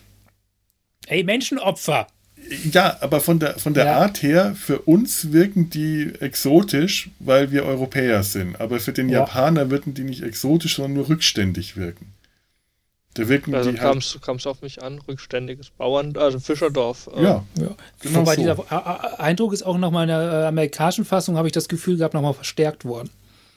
ey, Menschenopfer. Ja, aber von der, von der Ja. Art her, für uns wirken die exotisch, weil wir Europäer sind. Aber für den Ja. Japaner würden die nicht exotisch, sondern nur rückständig wirken. Da wirken Also die kam halt, es auf mich an, rückständiges Bauern, also Fischerdorf. äh, ja, Ja. Genau Wobei so. dieser A- A- Eindruck ist auch nochmal in der äh, amerikanischen Fassung, habe ich das Gefühl gehabt, nochmal verstärkt worden.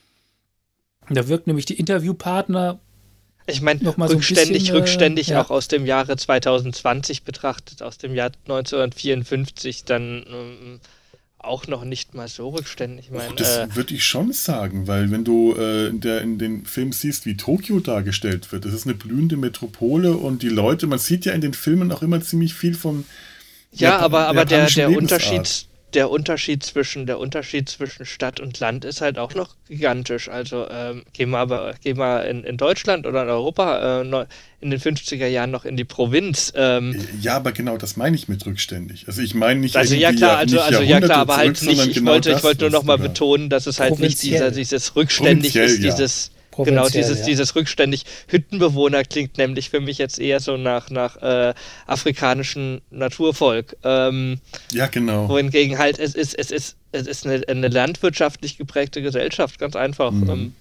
Da wirkt nämlich die Interviewpartner Ich meine, Noch mal so ein rückständig, bisschen, äh, rückständig ja. auch aus dem Jahre zwanzig zwanzig betrachtet, aus dem Jahr neunzehnhundertvierundfünfzig, dann ähm, auch noch nicht mal so rückständig. Ich meine, das äh, würde ich schon sagen, weil wenn du äh, in, der, in den Film siehst, wie Tokio dargestellt wird, das ist eine blühende Metropole und die Leute, man sieht ja in den Filmen auch immer ziemlich viel vom ja, Jap- aber, aber der, japanischen der Lebensart. Unterschied, der Unterschied zwischen der Unterschied zwischen Stadt und Land ist halt auch noch gigantisch. Also ähm, geh mal, aber, geh mal in, in Deutschland oder in Europa äh, neu- in den fünfziger Jahren noch in die Provinz. Ähm, Ja, aber genau das meine ich mit rückständig. Also ich meine nicht Also ja irgendwie klar, Jahr- also, nicht also ja Jahrhunderte klar, aber halt zurück, nicht, sondern ich genau wollte, das, ich wollte nur was noch mal du da- betonen, dass es halt nicht Provinziell. dieser, dieses rückständig Provinziell, ist, ja. dieses, Provinziell, genau, dieses, ja. dieses rückständig. Hüttenbewohner klingt nämlich für mich jetzt eher so nach, nach äh, afrikanischem Naturvolk. Ähm, Ja, genau. wohingegen halt, es ist, es ist, es ist eine, eine landwirtschaftlich geprägte Gesellschaft, ganz einfach. Mhm. Ähm,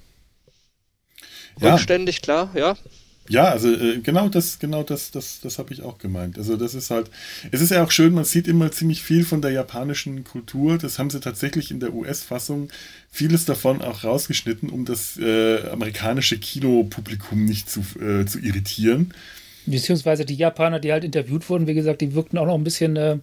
Ja. Rückständig, klar, ja. Ja, also äh, genau das, genau das, das, das habe ich auch gemeint. Also das ist halt, es ist ja auch schön, man sieht immer ziemlich viel von der japanischen Kultur. Das haben sie tatsächlich in der U S-Fassung vieles davon auch rausgeschnitten, um das äh, amerikanische Kinopublikum nicht zu, äh, zu irritieren. Beziehungsweise die Japaner, die halt interviewt wurden, wie gesagt, die wirkten auch noch ein bisschen äh,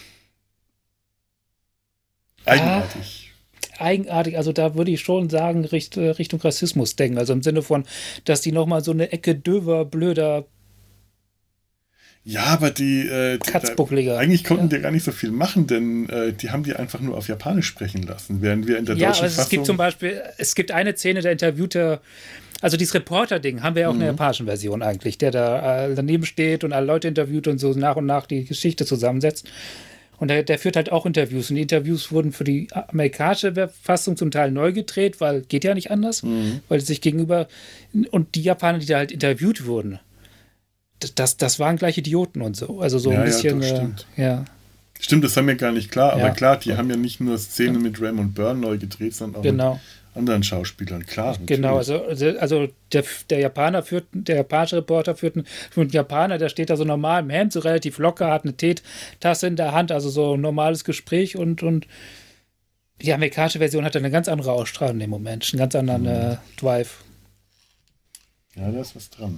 Eigenartig. eigenartig. Also da würde ich schon sagen, Richt, äh, Richtung Rassismus denken. Also im Sinne von, dass die nochmal so eine Ecke döver, blöder, Ja, aber die, äh, die Katzbuckliger. da, eigentlich konnten Ja. die gar nicht so viel machen, denn äh, die haben die einfach nur auf Japanisch sprechen lassen, während wir in der Ja, deutschen also es Fassung... gibt zum Beispiel, es gibt eine Szene, der interviewte, also dieses Reporter-Ding haben wir ja auch in der Mhm. japanischen Version eigentlich, der da äh, daneben steht und alle Leute interviewt und so nach und nach die Geschichte zusammensetzt. Und der, der führt halt auch Interviews. Und die Interviews wurden für die amerikanische Fassung zum Teil neu gedreht, weil geht ja nicht anders, Mhm. weil sich gegenüber, und die Japaner, die da halt interviewt wurden, das, das, das waren gleich Idioten und so. Also so Ja, ein ja, bisschen, das äh, stimmt. ja. Stimmt, das war mir gar nicht klar, aber Ja. klar, die haben ja nicht nur Szenen mit Raymond Byrne neu gedreht, sondern auch Genau. mit anderen Schauspielern, klar. Genau, natürlich. also, also also der, der Japaner führt, der japanische Reporter führt einen, führt einen Japaner, der steht da so normal im Hemd, so relativ locker, hat eine Teetasse in der Hand, also so ein normales Gespräch und, und die amerikanische Version hat eine ganz andere Ausstrahlung im Moment, einen ganz anderen äh, Drive. Ja, da ist was dran.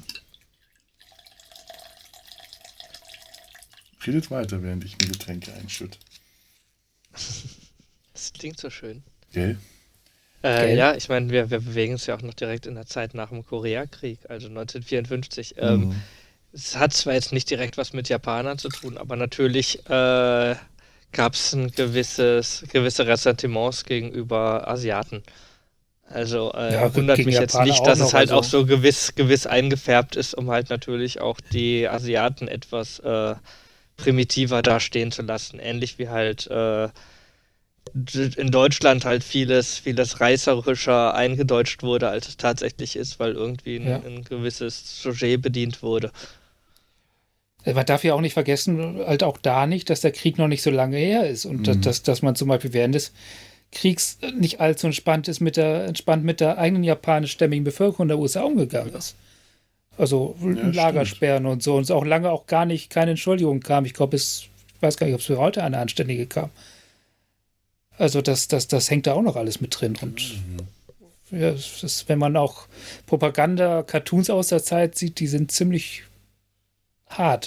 Redet weiter, während ich mir Getränke einschütte. Das klingt so schön. Gell? Äh, Gell? ja, ich meine, wir, wir bewegen uns ja auch noch direkt in der Zeit nach dem Koreakrieg, also neunzehnhundertvierundfünfzig. Ähm, Mhm. Es hat zwar jetzt nicht direkt was mit Japanern zu tun, aber natürlich äh, gab es ein gewisses, gewisse Ressentiments gegenüber Asiaten. Also äh, Ja, wundert gegen mich jetzt Japaner nicht, auch dass noch, es halt also- auch so gewiss, gewiss eingefärbt ist, um halt natürlich auch die Asiaten etwas äh, primitiver dastehen zu lassen. Ähnlich wie halt äh, d- in Deutschland halt vieles, vieles reißerischer eingedeutscht wurde, als es tatsächlich ist, weil irgendwie ein, Ja. ein gewisses Sujet bedient wurde. Man darf ja auch nicht vergessen, halt auch da nicht, dass der Krieg noch nicht so lange her ist und dass, Mhm. dass, dass man zum Beispiel während des Kriegs nicht allzu entspannt ist mit der, entspannt mit der eigenen japanischstämmigen Bevölkerung der U S A umgegangen ist. Also stimmt. Lagersperren und so und es auch lange auch gar nicht keine Entschuldigung kam. Ich glaube, es, ich weiß gar nicht, ob es für heute eine anständige kam. Also das, das, das hängt da auch noch alles mit drin. Und ja, es ist, wenn man auch Propaganda, Cartoons aus der Zeit sieht, die sind ziemlich hart.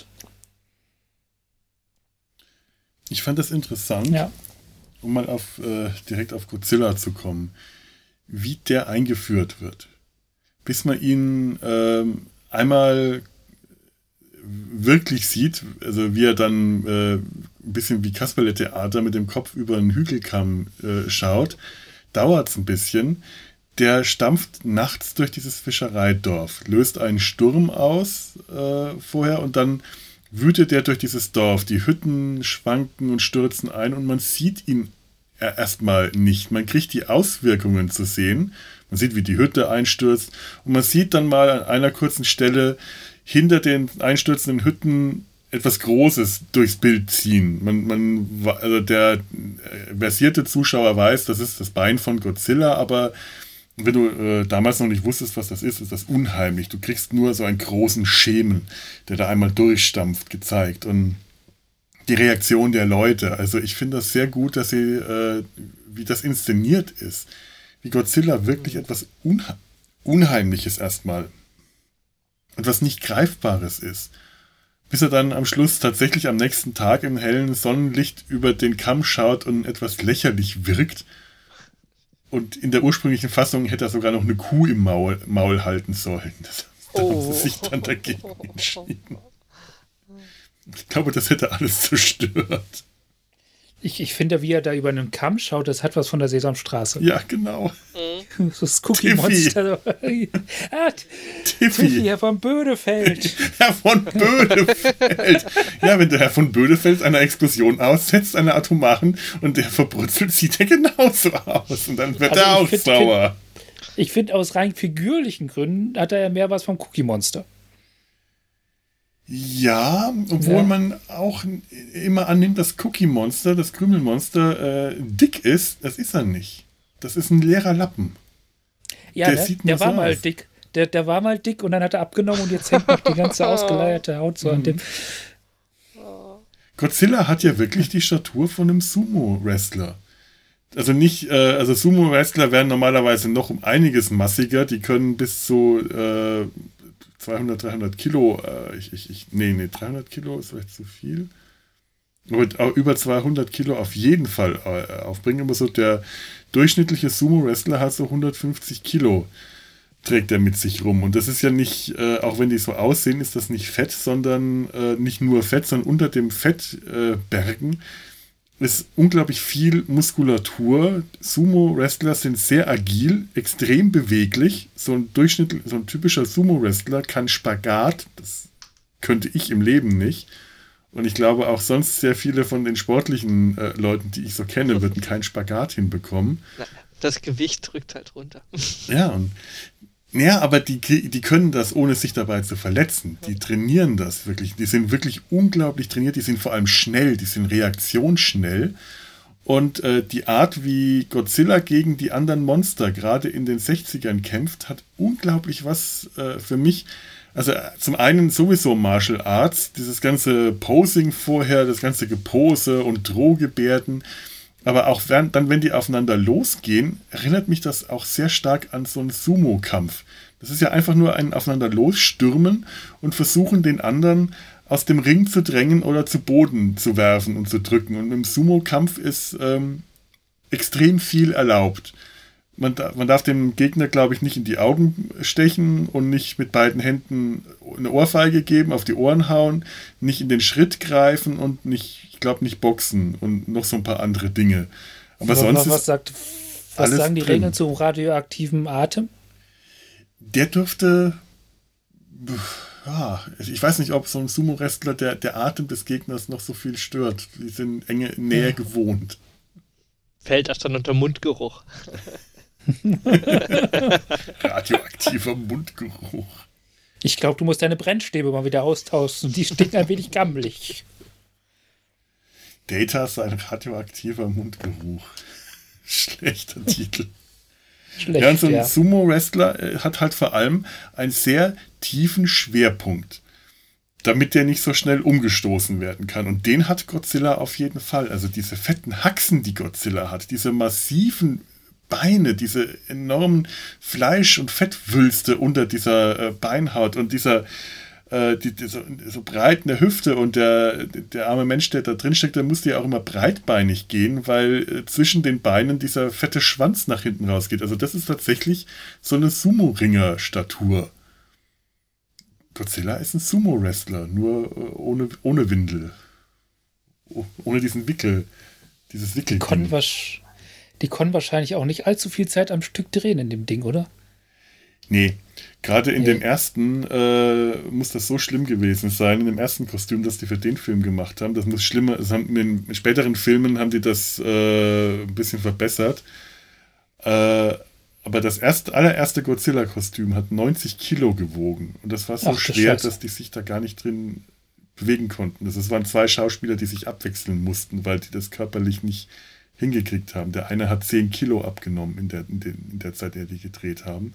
Ich fand das interessant, Ja. um mal auf, äh, direkt auf Godzilla zu kommen, wie der eingeführt wird. Bis man ihn ähm, einmal wirklich sieht, also wie er dann äh, ein bisschen wie Kasperle-Theater mit dem Kopf über einen Hügelkamm äh, schaut, dauert es ein bisschen. Der stampft nachts durch dieses Fischereidorf, löst einen Sturm aus äh, vorher und dann wütet er durch dieses Dorf. Die Hütten schwanken und stürzen ein und man sieht ihn erstmal nicht. Man kriegt die Auswirkungen zu sehen. Man sieht, wie die Hütte einstürzt und man sieht dann mal an einer kurzen Stelle hinter den einstürzenden Hütten etwas Großes durchs Bild ziehen. Man, man, also der versierte Zuschauer weiß, das ist das Bein von Godzilla, aber wenn du äh, damals noch nicht wusstest, was das ist, ist das unheimlich. Du kriegst nur so einen großen Schemen, der da einmal durchstampft, gezeigt. Und die Reaktion der Leute. Also ich finde das sehr gut, dass sie, äh, wie das inszeniert ist. Wie Godzilla wirklich etwas Unha- Unheimliches erstmal. Etwas nicht Greifbares ist. Bis er dann am Schluss tatsächlich am nächsten Tag im hellen Sonnenlicht über den Kamm schaut und etwas lächerlich wirkt. Und in der ursprünglichen Fassung hätte er sogar noch eine Kuh im Maul, Maul halten sollen. Das, da haben sie sich dann dagegen entschieden. Ich glaube, das hätte alles zerstört. Ich, ich finde, wie er da über einen Kamm schaut, das hat was von der Sesamstraße. Ja, genau. Das Cookie Monster. ah, Tiffy, Herr von Bödefeld. Herr von Bödefeld. Ja, wenn der Herr von Bödefeld einer Explosion aussetzt, einer atomaren, und der verbrutzelt, sieht er genauso aus. Und dann wird Also er ich auch find- sauer. Ich finde, aus rein figürlichen Gründen hat er ja mehr was vom Cookie Monster. Ja, obwohl Ja. man auch immer annimmt, dass Cookie Monster, das Krümelmonster, äh, dick ist. Das ist er nicht. Das ist ein leerer Lappen. Ja, Der der, sieht der nur war so mal aus. dick. Der, der war mal dick und dann hat er abgenommen und jetzt hängt noch die ganze ausgeleierte Haut so an dem. Godzilla hat ja wirklich die Statur von einem Sumo-Wrestler. Also nicht, äh, also Sumo-Wrestler werden normalerweise noch um einiges massiger. Die können bis zu äh, zweihundert, dreihundert Kilo, äh, ich, ich, ich, nee, nee, dreihundert Kilo ist vielleicht zu viel. Aber auch über zweihundert Kilo auf jeden Fall äh, aufbringen. Aber so der durchschnittliche Sumo-Wrestler hat so hundertfünfzig Kilo, trägt er mit sich rum. Und das ist ja nicht, äh, auch wenn die so aussehen, ist das nicht Fett, sondern äh, nicht nur Fett, sondern unter dem Fettbergen äh, ist unglaublich viel Muskulatur. Sumo-Wrestler sind sehr agil, extrem beweglich. So ein Durchschnitt, so ein typischer Sumo-Wrestler kann Spagat, das könnte ich im Leben nicht. Und ich glaube auch sonst sehr viele von den sportlichen äh, Leuten, die ich so kenne, würden keinen Spagat hinbekommen. Na, das Gewicht drückt halt runter. Ja, und ja, aber die, die können das, ohne sich dabei zu verletzen. Die trainieren das wirklich. Die sind wirklich unglaublich trainiert. Die sind vor allem schnell. Die sind reaktionsschnell. Und äh, die Art, wie Godzilla gegen die anderen Monster gerade in den sechzigern kämpft, hat unglaublich was äh, für mich. Also äh, zum einen sowieso Martial Arts. Dieses ganze Posing vorher, das ganze Gepose und Drohgebärden. Aber auch wenn, dann, wenn die aufeinander losgehen, erinnert mich das auch sehr stark an so einen Sumo-Kampf. Das ist ja einfach nur ein aufeinander losstürmen und versuchen, den anderen aus dem Ring zu drängen oder zu Boden zu werfen und zu drücken. Und im Sumo-Kampf ist ähm, extrem viel erlaubt. Man, man darf dem Gegner, glaube ich, nicht in die Augen stechen und nicht mit beiden Händen eine Ohrfeige geben, auf die Ohren hauen, nicht in den Schritt greifen und nicht, ich glaube, nicht boxen und noch so ein paar andere Dinge. Aber was, sonst was, ist sagt, was sagen die drin. Regeln zum radioaktiven Atem? Der dürfte, ja, ich weiß nicht, ob so ein Sumo-Wrestler der, der Atem des Gegners noch so viel stört. Die sind enge Nähe ja. gewohnt. Fällt das dann unter Mundgeruch? Radioaktiver Mundgeruch. Ich glaube, du musst deine Brennstäbe mal wieder austauschen. Die stinken ein wenig gammelig. Data ist ein radioaktiver Mundgeruch. Schlechter Titel. Schlecht, ja, und so ein ja. Sumo-Wrestler hat halt vor allem einen sehr tiefen Schwerpunkt, damit der nicht so schnell umgestoßen werden kann. Und den hat Godzilla auf jeden Fall. Also diese fetten Haxen, die Godzilla hat, diese massiven Beine, diese enormen Fleisch- und Fettwülste unter dieser äh, Beinhaut und dieser äh, die, die, so, so breit in der Hüfte und der, der arme Mensch, der da drin steckt, der musste ja auch immer breitbeinig gehen, weil äh, zwischen den Beinen dieser fette Schwanz nach hinten rausgeht. Also das ist tatsächlich so eine Sumo-Ringer-Statur. Godzilla ist ein Sumo-Wrestler, nur äh, ohne, ohne Windel. Oh, ohne diesen Wickel, dieses Wickel. Die können wahrscheinlich auch nicht allzu viel Zeit am Stück drehen in dem Ding, oder? Nee, gerade in nee. den ersten äh, muss das so schlimm gewesen sein, in dem ersten Kostüm, das die für den Film gemacht haben. Das muss schlimmer, das haben, in den späteren Filmen haben die das äh, ein bisschen verbessert. Äh, aber das erste, allererste Godzilla-Kostüm hat neunzig Kilo gewogen. Und das war so Ach, schwer, Scheiße. dass die sich da gar nicht drin bewegen konnten. Das, das waren zwei Schauspieler, die sich abwechseln mussten, weil die das körperlich nicht hingekriegt haben. Der eine hat zehn Kilo abgenommen in der, in, den, in der Zeit, in der die gedreht haben.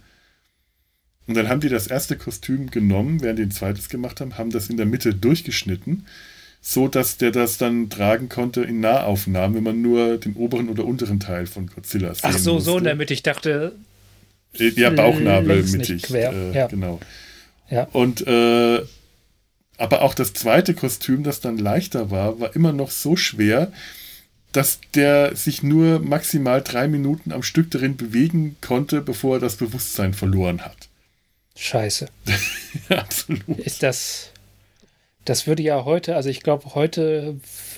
Und dann haben die das erste Kostüm genommen, während die ein zweites gemacht haben, haben das in der Mitte durchgeschnitten, so dass der das dann tragen konnte in Nahaufnahmen, wenn man nur den oberen oder unteren Teil von Godzilla sehen Ach so, musste. so in der Mitte. Ich dachte... Ja, Bauchnabel längs mittig. nicht quer. Äh, Ja. Genau. Ja. Und äh, aber auch das zweite Kostüm, das dann leichter war, war immer noch so schwer, dass der sich nur maximal drei Minuten am Stück darin bewegen konnte, bevor er das Bewusstsein verloren hat. Scheiße. Ja, absolut. Ist das... Das würde ja heute, also ich glaube heute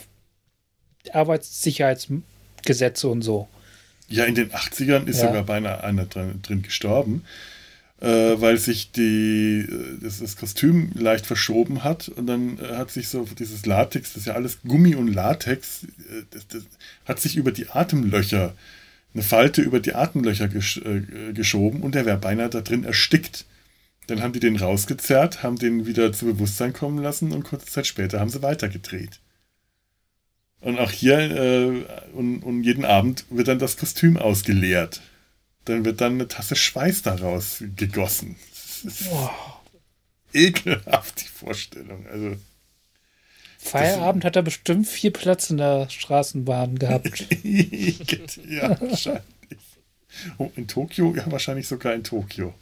Arbeitssicherheitsgesetze und so. Ja, in den achtzigern ist Ja. sogar beinahe einer drin, drin gestorben, äh, weil sich die, das, das Kostüm leicht verschoben hat und dann äh, hat sich so dieses Latex, das ist ja alles Gummi und Latex, äh, das, das hat sich über die Atemlöcher, eine Falte über die Atemlöcher gesch, äh, geschoben und der wäre beinahe da drin erstickt. Dann haben die den rausgezerrt, haben den wieder zu Bewusstsein kommen lassen und kurze Zeit später haben sie weitergedreht. Und auch hier äh, und, und jeden Abend wird dann das Kostüm ausgeleert. Dann wird dann eine Tasse Schweiß daraus gegossen. Das ist Oh. ekelhaft, die Vorstellung. Also, Feierabend hat er bestimmt viel Platz in der Straßenbahn gehabt. ja, wahrscheinlich. Oh, in Tokio? Ja, wahrscheinlich sogar in Tokio.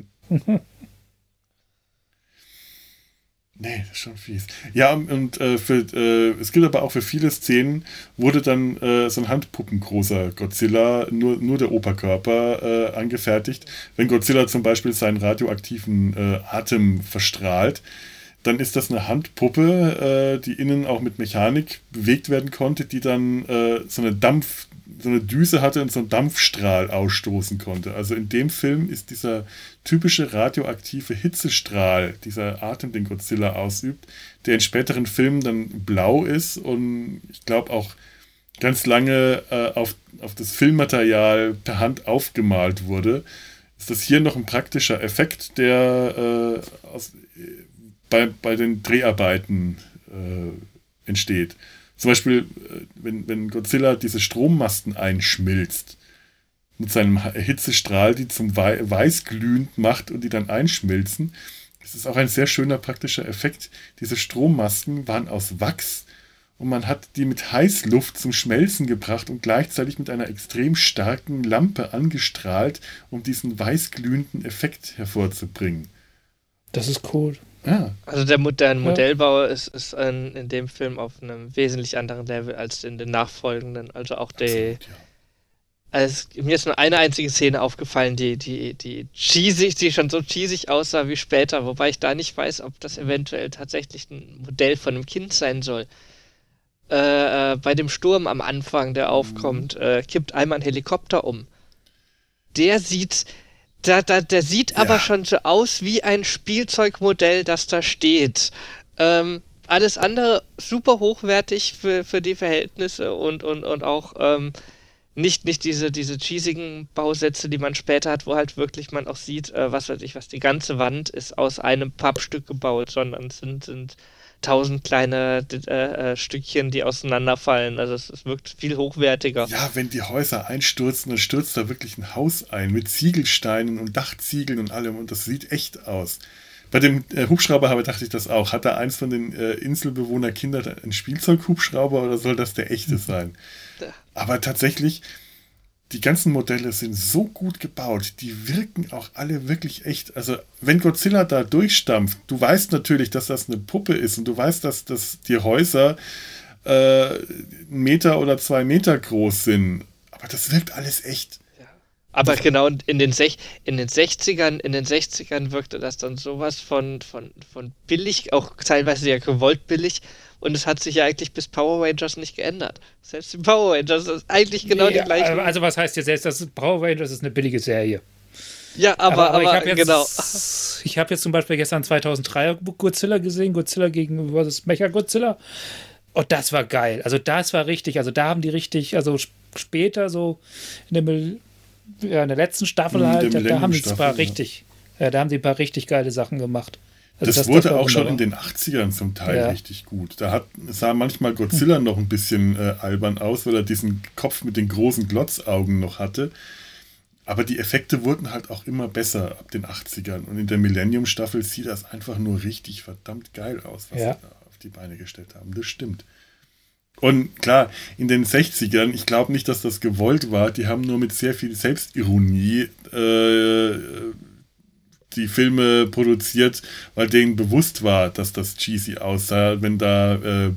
Nee, das ist schon fies. Ja, und äh, für, äh, es gibt aber auch für viele Szenen, wurde dann äh, so ein handpuppengroßer Godzilla, nur, nur der Oberkörper, äh, angefertigt. Wenn Godzilla zum Beispiel seinen radioaktiven äh, Atem verstrahlt, dann ist das eine Handpuppe, äh, die innen auch mit Mechanik bewegt werden konnte, die dann äh, so eine Dampf, so eine Düse hatte und so einen Dampfstrahl ausstoßen konnte. Also in dem Film ist dieser typische radioaktive Hitzestrahl, dieser Atem, den Godzilla ausübt, der in späteren Filmen dann blau ist und ich glaube auch ganz lange äh, auf, auf das Filmmaterial per Hand aufgemalt wurde, ist das hier noch ein praktischer Effekt, der äh, aus, bei, bei den Dreharbeiten äh, entsteht. Zum Beispiel, wenn, wenn Godzilla diese Strommasten einschmilzt, mit seinem Hitzestrahl, die zum Wei- weißglühend macht und die dann einschmilzen. Das ist auch ein sehr schöner praktischer Effekt. Diese Strommasten waren aus Wachs und man hat die mit Heißluft zum Schmelzen gebracht und gleichzeitig mit einer extrem starken Lampe angestrahlt, um diesen weißglühenden Effekt hervorzubringen. Das ist cool. Ja. Also der moderne Modellbau ist, ist ein, in dem Film auf einem wesentlich anderen Level als in den nachfolgenden. Also auch die, Absolut, ja. Also mir ist nur eine einzige Szene aufgefallen, die, die, die cheesig, die schon so cheesig aussah wie später, wobei ich da nicht weiß, ob das eventuell tatsächlich ein Modell von einem Kind sein soll. Äh, äh, bei dem Sturm am Anfang, der aufkommt, äh, kippt einmal ein Helikopter um. Der sieht, da, da, der sieht ja. aber schon so aus wie ein Spielzeugmodell, das da steht. Ähm, alles andere super hochwertig für, für die Verhältnisse und, und, und auch ähm, Nicht, nicht diese, diese cheesigen Bausätze, die man später hat, wo halt wirklich man auch sieht, äh, was weiß ich, was die ganze Wand ist aus einem Pappstück gebaut, sondern es sind, sind tausend kleine äh, äh, Stückchen, die auseinanderfallen. Also es, es wirkt viel hochwertiger. Ja, wenn die Häuser einstürzen, dann stürzt da wirklich ein Haus ein mit Ziegelsteinen und Dachziegeln und allem und das sieht echt aus. Bei dem äh, Hubschrauber dachte ich das auch. Hat da eins von den äh, Inselbewohner-Kindern einen Spielzeughubschrauber oder soll das der echte sein? Aber tatsächlich, die ganzen Modelle sind so gut gebaut, die wirken auch alle wirklich echt. Also wenn Godzilla da durchstampft, du weißt natürlich, dass das eine Puppe ist und du weißt, dass, dass die Häuser äh, einen Meter oder zwei Meter groß sind. Aber das wirkt alles echt. Aber genau in den, Sech- in den sechzigern, in den sechzigern wirkte das dann sowas von, von, von billig, auch teilweise ja gewollt billig. Und es hat sich ja eigentlich bis Power Rangers nicht geändert. Selbst die Power Rangers ist eigentlich genau nee, die gleiche. Also was heißt jetzt selbst, das ist Power Rangers ist eine billige Serie. Ja, aber, aber, aber ich habe jetzt, genau. Ich habe jetzt zum Beispiel gestern zweitausenddreier Godzilla gesehen, Godzilla gegen versus Mecha-Godzilla. Und das war geil. Also das war richtig, also da haben die richtig, also später so in der Mil- Ja, in der letzten Staffel halt, da, da haben die ein paar richtig, ja. ja, da haben die ein paar richtig geile Sachen gemacht. Also das, das wurde das auch schon wunderbar. in den achtzigern zum Teil Ja. richtig gut. Da hat, sah manchmal Godzilla hm. noch ein bisschen äh, albern aus, weil er diesen Kopf mit den großen Glotzaugen noch hatte. Aber die Effekte wurden halt auch immer besser ab den achtzigern. Und in der Millennium-Staffel sieht das einfach nur richtig verdammt geil aus, was Ja. sie da auf die Beine gestellt haben. Das stimmt. Und klar, in den sechzigern, ich glaube nicht, dass das gewollt war, die haben nur mit sehr viel Selbstironie äh, die Filme produziert, weil denen bewusst war, dass das cheesy aussah, wenn da, äh,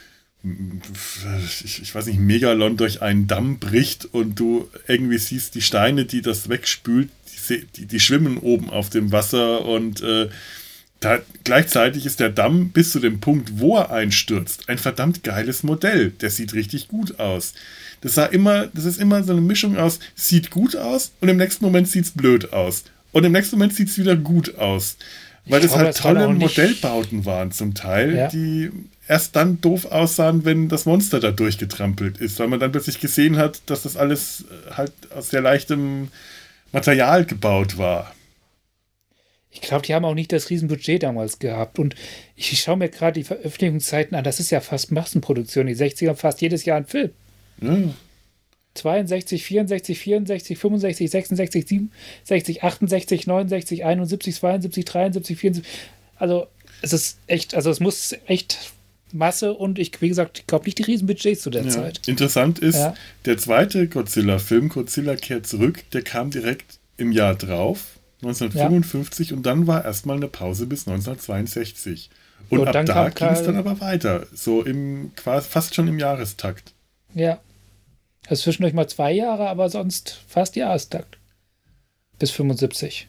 ich, ich weiß nicht, Megalon durch einen Damm bricht und du irgendwie siehst die Steine, die das wegspült, die, die, die schwimmen oben auf dem Wasser und äh, Da, gleichzeitig ist der Damm bis zu dem Punkt, wo er einstürzt, ein verdammt geiles Modell. Der sieht richtig gut aus. Das sah immer, das ist immer so eine Mischung aus, sieht gut aus und im nächsten Moment sieht es blöd aus. Und im nächsten Moment sieht es wieder gut aus. Weil Ich das glaube, halt das war tolle auch nicht- Modellbauten waren zum Teil, Ja. die erst dann doof aussahen, wenn das Monster da durchgetrampelt ist. Weil man dann plötzlich gesehen hat, dass das alles halt aus sehr leichtem Material gebaut war. Ich glaube, die haben auch nicht das Riesenbudget damals gehabt. Und ich, ich schaue mir gerade die Veröffentlichungszeiten an. Das ist ja fast Massenproduktion. Die sechziger fast jedes Jahr ein Film. Ja. zweiundsechzig, vierundsechzig, vierundsechzig, fünfundsechzig, sechsundsechzig, siebenundsechzig, achtundsechzig, neunundsechzig, einundsiebzig, zweiundsiebzig, dreiundsiebzig, vierundsiebzig. Also es ist echt, also es muss echt Masse und ich, wie gesagt, ich glaube nicht die Riesenbudgets zu der Ja. Zeit. Interessant ist, Ja. der zweite Godzilla-Film, Godzilla kehrt zurück, der kam direkt im Jahr drauf, neunzehnhundertfünfundfünfzig, und dann war erstmal eine Pause bis neunzehnhundertzweiundsechzig. Und, Und ab dann da kam ging es Karl- dann aber weiter, so im quasi fast schon im Jahrestakt. Ja. Also zwischendurch mal zwei Jahre, aber sonst fast Jahrestakt. Bis fünfundsiebzig.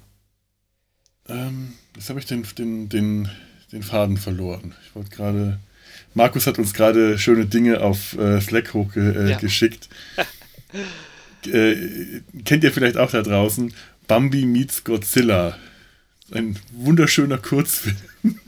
Ähm, jetzt habe ich den, den, den, den Faden verloren. Ich wollte gerade. Markus hat uns gerade schöne Dinge auf äh, Slack hochgeschickt. Äh, Ja. äh, kennt ihr vielleicht auch da draußen? Bambi meets Godzilla. Ein wunderschöner Kurzfilm.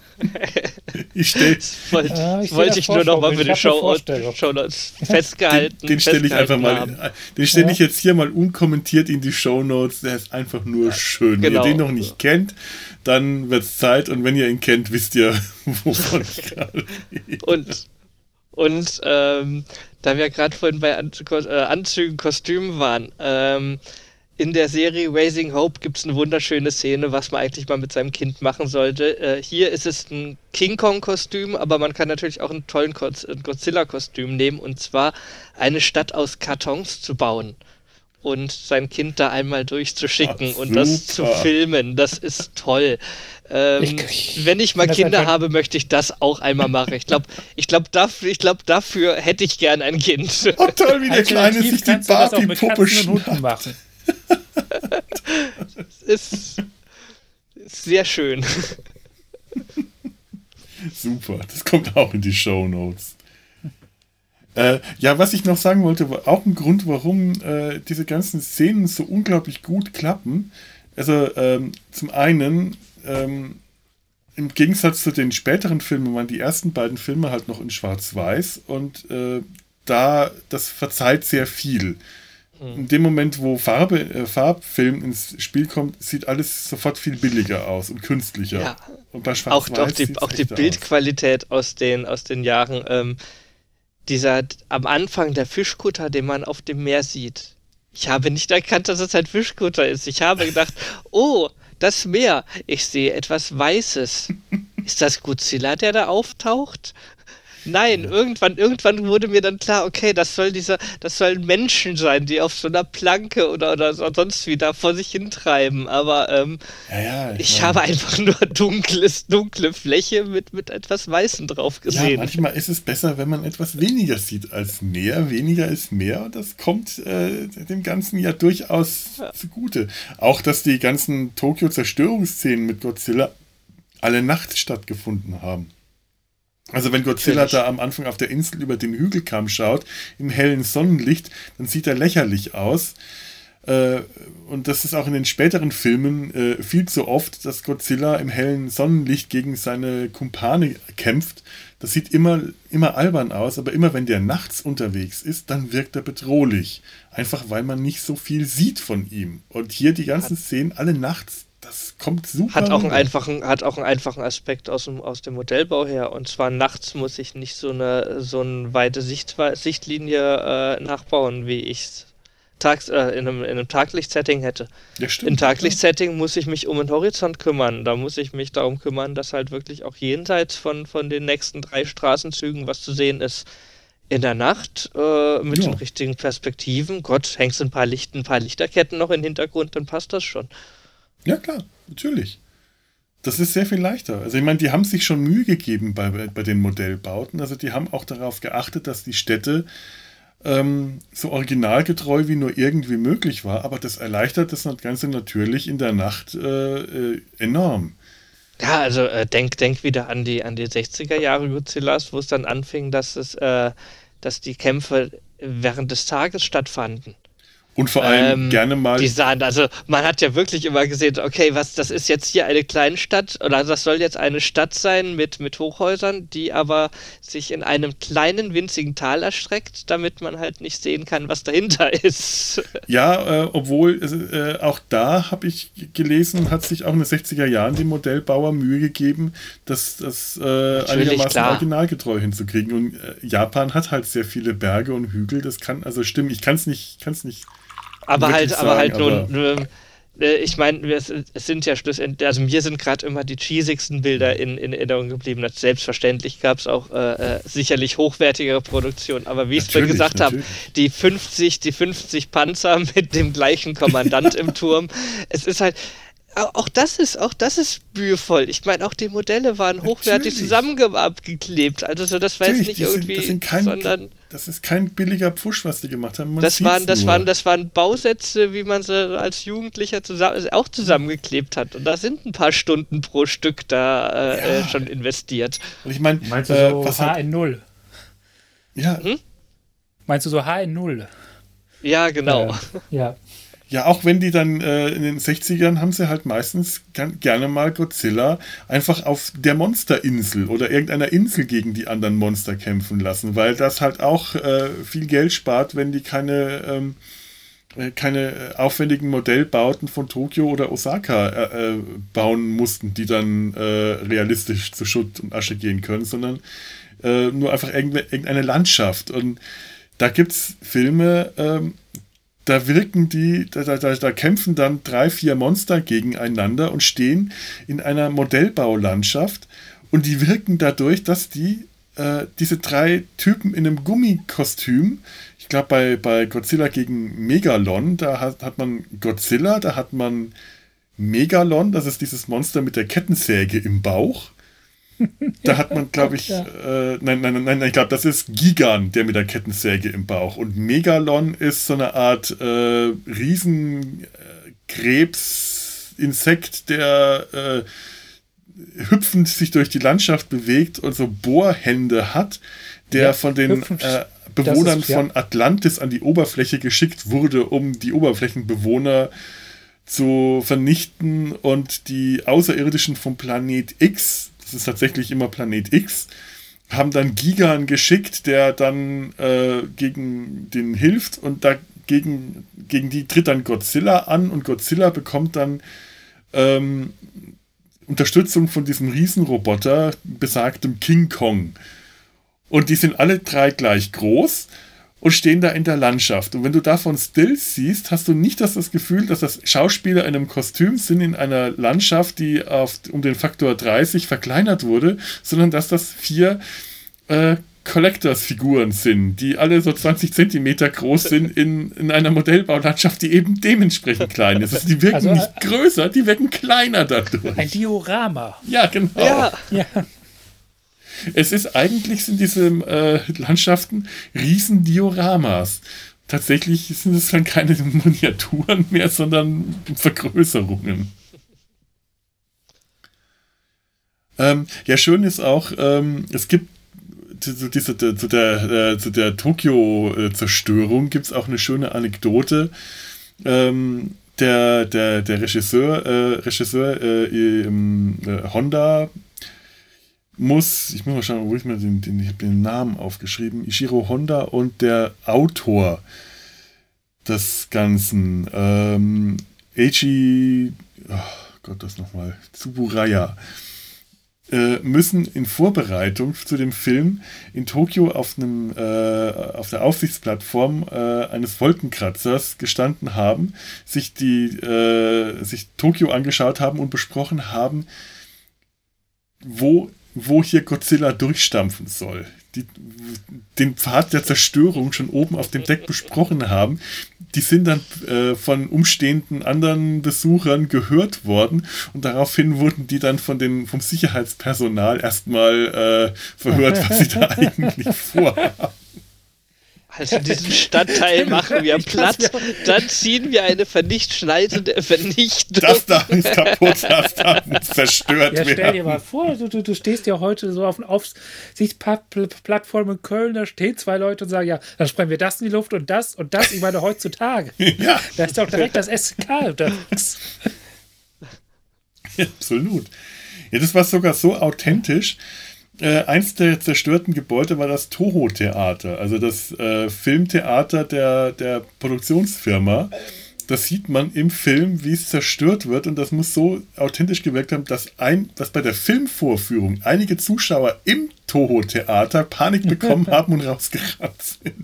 Ich stell, Das wollte, Ja, ich das wollte sehe ich da nur noch mal Vorstellung. für die Ich hab eine Show, Vorstellung. Show Notes festgehalten. den den stelle ich einfach festgehalten mal, haben. den stelle Ja. ich jetzt hier mal unkommentiert in die Shownotes. Der ist einfach nur schön. genau. Wenn ihr den noch nicht kennt, dann wird es Zeit. Und wenn ihr ihn kennt, wisst ihr, wovon ich gerade rede. Und, und ähm, da wir gerade vorhin bei An Ko- äh, Anzügen, Kostümen waren, ähm, in der Serie Raising Hope gibt es eine wunderschöne Szene, was man eigentlich mal mit seinem Kind machen sollte. Äh, hier ist es ein King Kong-Kostüm, aber man kann natürlich auch einen tollen Goz- ein Godzilla-Kostüm nehmen, und zwar eine Stadt aus Kartons zu bauen. und sein Kind da einmal durchzuschicken Ach, und das zu filmen. Das ist toll. Ähm, ich, ich, wenn ich mal Kinder habe, möchte ich das auch einmal machen. Ich glaube, ich glaub, dafür, ich glaub, dafür hätte ich gern ein Kind. Oh toll, wie der Kleine sich die Barbie-Puppe schnappt. Das ist, ist sehr schön. Super, das kommt auch in die Shownotes. Äh, ja, was ich noch sagen wollte, war auch ein Grund, warum äh, diese ganzen Szenen so unglaublich gut klappen. Also ähm, zum einen, ähm, im Gegensatz zu den späteren Filmen waren die ersten beiden Filme halt noch in Schwarz-Weiß und äh, da, das verzeiht sehr viel. Mhm. In dem Moment, wo Farbe, äh, Farbfilm ins Spiel kommt, sieht alles sofort viel billiger aus und künstlicher. Ja. Und bei Schwarz-Weiß auch, auch die, auch die Bildqualität aus den, aus den Jahren, ähm, dieser am Anfang der Fischkutter, den man auf dem Meer sieht. Ich habe nicht erkannt, dass es ein Fischkutter ist. Ich habe gedacht, oh, das Meer. Ich sehe etwas Weißes. Ist das Godzilla, der da auftaucht? Nein, ja. irgendwann, irgendwann wurde mir dann klar, okay, das soll dieser, das sollen Menschen sein, die auf so einer Planke oder, oder sonst wie da vor sich hintreiben. Aber ähm, ja, ja, ich, ich habe einfach nur dunkles, dunkle Fläche mit, mit etwas Weißem drauf gesehen. Ja, manchmal ist es besser, wenn man etwas weniger sieht als mehr. Weniger ist mehr und das kommt äh, dem Ganzen ja durchaus ja. zugute. Auch, dass die ganzen Tokio-Zerstörungsszenen mit Godzilla alle nachts stattgefunden haben. Also wenn Godzilla Natürlich. da am Anfang auf der Insel über den Hügelkamm schaut, im hellen Sonnenlicht, dann sieht er lächerlich aus. Äh, und das ist auch in den späteren Filmen äh, viel zu oft, dass Godzilla im hellen Sonnenlicht gegen seine Kumpane kämpft. Das sieht immer, immer albern aus, aber immer wenn der nachts unterwegs ist, dann wirkt er bedrohlich. Einfach weil man nicht so viel sieht von ihm. Und hier die ganzen Szenen, alle nachts, das kommt super. Hat auch einen einfachen, hat auch einen einfachen Aspekt aus dem, aus dem Modellbau her. Und zwar nachts muss ich nicht so eine, so eine weite Sicht, Sichtlinie äh, nachbauen, wie ich es tags, äh, in einem, in einem Taglichtsetting hätte. Ja, stimmt. Im Taglichtsetting muss ich mich um den Horizont kümmern. Da muss ich mich darum kümmern, dass halt wirklich auch jenseits von, von den nächsten drei Straßenzügen was zu sehen ist. In der Nacht äh, mit ja. den richtigen Perspektiven, Gott, hängst ein paar Licht, ein paar Lichterketten noch im Hintergrund, dann passt das schon. Ja, klar, natürlich. Das ist sehr viel leichter. Also ich meine, die haben sich schon Mühe gegeben bei, bei den Modellbauten. Also die haben auch darauf geachtet, dass die Städte ähm, so originalgetreu wie nur irgendwie möglich war. Aber das erleichtert das Ganze natürlich in der Nacht äh, äh, enorm. Ja, also äh, denk, denk wieder an die, an die sechziger Jahre Godzillas, wo es dann anfing, dass, es, äh, dass die Kämpfe während des Tages stattfanden. Und vor allem ähm, gerne mal... Die sahen, also man hat ja wirklich immer gesehen, okay, was, das ist jetzt hier eine Kleinstadt, oder das soll jetzt eine Stadt sein mit, mit Hochhäusern, die aber sich in einem kleinen, winzigen Tal erstreckt, damit man halt nicht sehen kann, was dahinter ist. Ja, äh, obwohl, äh, auch da habe ich gelesen, hat sich auch in den sechziger Jahren die Modellbauer Mühe gegeben, das, das äh, einigermaßen klar. originalgetreu hinzukriegen. Und äh, Japan hat halt sehr viele Berge und Hügel, das kann also stimmen. Ich kann es nicht, kann's nicht Aber halt, sagen, aber halt aber nur, äh, ich meine, es, es sind ja schlussendlich, also mir sind gerade immer die cheesigsten Bilder in, in Erinnerung geblieben. Das selbstverständlich gab es auch äh, äh, sicherlich hochwertigere Produktionen, aber wie ich es vorhin gesagt habe, die fünfzig, die fünfzig Panzer mit dem gleichen Kommandant im Turm, es ist halt, auch das ist, auch das ist mühevoll. Ich meine, auch die Modelle waren hochwertig zusammengeklebt. Also so, das war jetzt nicht das irgendwie, sind, das sind kein, sondern das ist kein billiger Pfusch, was die gemacht haben. Man das waren, das nur. waren, das waren Bausätze, wie man sie als Jugendlicher zusammen, auch zusammengeklebt hat. Und da sind ein paar Stunden pro Stück da äh, ja. schon investiert. Und ich mein, Meinst du so äh, was H N null? Ja. Hm? Meinst du so H N null? Ja, genau. Äh, ja. Ja, auch wenn die dann äh, in den sechzigern haben sie halt meistens gern, gerne mal Godzilla einfach auf der Monsterinsel oder irgendeiner Insel gegen die anderen Monster kämpfen lassen, weil das halt auch äh, viel Geld spart, wenn die keine, ähm, keine aufwendigen Modellbauten von Tokio oder Osaka äh, äh, bauen mussten, die dann äh, realistisch zu Schutt und Asche gehen können, sondern äh, nur einfach irgendeine Landschaft. Und da gibt's Filme, ähm, Da wirken die, da, da, da kämpfen dann drei, vier Monster gegeneinander und stehen in einer Modellbaulandschaft und die wirken dadurch, dass die äh, diese drei Typen in einem Gummikostüm. Ich glaube, bei, bei Godzilla gegen Megalon, da hat, hat man Godzilla, da hat man Megalon, das ist dieses Monster mit der Kettensäge im Bauch. Da hat man, glaube ich, ja. äh, nein, nein, nein, nein, ich glaube, das ist Gigan, der mit der Kettensäge im Bauch. Und Megalon ist so eine Art äh, Riesenkrebs-Insekt, der äh, hüpfend sich durch die Landschaft bewegt und so Bohrhände hat, der ja, von den äh, Bewohnern ist, ja. von Atlantis an die Oberfläche geschickt wurde, um die Oberflächenbewohner zu vernichten und die Außerirdischen vom Planet X, das ist tatsächlich immer Planet X, haben dann Gigan geschickt, der dann äh, gegen den hilft und dagegen, gegen die tritt dann Godzilla an und Godzilla bekommt dann ähm, Unterstützung von diesem Riesenroboter, besagtem King Kong. Und die sind alle drei gleich groß und stehen da in der Landschaft. Und wenn du davon Stills siehst, hast du nicht das, das Gefühl, dass das Schauspieler in einem Kostüm sind in einer Landschaft, die auf, um den Faktor dreißig verkleinert wurde, sondern dass das vier äh, Collectors-Figuren sind, die alle so zwanzig Zentimeter groß sind in, in einer Modellbaulandschaft, die eben dementsprechend klein ist. Also die wirken also, nicht größer, die wirken kleiner dadurch. Ein Diorama. Ja, genau. Ja. Ja. Es ist eigentlich, sind diese äh, Landschaften Riesendioramas. Tatsächlich sind es dann keine Miniaturen mehr, sondern Vergrößerungen. Ähm, ja, schön ist auch, ähm, es gibt zu, diese, zu der, äh, zu der Tokio-Zerstörung gibt es auch eine schöne Anekdote. Ähm, der, der, der Regisseur, äh, Regisseur äh, äh, Honda muss, ich muss mal schauen, wo ich mir den, den, ich habe den Namen aufgeschrieben, Ishiro Honda und der Autor des Ganzen, ähm, Eiji, oh Gott, das nochmal, Tsuburaya, äh, müssen in Vorbereitung zu dem Film in Tokio auf einem, äh, auf der Aufsichtsplattform äh, eines Wolkenkratzers gestanden haben, sich die, äh, sich Tokio angeschaut haben und besprochen haben, wo wo hier Godzilla durchstampfen soll. Die, den Pfad der Zerstörung schon oben auf dem Deck besprochen haben. Die sind dann äh, von umstehenden anderen Besuchern gehört worden und daraufhin wurden die dann von den, vom Sicherheitspersonal erstmal äh, verhört, was sie da eigentlich vorhaben. Also diesen Stadtteil machen wir platt, dann ziehen wir eine vernichtschneidende Vernichtung. Das da ist kaputt, das da zerstört ja, stell werden. dir mal vor, du, du, du stehst ja heute so auf einer Aufsichtsplattform in Köln, da stehen zwei Leute und sagen, ja, dann sprengen wir das in die Luft und das und das. Ich meine, heutzutage. Ja. Da ist doch direkt das S K unterwegs. Ja, absolut. Ja, das war sogar so authentisch. Äh, eins der zerstörten Gebäude war das Toho-Theater, also das äh, Filmtheater der, der Produktionsfirma. Das sieht man im Film, wie es zerstört wird, und das muss so authentisch gewirkt haben, dass, ein, dass bei der Filmvorführung einige Zuschauer im Toho-Theater Panik bekommen haben und rausgerannt sind.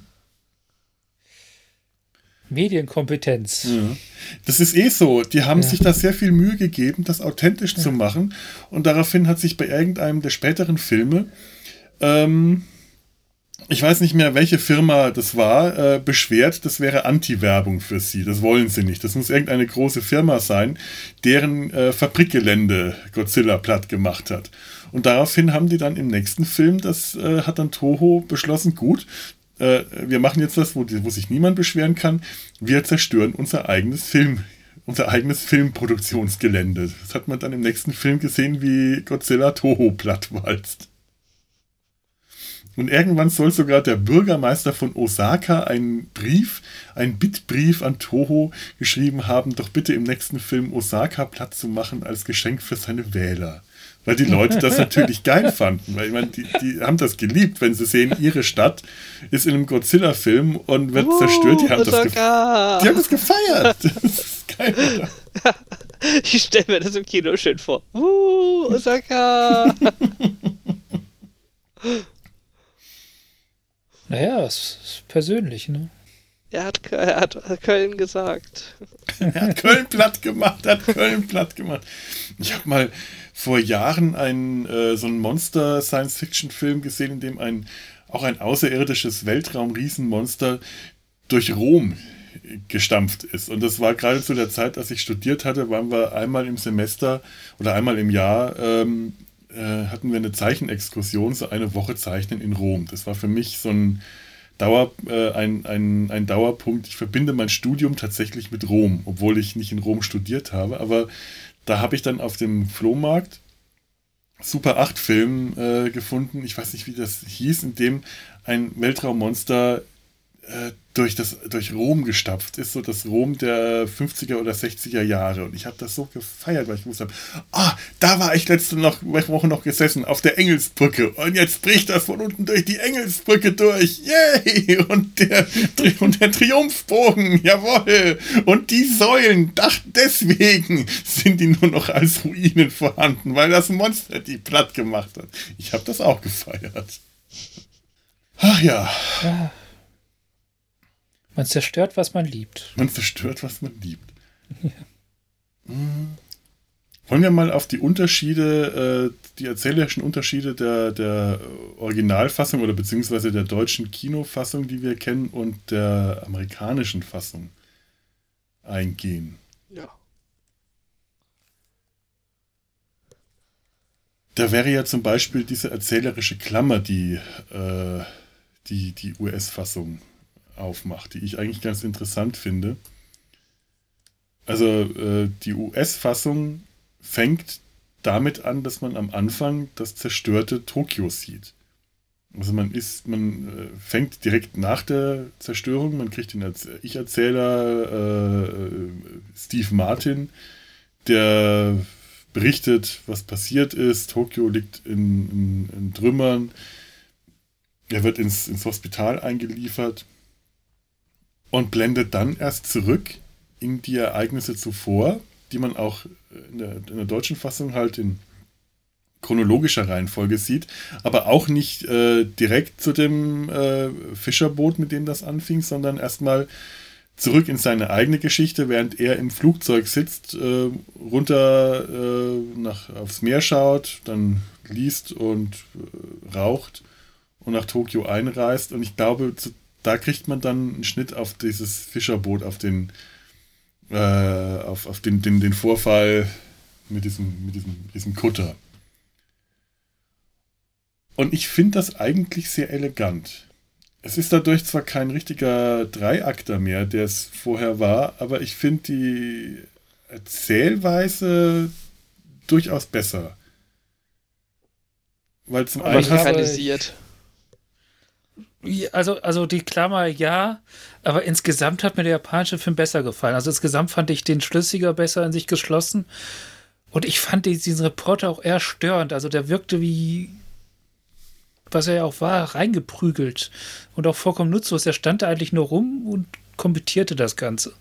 Medienkompetenz. Ja. Das ist eh so. Die haben ja. sich da sehr viel Mühe gegeben, das authentisch ja. zu machen. Und daraufhin hat sich bei irgendeinem der späteren Filme, ähm, ich weiß nicht mehr, welche Firma das war, äh, beschwert, das wäre Anti-Werbung für sie. Das wollen sie nicht. Das muss irgendeine große Firma sein, deren äh, Fabrikgelände Godzilla platt gemacht hat. Und daraufhin haben die dann im nächsten Film, das äh, hat dann Toho beschlossen, gut, wir machen jetzt das, wo, wo sich niemand beschweren kann. Wir zerstören unser eigenes Film, unser eigenes Filmproduktionsgelände. Das hat man dann im nächsten Film gesehen, wie Godzilla Toho plattwalzt. Und irgendwann soll sogar der Bürgermeister von Osaka einen Brief, einen Bittbrief an Toho geschrieben haben, doch bitte im nächsten Film Osaka platt zu machen als Geschenk für seine Wähler. Weil die Leute das natürlich geil fanden. Weil ich meine, die, die haben das geliebt, wenn sie sehen, ihre Stadt ist in einem Godzilla-Film und wird uh, zerstört. Die haben, das ge- die haben das gefeiert. Das ist geil, oder? Ich stelle mir das im Kino schön vor. Uh, Osaka! Naja, das ist persönlich, ne? Er hat, er hat Köln gesagt. Er hat Köln platt gemacht, er hat Köln platt gemacht. Ich habe mal vor Jahren einen, äh, so einen Monster-Science-Fiction-Film gesehen, in dem ein, auch ein außerirdisches Weltraum-Riesenmonster durch Rom gestampft ist. Und das war gerade zu der Zeit, als ich studiert hatte, waren wir einmal im Semester oder einmal im Jahr, ähm, äh, hatten wir eine Zeichenexkursion, so eine Woche Zeichnen in Rom. Das war für mich so ein Dauer, äh, ein, ein, ein Dauerpunkt. Ich verbinde mein Studium tatsächlich mit Rom, obwohl ich nicht in Rom studiert habe. Aber da habe ich dann auf dem Flohmarkt Super acht Film äh, gefunden. Ich weiß nicht, wie das hieß, in dem ein Weltraummonster äh, durch, das, durch Rom gestapft ist, so das Rom der fünfziger oder sechziger Jahre. Und ich habe das so gefeiert, weil ich gewusst habe, ah, da war ich letzte noch, Woche noch gesessen, auf der Engelsbrücke. Und jetzt bricht das von unten durch die Engelsbrücke durch. Yay! Und der, und der Triumphbogen, jawohl! Und die Säulen, ach, deswegen sind die nur noch als Ruinen vorhanden, weil das Monster die platt gemacht hat. Ich habe das auch gefeiert. Ach ja. Ja. Man zerstört, was man liebt. Man zerstört, was man liebt. Ja. Hm. Wollen wir mal auf die Unterschiede, äh, die erzählerischen Unterschiede der, der Originalfassung oder beziehungsweise der deutschen Kinofassung, die wir kennen, und der amerikanischen Fassung eingehen? Ja. Da wäre ja zum Beispiel diese erzählerische Klammer, die äh, die, die U S-Fassung aufmacht, die ich eigentlich ganz interessant finde. Also äh, die U S-Fassung fängt damit an, dass man am Anfang das zerstörte Tokio sieht. Also man ist, man äh, fängt direkt nach der Zerstörung, man kriegt den Erz- Ich-Erzähler äh, Steve Martin, der berichtet, was passiert ist. Tokio liegt in, in, in Trümmern. Er wird ins, ins Hospital eingeliefert und blendet dann erst zurück in die Ereignisse zuvor, die man auch in der, in der deutschen Fassung halt in chronologischer Reihenfolge sieht, aber auch nicht äh, direkt zu dem äh, Fischerboot, mit dem das anfing, sondern erstmal zurück in seine eigene Geschichte, während er im Flugzeug sitzt, äh, runter äh, nach, aufs Meer schaut, dann liest und äh, raucht und nach Tokio einreist. Und ich glaube, zu da kriegt man dann einen Schnitt auf dieses Fischerboot, auf den, äh, auf, auf den, den, den Vorfall mit diesem, mit diesem, diesem Kutter. Und ich finde das eigentlich sehr elegant. Es ist dadurch zwar kein richtiger Dreiakter mehr, der es vorher war, aber ich finde die Erzählweise durchaus besser. Weil zum einen musikalisiert. Also, also die Klammer ja, aber insgesamt hat mir der japanische Film besser gefallen. Also insgesamt fand ich den schlüssiger, besser in sich geschlossen. Und ich fand diesen Reporter auch eher störend. Also der wirkte wie, was er ja auch war, reingeprügelt. Und auch vollkommen nutzlos. Er stand da eigentlich nur rum und kommentierte das Ganze.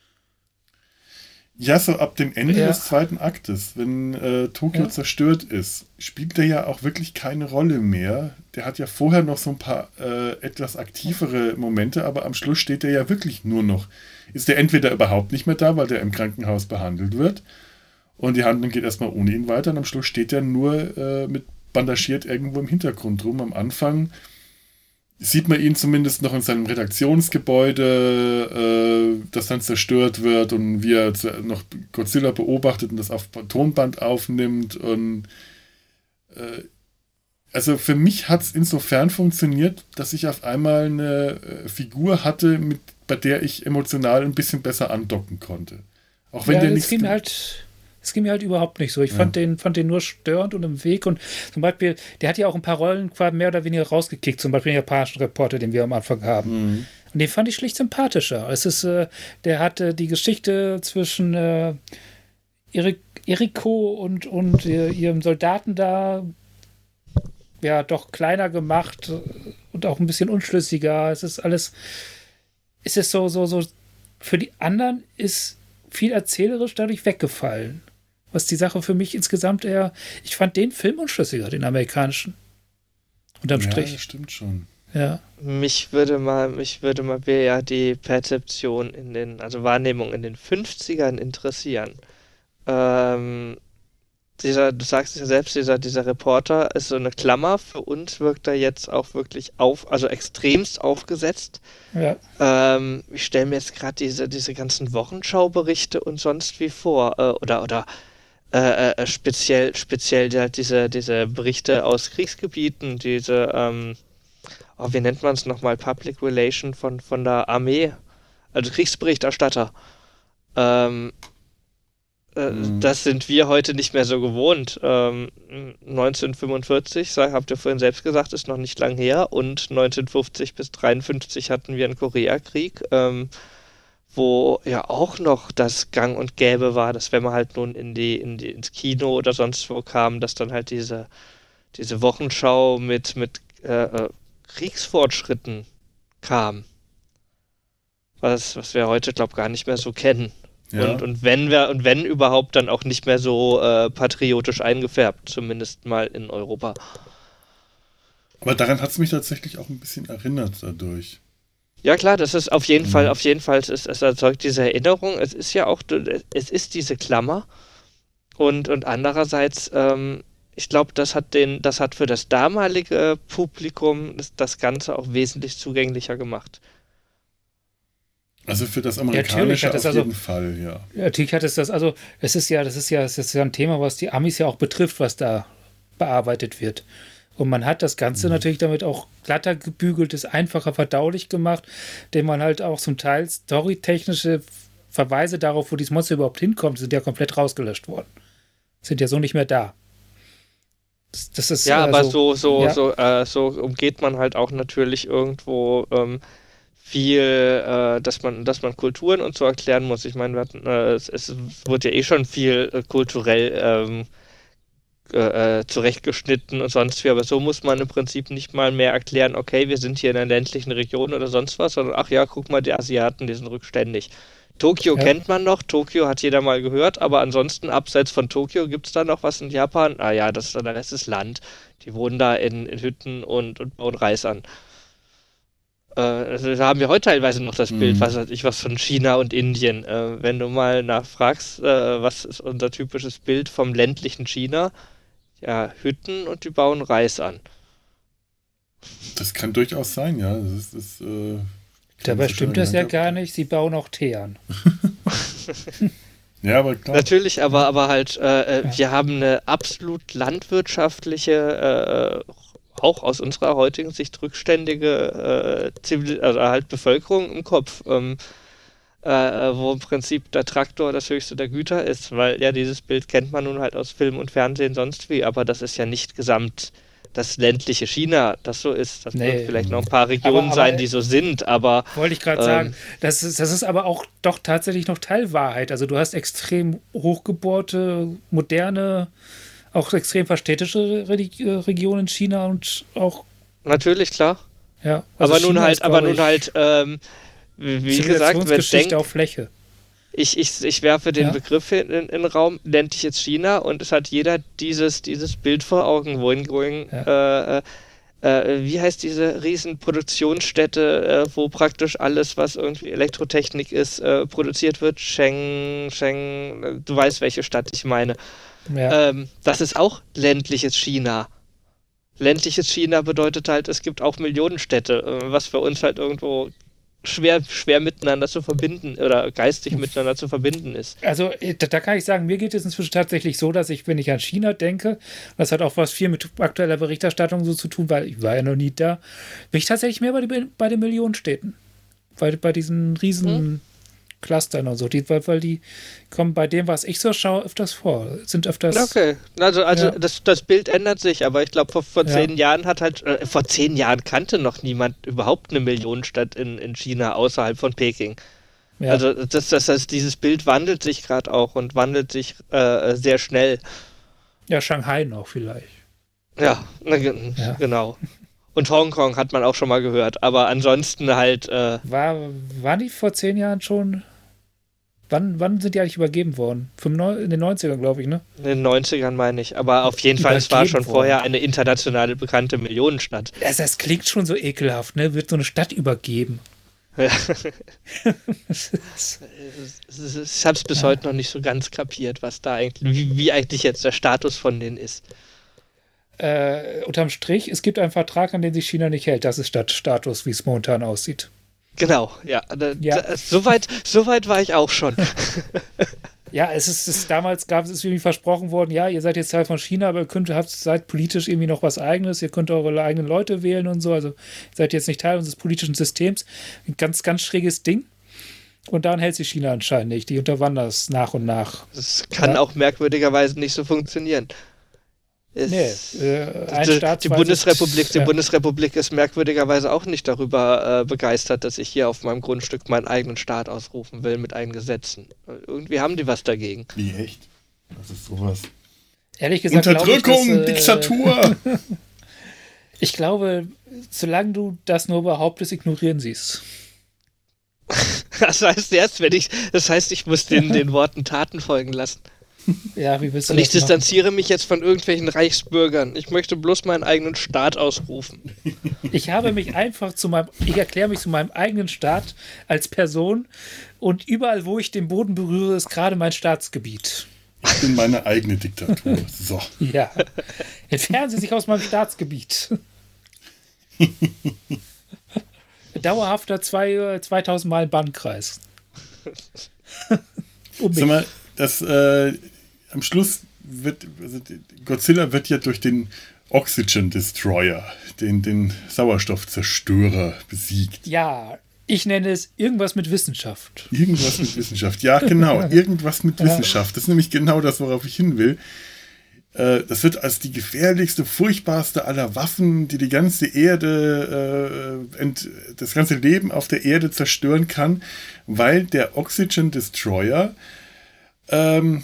Ja, so ab dem Ende ja. des zweiten Aktes, wenn äh, Tokio ja. zerstört ist, spielt der ja auch wirklich keine Rolle mehr. Der hat ja vorher noch so ein paar äh, etwas aktivere Momente, aber am Schluss steht er ja wirklich nur noch. Ist der entweder überhaupt nicht mehr da, weil der im Krankenhaus behandelt wird und die Handlung geht erstmal ohne ihn weiter und am Schluss steht er nur äh, mit bandagiert irgendwo im Hintergrund rum. Am Anfang sieht man ihn zumindest noch in seinem Redaktionsgebäude, äh, das dann zerstört wird und wie er noch Godzilla beobachtet und das auf Tonband aufnimmt. Und äh, also für mich hat es insofern funktioniert, dass ich auf einmal eine äh, Figur hatte, mit, bei der ich emotional ein bisschen besser andocken konnte. Auch wenn ja, der das nichts... ging halt... Das ging mir halt überhaupt nicht so. Ich ja. fand, den, fand den nur störend und im Weg. Und zum Beispiel, der hat ja auch ein paar Rollen quasi mehr oder weniger rausgekickt. Zum Beispiel den japanischen Reporter, den wir am Anfang haben. Mhm. Und den fand ich schlicht sympathischer. Es ist, äh, der hatte die Geschichte zwischen äh, Erik, Eriko und, und äh, ihrem Soldaten da ja doch kleiner gemacht und auch ein bisschen unschlüssiger. Es ist alles, es ist so, so, so, für die anderen ist viel erzählerisch dadurch weggefallen. Was die Sache für mich insgesamt eher, ich fand den Film unschlüssiger, den amerikanischen. Unterm ja, Strich. Ja, das stimmt schon. Ja. Mich würde mal, mich würde mal eher die Perzeption in den, also Wahrnehmung in den fünfzigern interessieren. Ähm, dieser, du sagst es ja selbst, dieser, dieser Reporter ist so eine Klammer. Für uns wirkt er jetzt auch wirklich auf, also extremst aufgesetzt. Ja. Ähm, ich stelle mir jetzt gerade diese, diese ganzen Wochenschauberichte und sonst wie vor. Äh, oder oder äh, äh, speziell, speziell der, diese, diese Berichte aus Kriegsgebieten, diese, ähm, oh, wie nennt man es nochmal? Public Relation von, von der Armee. Also Kriegsberichterstatter. Ähm, äh, Mhm. Das sind wir heute nicht mehr so gewohnt. Ähm, neunzehnhundertfünfundvierzig, sag, habt ihr vorhin selbst gesagt, ist noch nicht lang her. Und neunzehnhundertfünfzig bis dreiundfünfzig hatten wir einen Koreakrieg, ähm, wo ja auch noch das Gang und Gäbe war, dass wenn man halt nun in die, in die, ins Kino oder sonst wo kam, dass dann halt diese, diese Wochenschau mit, mit äh, äh, Kriegsfortschritten kam. Was, was wir heute, glaube ich, gar nicht mehr so kennen. Ja. Und, und wenn wir, und wenn überhaupt, dann auch nicht mehr so äh, patriotisch eingefärbt, zumindest mal in Europa. Aber daran hat es mich tatsächlich auch ein bisschen erinnert dadurch. Ja klar, das ist auf jeden Mhm. Fall, auf jeden Fall, es, ist, es erzeugt diese Erinnerung, es ist ja auch, es ist diese Klammer. Und, und andererseits, ähm, ich glaube, das hat den, das hat für das damalige Publikum das, das Ganze auch wesentlich zugänglicher gemacht. Also für das natürlich Amerikanische hat es auf also- jeden Fall, ja. Ja, natürlich hat es das, also es ist ja, das ist ja, es ist ja ein Thema, was die Amis ja auch betrifft, was da bearbeitet wird. Und man hat das Ganze natürlich damit auch glatter gebügelt, ist einfacher verdaulich gemacht, indem man halt auch zum Teil storytechnische Verweise darauf, wo dieses Monster überhaupt hinkommt, sind ja komplett rausgelöscht worden. Sind ja so nicht mehr da. Das, das ist, Ja, äh, aber so, so, ja. so, äh, so umgeht man halt auch natürlich irgendwo ähm, viel, äh, dass man, dass man Kulturen und so erklären muss. Ich meine, wir hatten, äh, es, es wurde ja eh schon viel äh, kulturell ähm, äh, äh, zurechtgeschnitten und sonst wie, aber so muss man im Prinzip nicht mal mehr erklären, okay, wir sind hier in einer ländlichen Region oder sonst was, sondern ach ja, guck mal, die Asiaten, die sind rückständig. Tokio Ja. kennt man noch, Tokio hat jeder mal gehört, aber ansonsten abseits von Tokio gibt es da noch was in Japan? Ah ja, das ist der Rest ist Land. Die wohnen da in, in Hütten und, und bauen Reis an. Äh, also da haben wir heute teilweise noch das Mhm. Bild, was weiß ich, was von China und Indien. Äh, wenn du mal nachfragst, äh, was ist unser typisches Bild vom ländlichen China? Ja, Hütten und die bauen Reis an. Das kann durchaus sein, ja. Das ist, das, äh, Dabei so stimmt schön das ja genannt. gar nicht. Sie bauen auch Tee an. Ja, aber klar. Natürlich, aber, aber halt, äh, äh, Ja. wir haben eine absolut landwirtschaftliche, äh, auch aus unserer heutigen Sicht rückständige äh, Zivil also halt Bevölkerung im Kopf, ähm, äh, wo im Prinzip der Traktor das höchste der Güter ist, weil ja dieses Bild kennt man nun halt aus Film und Fernsehen sonst wie, aber das ist ja nicht gesamt das ländliche China, das so ist. Das Nee. wird vielleicht noch ein paar Regionen Aber- aber- sein, die so sind, aber Wollte ich gerade Ähm. sagen. Das ist, das ist aber auch doch tatsächlich noch Teilwahrheit. Also du hast extrem hochgebohrte, moderne, auch extrem verstädtische Reli- äh, Regionen in China und auch, natürlich, klar. ja. also aber nun China halt, ist, aber glaub nun ich, halt, ähm, wie wie gesagt, wenn Zivilisationsgeschichte denk, auf Fläche. ich, ich, ich werfe den Ja. Begriff in, in, in den Raum, nennt dich jetzt China und es hat jeder dieses, dieses Bild vor Augen, wohin going, äh, äh, äh, wie heißt diese riesen Produktionsstätte, äh, wo praktisch alles, was irgendwie Elektrotechnik ist, äh, produziert wird, Sheng, Sheng, äh, du weißt, welche Stadt ich meine. Ja. Ähm, das ist auch ländliches China. Ländliches China bedeutet halt, es gibt auch Millionenstädte, äh, was für uns halt irgendwo schwer, schwer miteinander zu verbinden oder geistig miteinander zu verbinden ist. Also äh, da, da kann ich sagen, mir geht es inzwischen tatsächlich so, dass ich, wenn ich an China denke, das hat auch was viel mit aktueller Berichterstattung so zu tun, weil ich war ja noch nie da, bin ich tatsächlich mehr bei, die, bei den Millionenstädten. Bei, bei diesen riesen Hm. Clustern und so, die, weil, weil die kommen bei dem, was ich so schaue, öfters vor. Sind öfters. Okay, also, also Ja. das, das Bild ändert sich, aber ich glaube, vor, vor Ja. zehn Jahren hat halt, äh, vor zehn Jahren kannte noch niemand überhaupt eine Millionenstadt in, in China außerhalb von Peking. Ja. Also das, das heißt, dieses Bild wandelt sich gerade auch und wandelt sich äh, sehr schnell. ja, Shanghai noch vielleicht. Ja, na, ge- Ja. genau. Und Hongkong hat man auch schon mal gehört, aber ansonsten halt, äh, War, waren die vor zehn Jahren schon? Wann, wann sind die eigentlich übergeben worden? In den neunzigern, glaube ich, ne? In den neunzigern meine ich. Aber auf jeden Fall, es war schon worden. Vorher eine internationale bekannte Millionenstadt. Das, das klingt schon so ekelhaft, ne? Wird so eine Stadt übergeben. Ja. Ich habe es bis ja. heute noch nicht so ganz kapiert, was da eigentlich, wie, wie eigentlich jetzt der Status von denen ist. Äh, unterm Strich, es gibt einen Vertrag, an den sich China nicht hält. Das ist Stadtstatus, wie es momentan aussieht. Genau, ja. Da, ja. Da, so, weit, so weit war ich auch schon. Ja, es ist, es, damals gab es irgendwie versprochen worden, ja, ihr seid jetzt Teil von China, aber ihr könnt, habt, seid politisch irgendwie noch was Eigenes, ihr könnt eure eigenen Leute wählen und so, also ihr seid jetzt nicht Teil unseres politischen Systems. Ein ganz, ganz schräges Ding. Und daran hält sich China anscheinend nicht. Die unterwandern das nach und nach. Das kann ja. auch merkwürdigerweise nicht so funktionieren. Es, nee, äh, ein die, Staat, die, Bundesrepublik, die ja. Bundesrepublik ist merkwürdigerweise auch nicht darüber äh, begeistert, dass ich hier auf meinem Grundstück meinen eigenen Staat ausrufen will mit eigenen Gesetzen. Irgendwie haben die was dagegen. Wie, echt? Das ist sowas. Ehrlich gesagt, Unterdrückung, ich, dass, äh, Diktatur! Ich glaube, solange du das nur behauptest, ignorieren sie es. Das heißt erst, wenn ich, das heißt, ich muss den, den Worten Taten folgen lassen. Ja, wie willst du Und ich das machen? distanziere mich jetzt von irgendwelchen Reichsbürgern. Ich möchte bloß meinen eigenen Staat ausrufen. Ich habe mich einfach zu meinem, ich erkläre mich zu meinem eigenen Staat als Person und überall, wo ich den Boden berühre, ist gerade mein Staatsgebiet. Ich bin meine eigene Diktatur. So. Ja. Entfernen Sie sich aus meinem Staatsgebiet. Dauerhafter zwei, zweitausend Mal Bannkreis. Um Sag mal, das, äh, am Schluss wird, also Godzilla wird ja durch den Oxygen Destroyer, den, den Sauerstoffzerstörer besiegt. Ja, ich nenne es irgendwas mit Wissenschaft. Irgendwas mit Wissenschaft, ja genau, irgendwas mit Wissenschaft. Das ist nämlich genau das, worauf ich hin will. Das wird als die gefährlichste, furchtbarste aller Waffen, die die ganze Erde, äh, ent, das ganze Leben auf der Erde zerstören kann, weil der Oxygen Destroyer ähm,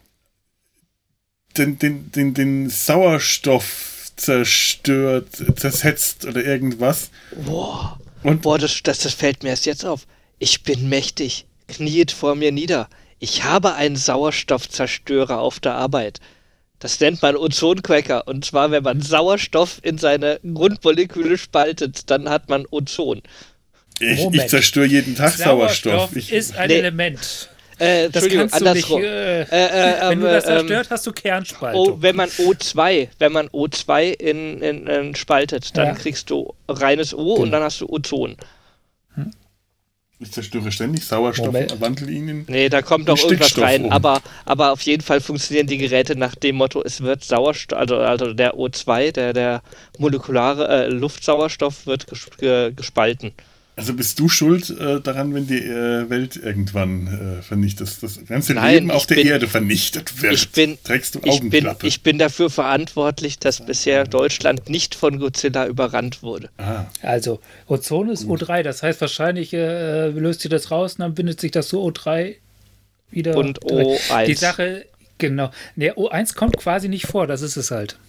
den, den, den, den Sauerstoff zerstört, zersetzt oder irgendwas. Boah, Und Boah das, das, das fällt mir erst jetzt auf. Ich bin mächtig, kniet vor mir nieder. Ich habe einen Sauerstoffzerstörer auf der Arbeit. Das nennt man Ozonquacker. Und zwar, wenn man Sauerstoff in seine Grundmoleküle spaltet, dann hat man Ozon. Ich, ich zerstöre jeden Tag Sauerstoff. Sauerstoff ich, ist ein nee. Element. Äh, Entschuldigung, das kannst du andersrum. nicht, äh, äh, äh, wenn äh, du das äh, zerstört, hast du Kernspaltung. Oh, wenn man O zwei, wenn man O zwei in, in, in spaltet, dann ja. kriegst du reines O genau. und dann hast du Ozon. Hm? Ich zerstöre ständig Sauerstoff Moment. und wandle ihn in Nee, da kommt noch irgendwas Stickstoff rein, um. aber, aber auf jeden Fall funktionieren die Geräte nach dem Motto, es wird Sauerstoff, also, also der O zwei, der, der molekulare äh, Luftsauerstoff wird ges- ge- gespalten. Also bist du schuld äh, daran, wenn die äh, Welt irgendwann äh, vernichtet, das ganze Nein, Leben auf der bin, Erde vernichtet wird? Ich bin, Trägst du ich, bin, Augenklappe? ich bin dafür verantwortlich, dass bisher Deutschland nicht von Godzilla überrannt wurde. Ah. Also, Ozon ist O drei, das heißt wahrscheinlich äh, löst ihr das raus und dann bindet sich das so O drei wieder. Und O eins. Die Sache, genau. Der O eins kommt quasi nicht vor, das ist es halt.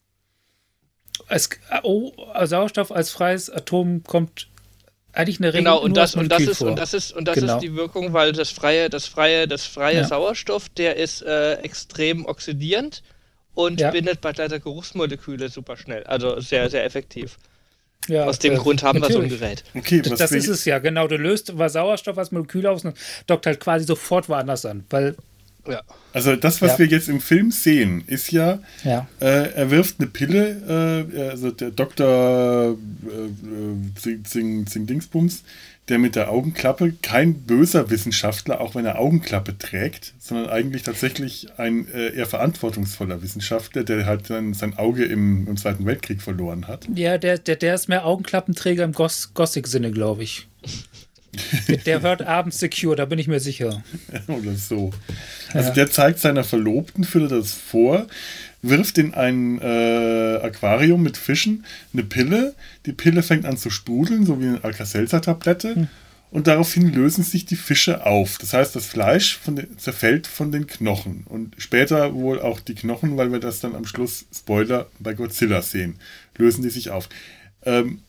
Es, o, Sauerstoff als freies Atom kommt eigentlich eine Regel genau, und nur das, als und das Molekül ist vor. und das ist und das Genau. ist die Wirkung, weil das freie, das freie, das freie Ja. Sauerstoff, der ist äh, extrem oxidierend und Ja. bindet beidseitige Geruchsmoleküle super schnell. Also sehr, sehr effektiv. Ja, Aus dem äh, Grund haben wir so ein natürlich. Gerät. Okay, Das, was das wir- ist es ja, genau. Du löst war Sauerstoff als Molekül aus und dockt halt quasi sofort woanders an. Weil, Ja. Also das, was Ja. wir jetzt im Film sehen, ist ja, ja, äh, er wirft eine Pille, äh, also der Doktor äh, Zing, Zing, Zing Dingsbums, der mit der Augenklappe, kein böser Wissenschaftler, auch wenn er Augenklappe trägt, sondern eigentlich tatsächlich ein äh, eher verantwortungsvoller Wissenschaftler, der halt sein, sein Auge im, im Zweiten Weltkrieg verloren hat. ja der, der, der ist mehr Augenklappenträger im Gos- Gothic-Sinne, glaube ich. der, der hört abends Secure, da bin ich mir sicher. Oder so. Also Ja. der zeigt seiner Verlobten, führt das vor, wirft in ein äh, Aquarium mit Fischen eine Pille. Die Pille fängt an zu sprudeln, so wie eine Alka-Seltzer-Tablette. Hm. Und daraufhin lösen sich die Fische auf. Das heißt, das Fleisch von den, zerfällt von den Knochen. Und später wohl auch die Knochen, weil wir das dann am Schluss, Spoiler, bei Godzilla sehen, lösen die sich auf. Ähm,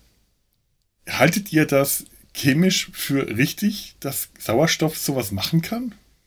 haltet ihr das chemisch für richtig, dass Sauerstoff sowas machen kann?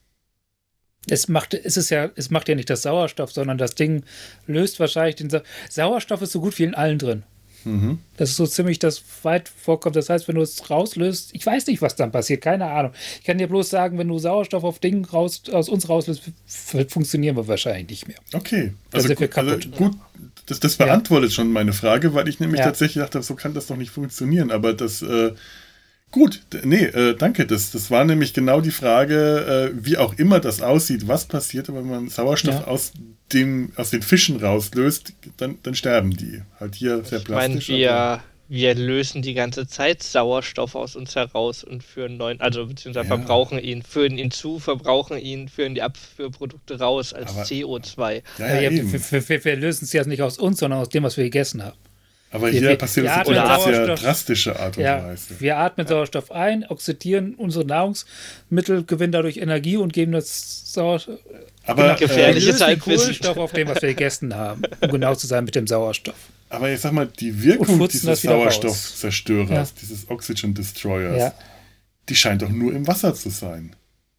Es macht, es ist ja, es macht ja nicht das Sauerstoff, sondern das Ding löst wahrscheinlich den Sa Sauerstoff ist so gut wie in allen drin. Mhm. Das ist so ziemlich das weit vorkommt. Das heißt, wenn du es rauslöst, ich weiß nicht, was dann passiert, keine Ahnung. Ich kann dir bloß sagen, wenn du Sauerstoff auf Dingen raus, aus uns rauslöst, funktionieren wir wahrscheinlich nicht mehr. Okay, Da also, sind wir gu- also kaputt. gut, das, das beantwortet schon meine Frage, weil ich nämlich Ja. tatsächlich dachte, so kann das doch nicht funktionieren. Aber das, äh, gut, d- nee, äh, danke. Das, das war nämlich genau die Frage, äh, wie auch immer das aussieht, was passiert, wenn man Sauerstoff Ja. aus dem, aus den Fischen rauslöst, dann, dann sterben die. Halt hier sehr Ich meine, plastisch. aber- wir, wir lösen die ganze Zeit Sauerstoff aus uns heraus und führen neuen, also beziehungsweise Ja. verbrauchen ihn, führen ihn zu, verbrauchen ihn, führen die Abführprodukte raus als Aber- C O zwei. Ja, Ja, ja, wir, eben. wir, wir, wir lösen es ja nicht aus uns, sondern aus dem, was wir gegessen haben. Aber wir- hier wir- passiert wir das atmen auf eine sehr Sauerstoff. drastische Art und Ja, Weise. wir atmen Sauerstoff ein, oxidieren unsere Nahrungsmittel, gewinnen dadurch Energie und geben das Sauerstoff. Aber, Gefährlich. äh, Wir lösen den Halbwissen. Kohlenstoff auf dem, was wir gegessen haben, um genau zu sein mit dem Sauerstoff. aber ich sag mal, die Wirkung Und putzen dieses das wieder raus. Sauerstoffzerstörers, Ja. dieses Oxygen Destroyers, Ja. die scheint doch nur im Wasser zu sein.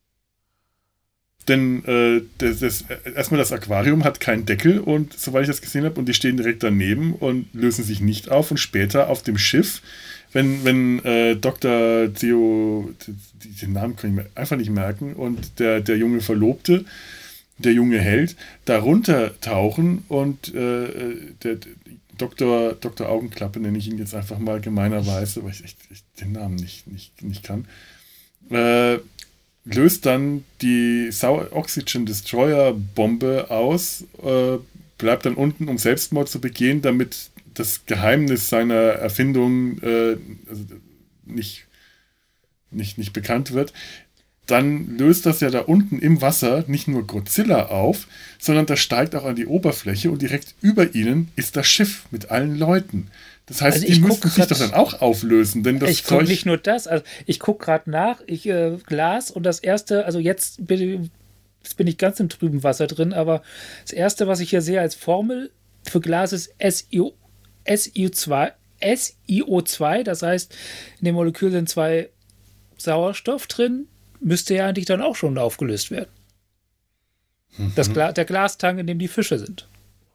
Denn äh, das, das, erstmal das Aquarium hat keinen Deckel und soweit ich das gesehen habe, und die stehen direkt daneben und lösen sich nicht auf. Und später auf dem Schiff, wenn, wenn äh, Doktor Theo, den Namen kann ich mir einfach nicht merken, und der, der junge Verlobte, der junge Held, darunter tauchen und äh, der, der Doktor, Doktor Augenklappe, nenne ich ihn jetzt einfach mal gemeinerweise, weil ich echt, echt den Namen nicht, nicht, nicht kann, äh, löst dann die Sau- Oxygen Destroyer Bombe aus, äh, bleibt dann unten, um Selbstmord zu begehen, damit das Geheimnis seiner Erfindung äh, also nicht, nicht, nicht bekannt wird. Dann löst das ja da unten im Wasser nicht nur Godzilla auf, sondern das steigt auch an die Oberfläche und direkt über ihnen ist das Schiff mit allen Leuten. Das heißt, Also die ich müssen guck sich grad- doch dann auch auflösen, denn das Ich gucke Zeug... nicht nur das, also ich gucke gerade nach, ich äh, Glas und das erste, also jetzt bin, jetzt bin ich ganz im trüben Wasser drin, aber das erste, was ich hier sehe als Formel für Glas ist S I O, S I O zwei, S I O zwei, das heißt, in dem Molekül sind zwei Sauerstoff drin, müsste ja eigentlich dann auch schon aufgelöst werden. Das Gla der Glastank, in dem die Fische sind.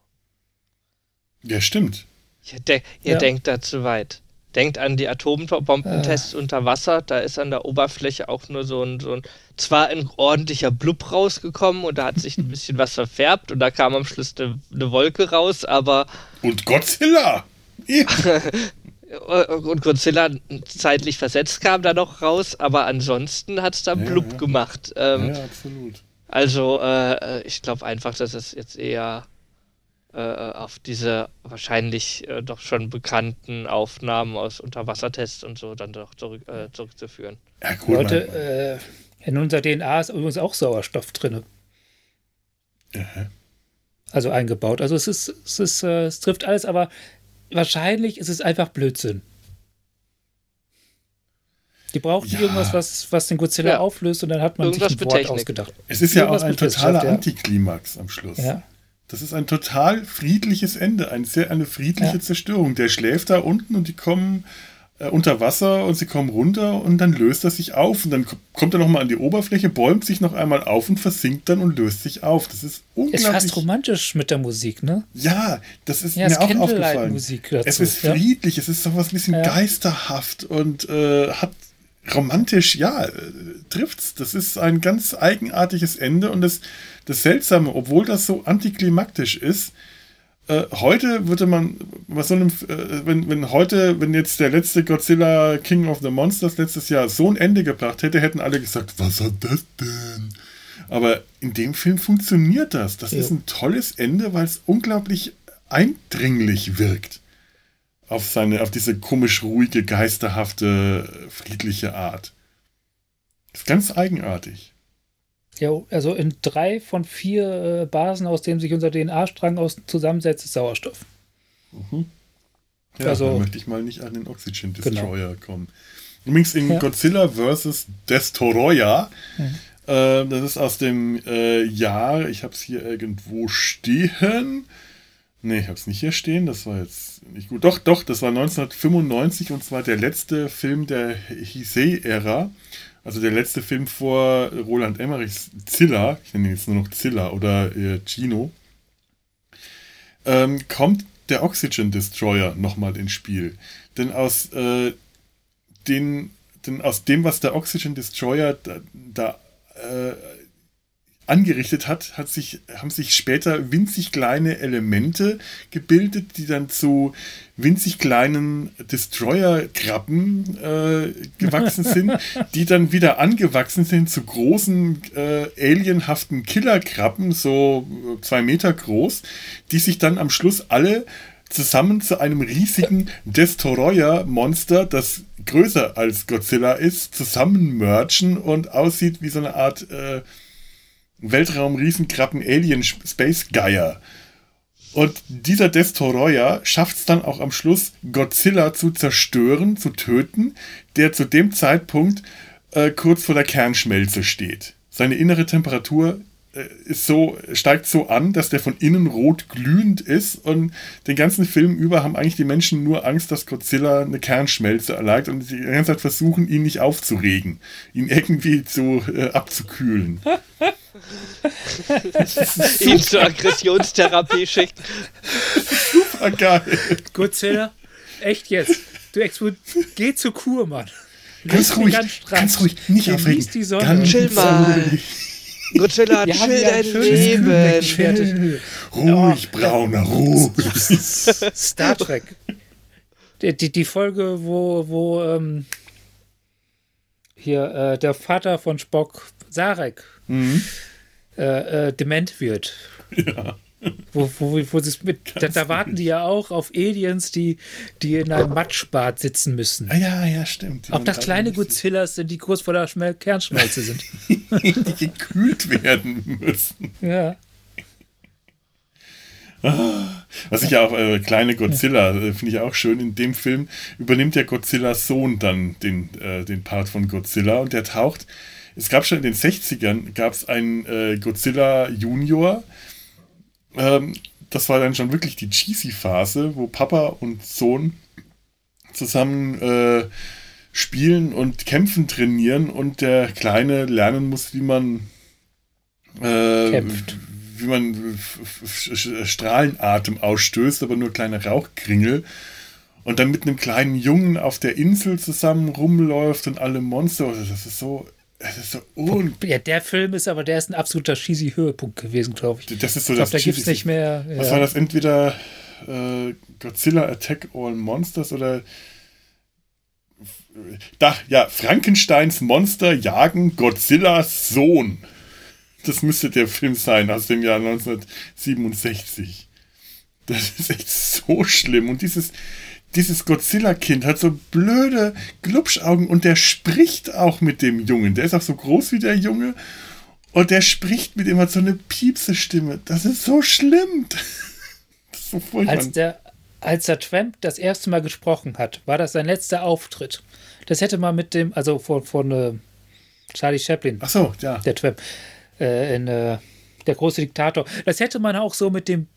Ja, stimmt. Ihr, de ihr Ja. denkt da zu weit. Denkt an die Atombombentests unter Wasser. Da ist an der Oberfläche auch nur so ein, so ein, zwar ein ordentlicher Blub rausgekommen und da hat sich ein bisschen was verfärbt und da kam am Schluss eine, eine Wolke raus, aber Und Godzilla! Ja. und Godzilla zeitlich versetzt kam da noch raus, aber ansonsten hat es da Ja, Blub ja. gemacht. Ähm, Ja, absolut. Also, äh, ich glaube einfach, dass es jetzt eher äh, auf diese wahrscheinlich äh, doch schon bekannten Aufnahmen aus Unterwassertests und so dann doch zurück, äh, zurückzuführen. Ja, gut, Leute, mein- äh, in unserer D N A ist übrigens auch Sauerstoff drin. Aha. Also eingebaut. Also es ist, es ist, äh, es trifft alles, aber wahrscheinlich ist es einfach Blödsinn. Die brauchen Ja. irgendwas, was, was den Godzilla Ja. auflöst und dann hat man Irgendwas sich ein mit Wort Technik. ausgedacht. Es ist ja auch Irgendwas ein mit Wissenschaft, totaler ja. Antiklimax am Schluss. Ja. Das ist ein total friedliches Ende, ein sehr, eine friedliche Ja. Zerstörung. Der schläft da unten und die kommen äh, unter Wasser und sie kommen runter und dann löst er sich auf und dann ko- kommt er nochmal an die Oberfläche, bäumt sich noch einmal auf und versinkt dann und löst sich auf. Das ist Ist unglaublich. fast romantisch mit der Musik, ne? Ja, das ist Ja, mir es auch ist aufgefallen. Candlelight-Musik dazu. Es ist ja. friedlich, es ist sowas ein bisschen Ja. geisterhaft und äh, hat romantisch, ja, äh, trifft's. Das ist ein ganz eigenartiges Ende und das, das Seltsame, obwohl das so antiklimaktisch ist, äh, heute würde man, was so einem, äh, wenn, wenn heute, wenn jetzt der letzte Godzilla King of the Monsters letztes Jahr so ein Ende gebracht hätte, hätten alle gesagt, was hat das denn? Aber in dem Film funktioniert das. Das Ja. ist ein tolles Ende, weil es unglaublich eindringlich wirkt. Auf seine, auf diese komisch ruhige, geisterhafte, friedliche Art. Das ist ganz eigenartig. Ja, also in drei von vier äh, Basen, aus denen sich unser D N A-Strang aus zusammensetzt, ist Sauerstoff. Ja, Also- da möchte ich mal nicht an den Oxygen Destroyer kommen. Übrigens in Ja. Godzilla versus. Destroyer, äh, das ist aus dem äh, Jahr, ich habe es hier irgendwo stehen. Nee, ich habe es nicht hier stehen, das war jetzt nicht gut. Doch, doch, das war neunzehnhundertfünfundneunzig und zwar der letzte Film der Heisei-Ära. also der letzte Film vor Roland Emmerichs Zilla, ich nenne ihn jetzt nur noch Zilla oder äh, Gino, ähm, kommt der Oxygen Destroyer nochmal ins Spiel. Denn aus, äh, den, denn aus dem, was der Oxygen Destroyer da, da äh, angerichtet hat, hat sich, haben sich später winzig kleine Elemente gebildet, die dann zu winzig kleinen Destroyer-Krabben äh, gewachsen sind, die dann wieder angewachsen sind zu großen, äh, alienhaften Killerkrabben, so zwei Meter groß, die sich dann am Schluss alle zusammen zu einem riesigen Destroyer-Monster, das größer als Godzilla ist, zusammen mergen und aussieht wie so eine Art äh, Weltraum-Riesenkrabben-Alien-Space-Geier. Und dieser Destroyer schafft es dann auch am Schluss, Godzilla zu zerstören, zu töten, der zu dem Zeitpunkt äh, kurz vor der Kernschmelze steht. Seine innere Temperatur äh, ist so, steigt so an, dass der von innen rot glühend ist, und den ganzen Film über haben eigentlich die Menschen nur Angst, dass Godzilla eine Kernschmelze erleidet, und die ganze Zeit versuchen, ihn nicht aufzuregen, ihn irgendwie zu, äh, abzukühlen. Ihn zur Aggressionstherapie schicken. Super geil. Godzilla, echt jetzt. Du explod- geh zur Kur, Mann. Ganz ruhig, ganz, ganz ruhig, nicht aufregen. Die Sonne. Ganz Chill mal. Godzilla, Wir haben chill ja ein dein schönes Leben. Ruhig, Brauner, ruhig. Star Trek. Die, die, die Folge, wo, wo ähm, hier äh, der Vater von Spock, Sarek, Mhm. äh, äh, dement wird. Ja. Wo, wo, wo sie mit, da, da warten die ja auch auf Aliens, die, die in einem Matschbad sitzen müssen. Ah, ja, ja, stimmt. Die Ob das kleine Godzillas sind, die kurz vor der Schmel- Kernschmelze sind. die gekühlt werden müssen. Ja. Was ich ja auch, äh, kleine Godzilla, äh, finde ich auch schön. In dem Film übernimmt der Godzillas Sohn dann den, äh, den Part von Godzilla, und der taucht. Es gab schon in den sechzigern gab es einen äh, Godzilla Junior. Ähm, das war dann schon wirklich die Cheesy-Phase, wo Papa und Sohn zusammen äh, spielen und kämpfen trainieren, und der Kleine lernen muss, wie man äh, Kämpft. wie man f- f- Strahlenatem ausstößt, aber nur kleine Rauchkringel. Und dann mit einem kleinen Jungen auf der Insel zusammen rumläuft und alle Monster. Das ist so, das ist so un... Ja, der Film ist aber, der ist ein absoluter cheesy Höhepunkt gewesen, glaube ich. Das ist so Ich glaube, das da gibt es Cheesy- nicht mehr. Was Ja. war das? Entweder äh, Godzilla Attack All Monsters oder da, ja, Frankensteins Monster jagen Godzillas Sohn. Das müsste der Film sein aus dem Jahr neunzehnhundertsiebenundsechzig. Das ist echt so schlimm. Und dieses, dieses Godzilla-Kind hat so blöde Glubschaugen, und der spricht auch mit dem Jungen. Der ist auch so groß wie der Junge, und der spricht mit ihm, hat so eine piepse Stimme. Das ist so schlimm. Das ist so furchtbar. Als der, als der Tramp das erste Mal gesprochen hat, war das sein letzter Auftritt. Das hätte man mit dem, also von, von äh, Charlie Chaplin, Ach so, ja. der Tramp, äh, in äh, Der große Diktator, das hätte man auch so mit dem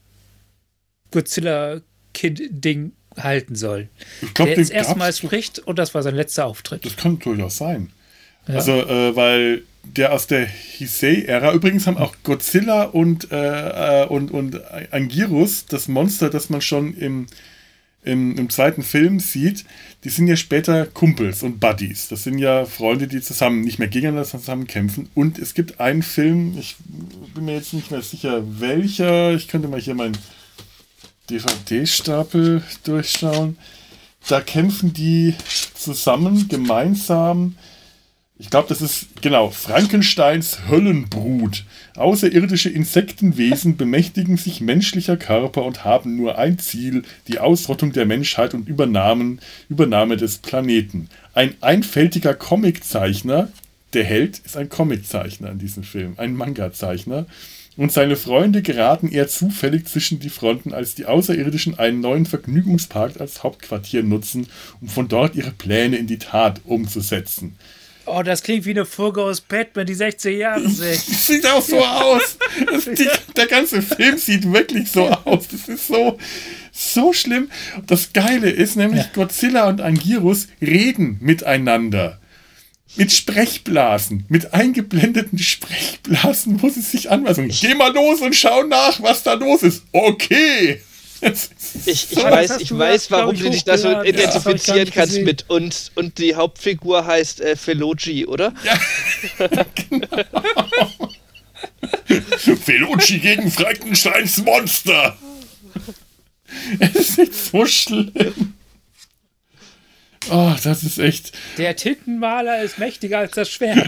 Godzilla-Kind-Ding halten sollen. Ich glaub, der den das erste Mal gab's- spricht, und das war sein letzter Auftritt. Das kann durchaus sein. Ja. Also, äh, weil der aus der Heisei-Ära, übrigens haben auch Godzilla und, äh, und, und Anguirus, das Monster, das man schon im, im, im zweiten Film sieht, die sind ja später Kumpels und Buddies. Das sind ja Freunde, die zusammen, nicht mehr gegeneinander, sondern zusammen kämpfen. Und es gibt einen Film, ich bin mir jetzt nicht mehr sicher, welcher, ich könnte mal hier meinen D V D-Stapel durchschauen. Da kämpfen die zusammen, gemeinsam. Ich glaube, das ist, genau, Frankensteins Höllenbrut. Außerirdische Insektenwesen bemächtigen sich menschlicher Körper und haben nur ein Ziel, die Ausrottung der Menschheit und Übernahmen, Übernahme des Planeten. Ein einfältiger Comiczeichner, der Held ist ein Comiczeichner in diesem Film, ein Manga-Zeichner, und seine Freunde geraten eher zufällig zwischen die Fronten, als die Außerirdischen einen neuen Vergnügungspark als Hauptquartier nutzen, um von dort ihre Pläne in die Tat umzusetzen. Oh, das klingt wie eine Folge aus Batman, die sechziger Jahre sind. Das sieht auch so aus. Das, die, der ganze Film sieht wirklich so aus. Das ist so, so schlimm. Das Geile ist nämlich, Ja. Godzilla und Anguirus reden miteinander. mit Sprechblasen, mit eingeblendeten Sprechblasen, wo sie sich anweisen. Geh mal los und schau nach, was da los ist. Okay. Ich, ich weiß, ich weiß, warum du dich da so identifizieren kannst mit uns. Und die Hauptfigur heißt äh, Feloci, oder? Ja, genau. Feloci gegen Frankensteins Monster. Es ist nicht so schlimm. Oh, das ist echt... Der Tintenmaler ist mächtiger als das Schwert.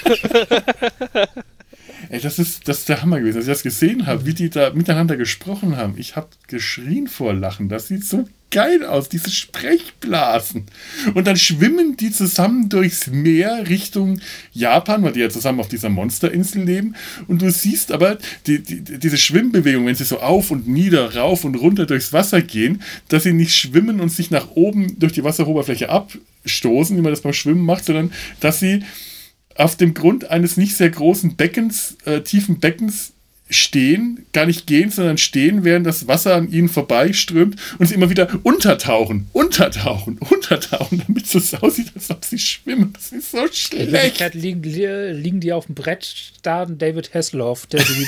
Ey, das ist, das ist der Hammer gewesen, als ich das gesehen habe, wie die da miteinander gesprochen haben. Ich habe geschrien vor Lachen. Das sieht so geil aus, diese Sprechblasen. Und dann schwimmen die zusammen durchs Meer Richtung Japan, weil die ja zusammen auf dieser Monsterinsel leben. Und du siehst aber die, die, diese Schwimmbewegung, wenn sie so auf und nieder, rauf und runter durchs Wasser gehen, dass sie nicht schwimmen und sich nach oben durch die Wasseroberfläche abstoßen, wie man das beim Schwimmen macht, sondern dass sie auf dem Grund eines nicht sehr großen Beckens, äh, tiefen Beckens stehen, gar nicht gehen, sondern stehen, während das Wasser an ihnen vorbeiströmt und sie immer wieder untertauchen, untertauchen, untertauchen, damit es so aussieht, als ob sie schwimmen. Das ist so schlecht. In Wirklichkeit liegen, liegen die auf dem Brett, starren David Hasselhoff, der die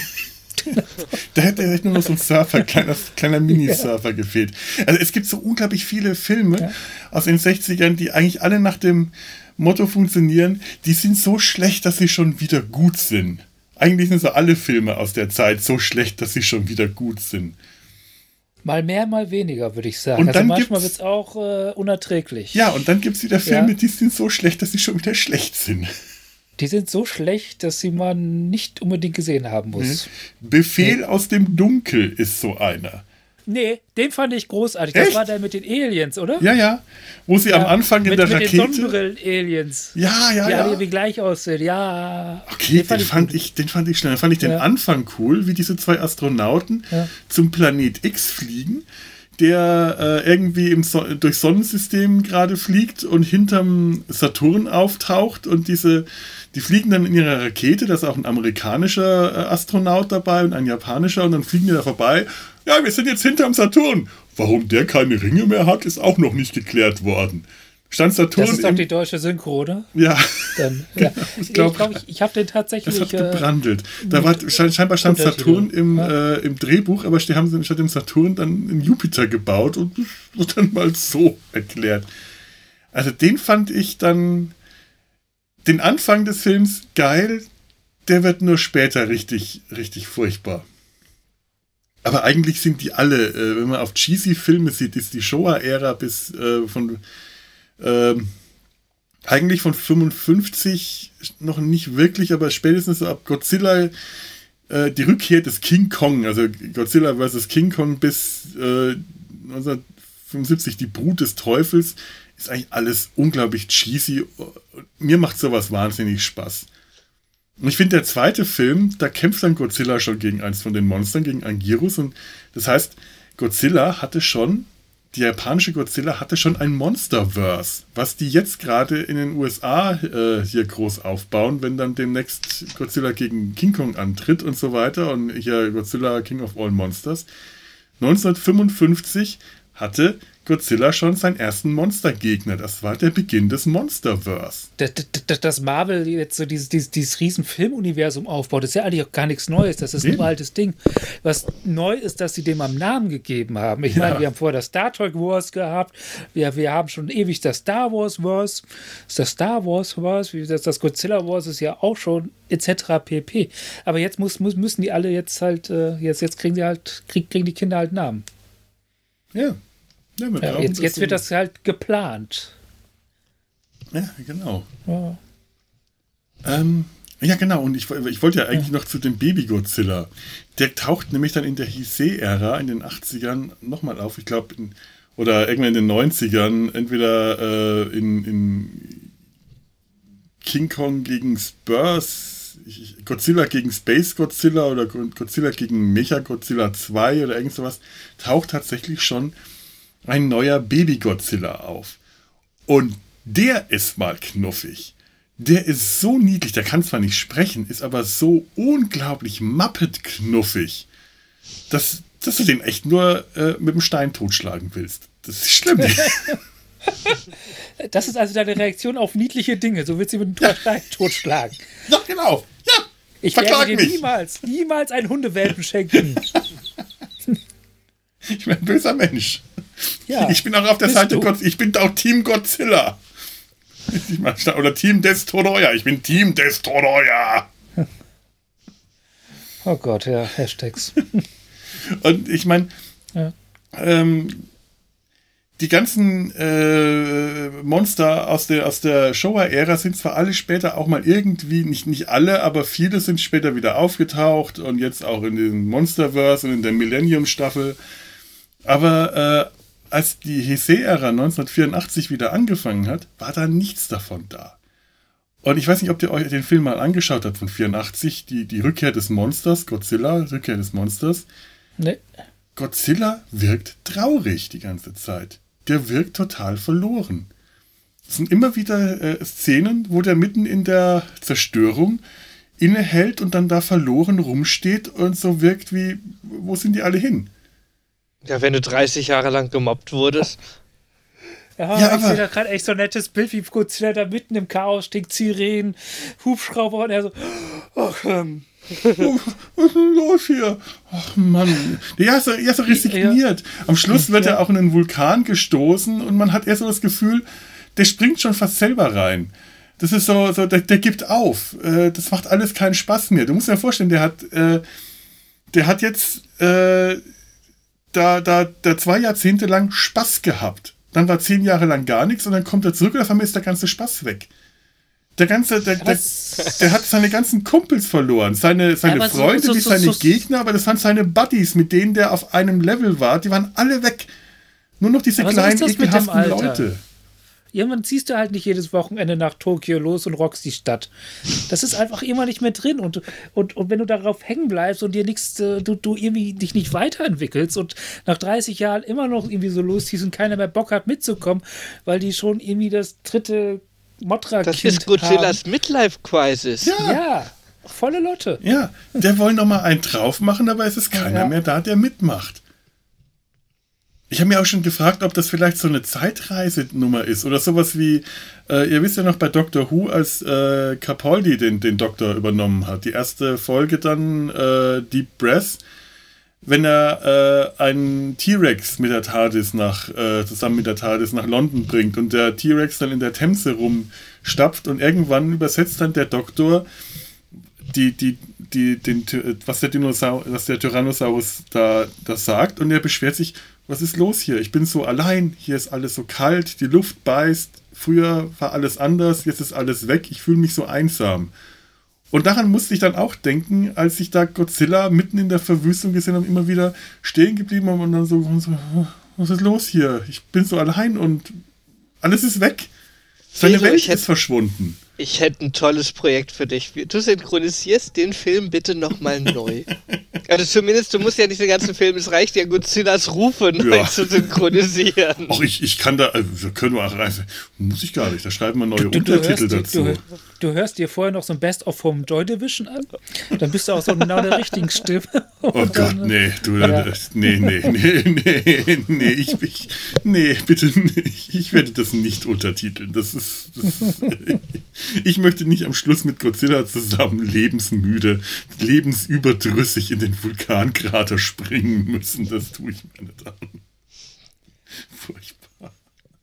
da hätte echt nur noch so ein Surfer, kleiner, kleiner Mini-Surfer ja. gefehlt. Also es gibt so unglaublich viele Filme ja. aus den sechzigern, die eigentlich alle nach dem Motto funktionieren, die sind so schlecht, dass sie schon wieder gut sind. Eigentlich sind so alle Filme aus der Zeit so schlecht, dass sie schon wieder gut sind. Mal mehr, mal weniger, würde ich sagen. Und also dann manchmal wird es auch äh, unerträglich. Ja, und dann gibt es wieder Filme, ja. die sind so schlecht, dass sie schon wieder schlecht sind. Die sind so schlecht, dass sie man nicht unbedingt gesehen haben muss. Befehl nee. aus dem Dunkel ist so einer. Nee, den fand ich großartig. Das Echt? war der mit den Aliens, oder? Ja, ja. Wo sie ja, am Anfang in mit, der mit Rakete... Mit den Sonnenbrillen-Aliens. Ja, ja, die ja. alle irgendwie gleich aussehen, ja. Okay, den, fand, den, fand ich, den fand ich schnell. Dann fand ich ja. den Anfang cool, wie diese zwei Astronauten ja. zum Planet X fliegen, der äh, irgendwie im so- durch Sonnensystem gerade fliegt und hinterm Saturn auftaucht und diese... Die fliegen dann in ihrer Rakete, da ist auch ein amerikanischer äh, Astronaut dabei und ein japanischer und dann fliegen die da vorbei. Ja, wir sind jetzt hinterm Saturn. Warum der keine Ringe mehr hat, ist auch noch nicht geklärt worden. Stand Saturn das ist doch im, die deutsche Synchro, oder? Ja. Dann, genau, ja. Ich glaube, ich, glaub, ich, ich habe den tatsächlich... Das hat äh, gebrandelt. Da war, scheinbar stand Saturn im, ja. äh, im Drehbuch, aber die haben sie statt dem Saturn dann einen Jupiter gebaut und das wird dann mal so erklärt. Also den fand ich dann... Den Anfang des Films geil, der wird nur später richtig, richtig furchtbar. Aber eigentlich sind die alle, äh, wenn man auf cheesy Filme sieht, ist die Showa-Ära bis äh, von äh, eigentlich von fünfundfünfzig noch nicht wirklich, aber spätestens so ab Godzilla äh, die Rückkehr des King Kong, also Godzilla versus King Kong bis äh, neunzehnhundertfünfundsiebzig die Brut des Teufels, ist eigentlich alles unglaublich cheesy. Mir macht sowas wahnsinnig Spaß. Und ich finde, der zweite Film, da kämpft dann Godzilla schon gegen eins von den Monstern, gegen Anguirus. Und das heißt, Godzilla hatte schon, die japanische Godzilla hatte schon ein Monsterverse, was die jetzt gerade in den U S A äh, hier groß aufbauen, wenn dann demnächst Godzilla gegen King Kong antritt und so weiter. Und hier Godzilla King of All Monsters. neunzehnhundertfünfundfünfzig hatte Godzilla schon seinen ersten Monstergegner. Das war der Beginn des Monsterverse. Das, das, das Marvel jetzt so dieses, dieses, dieses riesen Filmuniversum aufbaut, ist ja eigentlich auch gar nichts Neues. Das ist ein uraltes Ding. Was neu ist, dass sie dem am Namen gegeben haben. Ich ja. meine, wir haben vorher das Star Trek Wars gehabt. Wir, wir haben schon ewig das Star Wars Wars. Das Star Wars Wars, das, das Godzilla Wars ist ja auch schon et cetera pp. Aber jetzt muss, muss, müssen die alle jetzt halt, jetzt, jetzt kriegen die halt, krieg, kriegen die Kinder halt Namen. Ja. Ja, ja, jetzt jetzt wird das halt geplant. Ja, genau. Ja, ähm, ja genau. Und ich, ich wollte ja eigentlich ja. noch zu dem Baby-Godzilla. Der taucht nämlich dann in der Heisei-Ära in den achtzigern nochmal auf. Ich glaube, oder irgendwann in den neunzigern, entweder äh, in, in King Kong gegen Spurs, Godzilla gegen Space Godzilla oder Godzilla gegen Mecha Godzilla zwei oder irgend sowas, taucht tatsächlich schon ein neuer Baby-Godzilla auf. Und der ist mal knuffig. Der ist so niedlich, der kann zwar nicht sprechen, ist aber so unglaublich Muppet-knuffig, dass, dass du den echt nur äh, mit dem Stein totschlagen willst. Das ist schlimm. Das ist also deine Reaktion auf niedliche Dinge. So willst du mit dem Stein totschlagen. Ja, genau. Ja, ich verklag werde dir mich. niemals, niemals einen Hundewelpen schenken. Ich bin ein böser Mensch. Ja, ich bin auch auf der bist Seite du. Gott, ich bin auch Team Godzilla. Ich mein, oder Team Destroyer. Ich bin Team Destroyer. Oh Gott, ja, Hashtags. Und ich meine, Ja. ähm, die ganzen äh, Monster aus der, aus der Showa-Ära sind zwar alle später auch mal irgendwie, nicht, nicht alle, aber viele sind später wieder aufgetaucht und jetzt auch in den Monsterverse und in der Millennium-Staffel. Aber äh, als die Heisei-Ära neunzehnhundertvierundachtzig wieder angefangen hat, war da nichts davon da. Und ich weiß nicht, ob ihr euch den Film mal angeschaut habt von vierundachtzig, die, die Rückkehr des Monsters, Godzilla, Rückkehr des Monsters. Nee. Godzilla wirkt traurig die ganze Zeit. Der wirkt total verloren. Es sind immer wieder äh, Szenen, wo der mitten in der Zerstörung innehält und dann da verloren rumsteht und so wirkt wie, wo sind die alle hin? Ja, wenn du dreißig Jahre lang gemobbt wurdest. Ja, Ja, ich aber- sehe da gerade echt so ein nettes Bild, wie Godzilla da mitten im Chaos steht, Sirenen, Hubschrauber und er so, ach, ähm, Oh, was ist denn los hier? Ach Mann. Der ist so, er ist so resigniert. Am Schluss wird Ja. er auch in einen Vulkan gestoßen und man hat eher so das Gefühl, der springt schon fast selber rein. Das ist so, so der, der gibt auf. Äh, das macht alles keinen Spaß mehr. Du musst dir vorstellen, der hat, äh, der hat jetzt äh, da, da, da zwei Jahrzehnte lang Spaß gehabt. Dann war zehn Jahre lang gar nichts und dann kommt er zurück und auf einmal ist der ganze Spaß weg. Der ganze, der, der, Was? der hat seine ganzen Kumpels verloren, seine, seine Ja, aber so- Freunde, so- wie so- seine so- Gegner, aber das waren seine Buddies, mit denen der auf einem Level war, die waren alle weg. Nur noch diese Aber so kleinen, ist das mit dem ekelhaften Alter. Leute. Irgendwann ziehst du halt nicht jedes Wochenende nach Tokio los und rockst die Stadt. Das ist einfach immer nicht mehr drin. Und, und, und wenn du darauf hängen bleibst und dir nichts, äh, du, du irgendwie dich nicht weiterentwickelst und nach dreißig Jahren immer noch irgendwie so losziehst und keiner mehr Bock hat mitzukommen, weil die schon irgendwie das dritte Motra-Kind Das ist Godzillas Midlife-Crisis. Ja. haben. Ja, volle Lotte. Ja, der wollen noch mal einen drauf machen, aber es ist keiner Ja. mehr da, der mitmacht. Ich habe mir auch schon gefragt, ob das vielleicht so eine Zeitreisenummer ist oder sowas wie, äh, ihr wisst ja noch bei Doctor Who, als äh, Capaldi den, den Doktor übernommen hat. Die erste Folge dann, äh, Deep Breath, wenn er äh, einen T-Rex mit der TARDIS nach, äh, zusammen mit der TARDIS nach London bringt und der T-Rex dann in der Themse rumstapft und irgendwann übersetzt dann der Doktor die, die, die, den, was der Dinosaur, was der Tyrannosaurus da, da sagt und er beschwert sich, was ist los hier? Ich bin so allein, hier ist alles so kalt, die Luft beißt, früher war alles anders, jetzt ist alles weg, ich fühle mich so einsam. Und daran musste ich dann auch denken, als ich da Godzilla mitten in der Verwüstung gesehen habe, immer wieder stehen geblieben habe und dann so, und so, was ist los hier? Ich bin so allein und alles ist weg. Seine Fero, Welt ich hätt- ist verschwunden. Ich hätte ein tolles Projekt für dich. Du synchronisierst den Film bitte nochmal neu. Also zumindest, du musst ja nicht den ganzen Film, es reicht ja Godzillas Rufe neu Ja. zu synchronisieren. Ach, ich, ich kann da, also wir können wir auch rein, muss ich gar nicht, da schreiben wir neue Du, du, Untertitel hörst, dir- dazu. du, du hörst dir vorher noch so ein Best-of vom Joy Division an, dann bist du auch so genau der richtigen Stimme. Oh Und Gott, dann- nee, du, Ja. das- nee, nee, nee, nee, nee, ich, ich, nee, bitte nicht, ich werde das nicht untertiteln, das ist, das ist ich möchte nicht am Schluss mit Godzilla zusammen lebensmüde, lebensüberdrüssig in den Vulkankrater springen müssen, das tue ich mir nicht an. Furchtbar.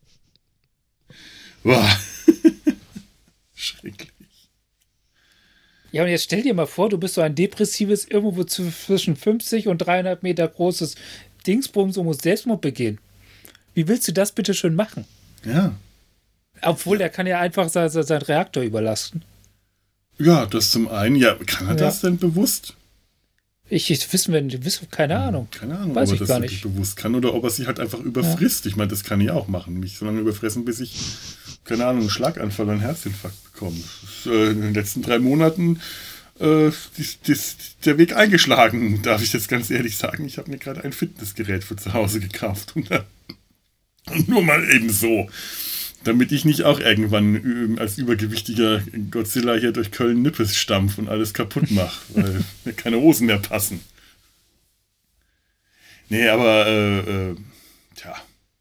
Boah. Schrecklich. Ja, und jetzt stell dir mal vor, du bist so ein depressives, irgendwo zwischen fünfzig und dreihundert Meter großes Dingsbums und musst Selbstmord begehen. Wie willst du das bitte schön machen? Ja. Obwohl, der kann ja einfach se- se- seinen Reaktor überlasten. Ja, das zum einen. Ja, kann er Ja. das denn bewusst? Ich, ich wissen wir, wissen, keine Ahnung. Keine Ahnung, Weiß ob er ich das gar wirklich nicht. bewusst kann oder ob er sich halt einfach überfrisst. Ich meine, das kann ich auch machen. Mich so lange überfressen, bis ich, keine Ahnung, einen Schlaganfall oder einen Herzinfarkt bekomme. Das ist, äh, in den letzten drei Monaten äh, dies, dies, der Weg eingeschlagen, darf ich jetzt ganz ehrlich sagen. Ich habe mir gerade ein Fitnessgerät für zu Hause gekauft. Und dann, nur mal eben so. Damit ich nicht auch irgendwann ü- als übergewichtiger Godzilla hier durch Köln-Nippes stampf und alles kaputt mache, weil mir keine Hosen mehr passen. Nee, aber, äh, äh, tja.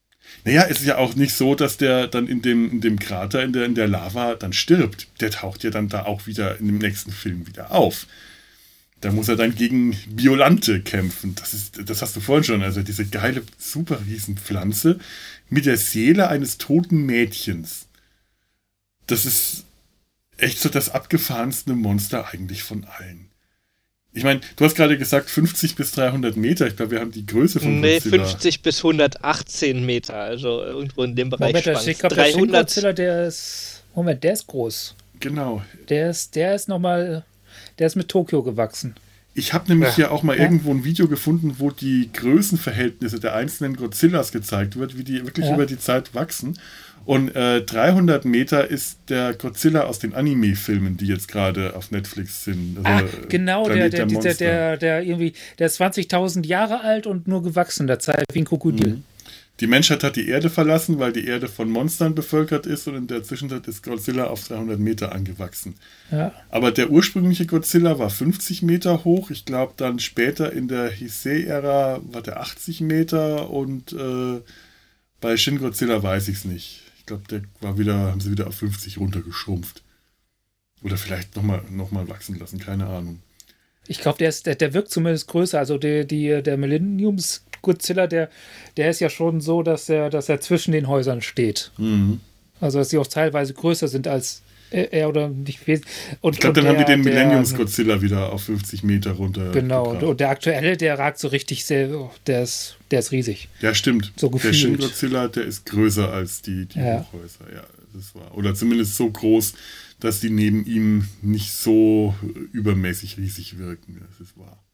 Naja, es ist ja auch nicht so, dass der dann in dem, in dem Krater, in der, in der Lava dann stirbt. Der taucht ja dann da auch wieder in dem nächsten Film wieder auf. Da muss er dann gegen Violante kämpfen. Das ist, das hast du vorhin schon, also diese geile, super Riesenpflanze mit der Seele eines toten Mädchens. Das ist echt so das abgefahrenste Monster eigentlich von allen. Ich meine, du hast gerade gesagt fünfzig bis dreihundert Meter. Ich glaube, wir haben die Größe von Nee, Godzilla. fünfzig bis hundertachtzehn Meter. Also irgendwo in dem Bereich. Moment, ich glaube, der Shin Godzilla, der ist. Moment, der ist groß. Genau. Der ist, der ist nochmal. Der ist mit Tokio gewachsen. Ich habe nämlich Ja. hier auch mal Ja. irgendwo ein Video gefunden, wo die Größenverhältnisse der einzelnen Godzillas gezeigt wird, wie die wirklich Ja. über die Zeit wachsen. Und äh, dreihundert Meter ist der Godzilla aus den Anime-Filmen, die jetzt gerade auf Netflix sind. Also, Ah, genau, der, Planet der, dieser, Monster. der, der irgendwie, der ist zwanzigtausend Jahre alt und nur gewachsen der Zeit, wie ein Krokodil. Mhm. Die Menschheit hat die Erde verlassen, weil die Erde von Monstern bevölkert ist und in der Zwischenzeit ist Godzilla auf dreihundert Meter angewachsen. Ja. Aber der ursprüngliche Godzilla war fünfzig Meter hoch. Ich glaube, dann später in der Heisei-Ära war der achtzig Meter und äh, bei Shin Godzilla weiß ich es nicht. Ich glaube, der war wieder, haben sie wieder auf fünfzig runtergeschrumpft. Oder vielleicht nochmal noch mal wachsen lassen, keine Ahnung. Ich glaube, der, der, der wirkt zumindest größer. Also der, die, der Millenniums-Godzilla, der, der ist ja schon so, dass er, dass er zwischen den Häusern steht. Mhm. Also dass sie auch teilweise größer sind als er, er oder nicht wesentlich. Und, Ich glaube, und dann haben die der- den der- Millenniums-Godzilla wieder auf fünfzig Meter runter. Genau, und, gebracht. und der aktuelle, der ragt so richtig sehr, oh, der ist, der ist riesig. Ja, stimmt. So der gefühlt. Shin Godzilla, der ist größer als die, die Ja. Hochhäuser. Ja, das war. Oder zumindest so groß, dass die neben ihm nicht so übermäßig riesig wirken. Das ist wahr.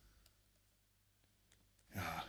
Ja.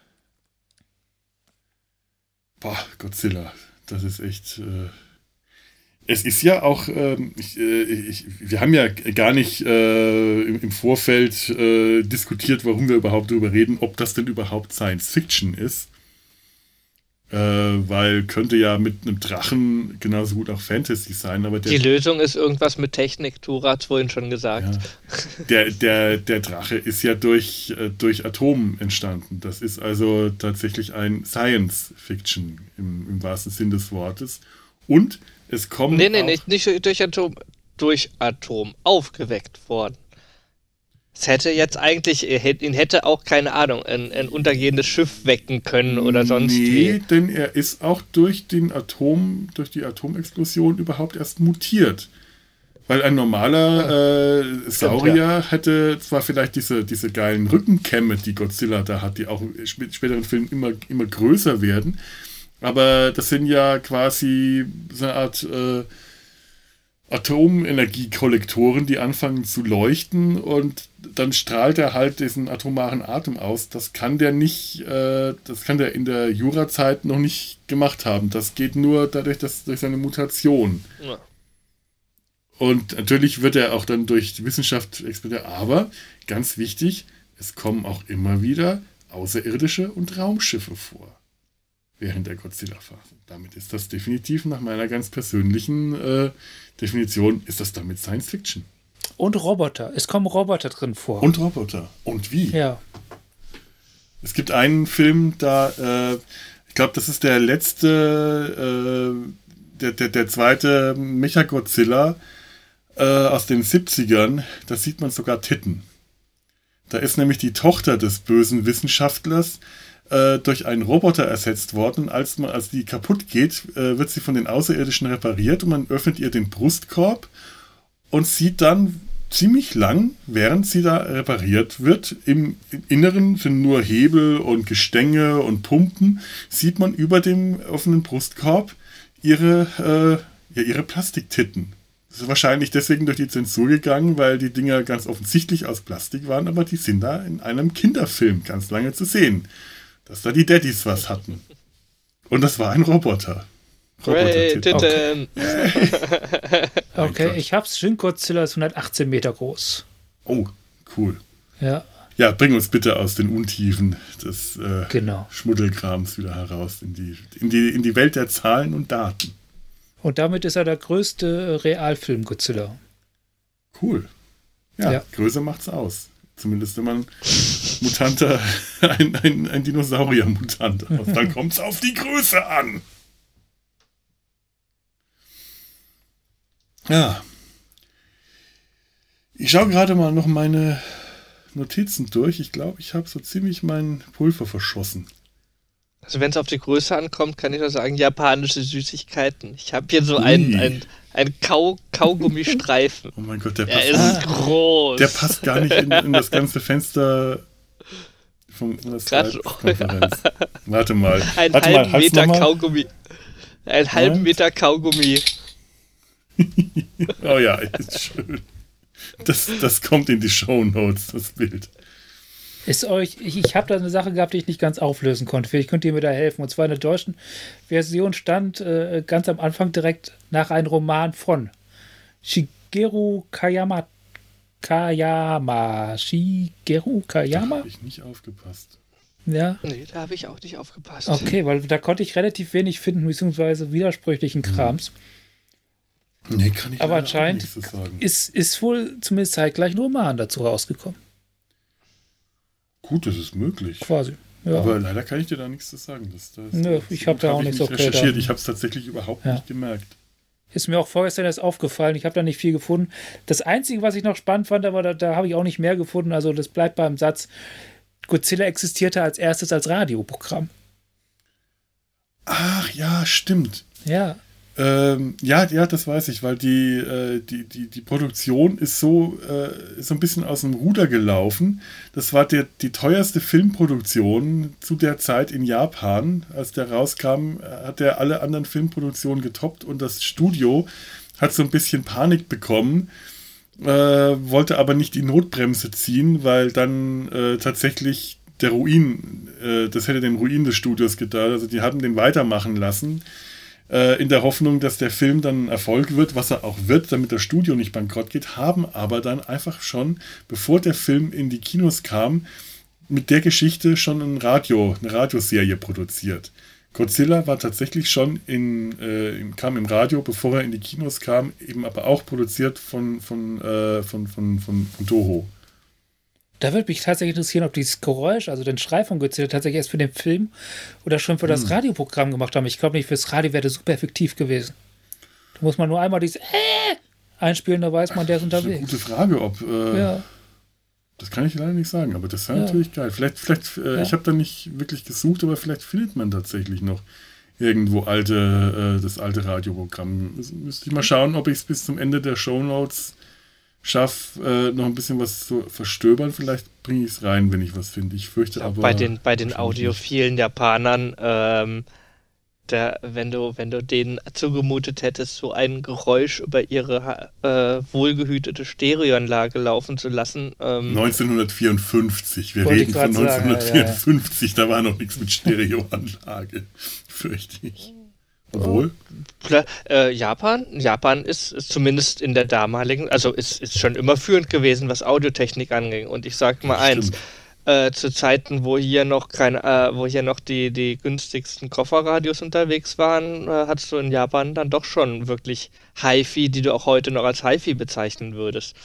Boah, Godzilla. Das ist echt. Äh es ist ja auch, ähm, ich, äh, ich, wir haben ja gar nicht äh, im, im Vorfeld äh, diskutiert, warum wir überhaupt darüber reden, ob das denn überhaupt Science Fiction ist. Äh, weil könnte ja mit einem Drachen genauso gut auch Fantasy sein, aber der, Die Lösung ist irgendwas mit Technik, Tura hat es vorhin schon gesagt. ja, der, der, der Drache ist ja durch, äh, durch Atom entstanden. Das ist also tatsächlich ein Science Fiction im, im wahrsten Sinn des Wortes. Und es kommen Nee, nee, auch, nicht, nicht durch Atom, durch Atom aufgeweckt worden. Es hätte jetzt eigentlich, ihn hätte auch, keine Ahnung, ein, ein untergehendes Schiff wecken können oder sonst nee, wie. denn er ist auch durch den Atom, durch die Atomexplosion überhaupt erst mutiert. Weil ein normaler äh, Saurier ja. hätte zwar vielleicht diese, diese geilen Rückenkämme, die Godzilla da hat, die auch in sp- späteren Filmen immer, immer größer werden, aber das sind ja quasi so eine Art äh, Atomenergiekollektoren, die anfangen zu leuchten und dann strahlt er halt diesen atomaren Atem aus. Das kann der nicht, äh, das kann der in der Jurazeit noch nicht gemacht haben. Das geht nur dadurch, dass durch seine Mutation. Ja. Und natürlich wird er auch dann durch die Wissenschaft explodiert. Aber ganz wichtig, es kommen auch immer wieder Außerirdische und Raumschiffe vor während der Godzilla-Phase. Damit ist das definitiv nach meiner ganz persönlichen äh, Definition, ist das damit Science Fiction. Und Roboter. Es kommen Roboter drin vor. Und Roboter. Und wie? Ja. Es gibt einen Film, da, äh, ich glaube, das ist der letzte, äh, der, der, der zweite Mechagodzilla äh, aus den siebzigern. Da sieht man sogar Titten. Da ist nämlich die Tochter des bösen Wissenschaftlers äh, durch einen Roboter ersetzt worden. Und als, man, als die kaputt geht, äh, wird sie von den Außerirdischen repariert und man öffnet ihr den Brustkorb und sieht dann ziemlich lang, während sie da repariert wird, im Inneren sind nur Hebel und Gestänge und Pumpen, sieht man über dem offenen Brustkorb ihre, äh, ja, ihre Plastiktitten. Das ist wahrscheinlich deswegen durch die Zensur gegangen, weil die Dinger ganz offensichtlich aus Plastik waren, aber die sind da in einem Kinderfilm ganz lange zu sehen, dass da die Daddys was hatten. Und das war ein Roboter. Hey, Roboter-Titten. Titten. Okay, Gott. ich hab's. Shin Godzilla ist hundertachtzehn Meter groß. Oh, cool. Ja, Ja, bring uns bitte aus den Untiefen des äh, genau. Schmuddelkrams wieder heraus in die, in, die, in die Welt der Zahlen und Daten. Und damit ist er der größte Realfilm Godzilla. Cool. Ja, Ja. Größe macht's aus. Zumindest wenn man Mutanter, ein, ein, ein Dinosaurier-Mutant aus. Dann kommt's auf die Größe an. Ja. Ich schaue gerade mal noch meine Notizen durch. Ich glaube, ich habe so ziemlich mein Pulver verschossen. Also wenn es auf die Größe ankommt, kann ich nur sagen, japanische Süßigkeiten. Ich habe hier so einen, einen, einen Kau Kaugummistreifen. Oh mein Gott, der Der passt, ist ah, groß. der passt gar nicht in, in das ganze Fenster von der Skype-Konferenz. Warte mal. Einen Warte halben mal, Meter Kaugummi. Einen halben Meter Kaugummi. Oh ja, ist schön. Das, das kommt in die Shownotes, das Bild. Ist euch, ich, ich habe da eine Sache gehabt, die ich nicht ganz auflösen konnte. Vielleicht könnt ihr mir da helfen. Und zwar in der deutschen Version stand äh, ganz am Anfang direkt nach einem Roman von Shigeru Kayama. Kayama. Shigeru Kayama? Da habe ich nicht aufgepasst. Ja. Nee, da habe ich auch nicht aufgepasst. Okay, weil da konnte ich relativ wenig finden, beziehungsweise widersprüchlichen Krams. Nee, kann ich Aber leider auch anscheinend nichts zu sagen. ist, ist wohl zumindest zeitgleich ein Roman dazu rausgekommen. Gut, das ist möglich. Quasi. Ja. Aber leider kann ich dir da nichts zu sagen. Das, das, Nö, das, ich habe da hab auch ich nichts nicht auf recherchiert. Radar. Ich habe es tatsächlich überhaupt Ja. nicht gemerkt. Ist mir auch vorgestern erst aufgefallen. Ich habe da nicht viel gefunden. Das Einzige, was ich noch spannend fand, aber da, da habe ich auch nicht mehr gefunden. Also das bleibt beim Satz, Godzilla existierte als erstes als Radioprogramm. Ach ja, stimmt. Ja. Ähm, ja, ja, das weiß ich, weil die, äh, die, die, die Produktion ist so, äh, ist so ein bisschen aus dem Ruder gelaufen. Das war der, die teuerste Filmproduktion zu der Zeit in Japan. Als der rauskam, hat er alle anderen Filmproduktionen getoppt und das Studio hat so ein bisschen Panik bekommen, äh, wollte aber nicht die Notbremse ziehen, weil dann äh, tatsächlich der Ruin, äh, das hätte den Ruin des Studios getan. Also die haben den weitermachen lassen. In der Hoffnung, dass der Film dann ein Erfolg wird, was er auch wird, damit das Studio nicht bankrott geht, haben aber dann einfach schon, bevor der Film in die Kinos kam, mit der Geschichte schon ein Radio, eine Radioserie produziert. Godzilla war tatsächlich schon in, äh, kam im Radio, bevor er in die Kinos kam, eben aber auch produziert von, von, äh, von, von, von, von Toho. Da würde mich tatsächlich interessieren, ob dieses Geräusch, also den Schrei von Godzilla, tatsächlich erst für den Film oder schon für das Hm. Radioprogramm gemacht haben. Ich glaube nicht, fürs Radio wäre das super effektiv gewesen. Da muss man nur einmal dieses äh einspielen, da weiß man, der ist Das ist eine unterwegs. gute Frage, ob... Äh, Ja. Das kann ich leider nicht sagen, aber das wäre Ja. natürlich geil. Vielleicht, vielleicht äh, Ja. ich habe da nicht wirklich gesucht, aber vielleicht findet man tatsächlich noch irgendwo alte, äh, das alte Radioprogramm. Müs- Müsste ich mal schauen, ob ich es bis zum Ende der Shownotes schaffe, äh, noch ein bisschen was zu verstöbern. Vielleicht bringe ich es rein, wenn ich was finde. Ich fürchte Ja, aber... bei den, bei den wahrscheinlich nicht. audiophilen Japanern, ähm, der, wenn du, wenn du denen zugemutet hättest, so ein Geräusch über ihre äh, wohlgehütete Stereoanlage laufen zu lassen. Ähm, neunzehnhundertvierundfünfzig, wir Wollte reden ich von grad sagen, ja, ja, ja. neunzehnhundertvierundfünfzig, da war noch nichts mit Stereoanlage, fürchte ich. Obwohl, Klar, äh, Japan, Japan ist, ist zumindest in der damaligen, also ist, ist schon immer führend gewesen, was Audiotechnik anging. Und ich sag mal eins, stimmt. äh, zu Zeiten, wo hier noch keine, äh, wo hier noch die, die günstigsten Kofferradios unterwegs waren, äh, hattest du in Japan dann doch schon wirklich Hi-Fi, die du auch heute noch als Hi-Fi bezeichnen würdest.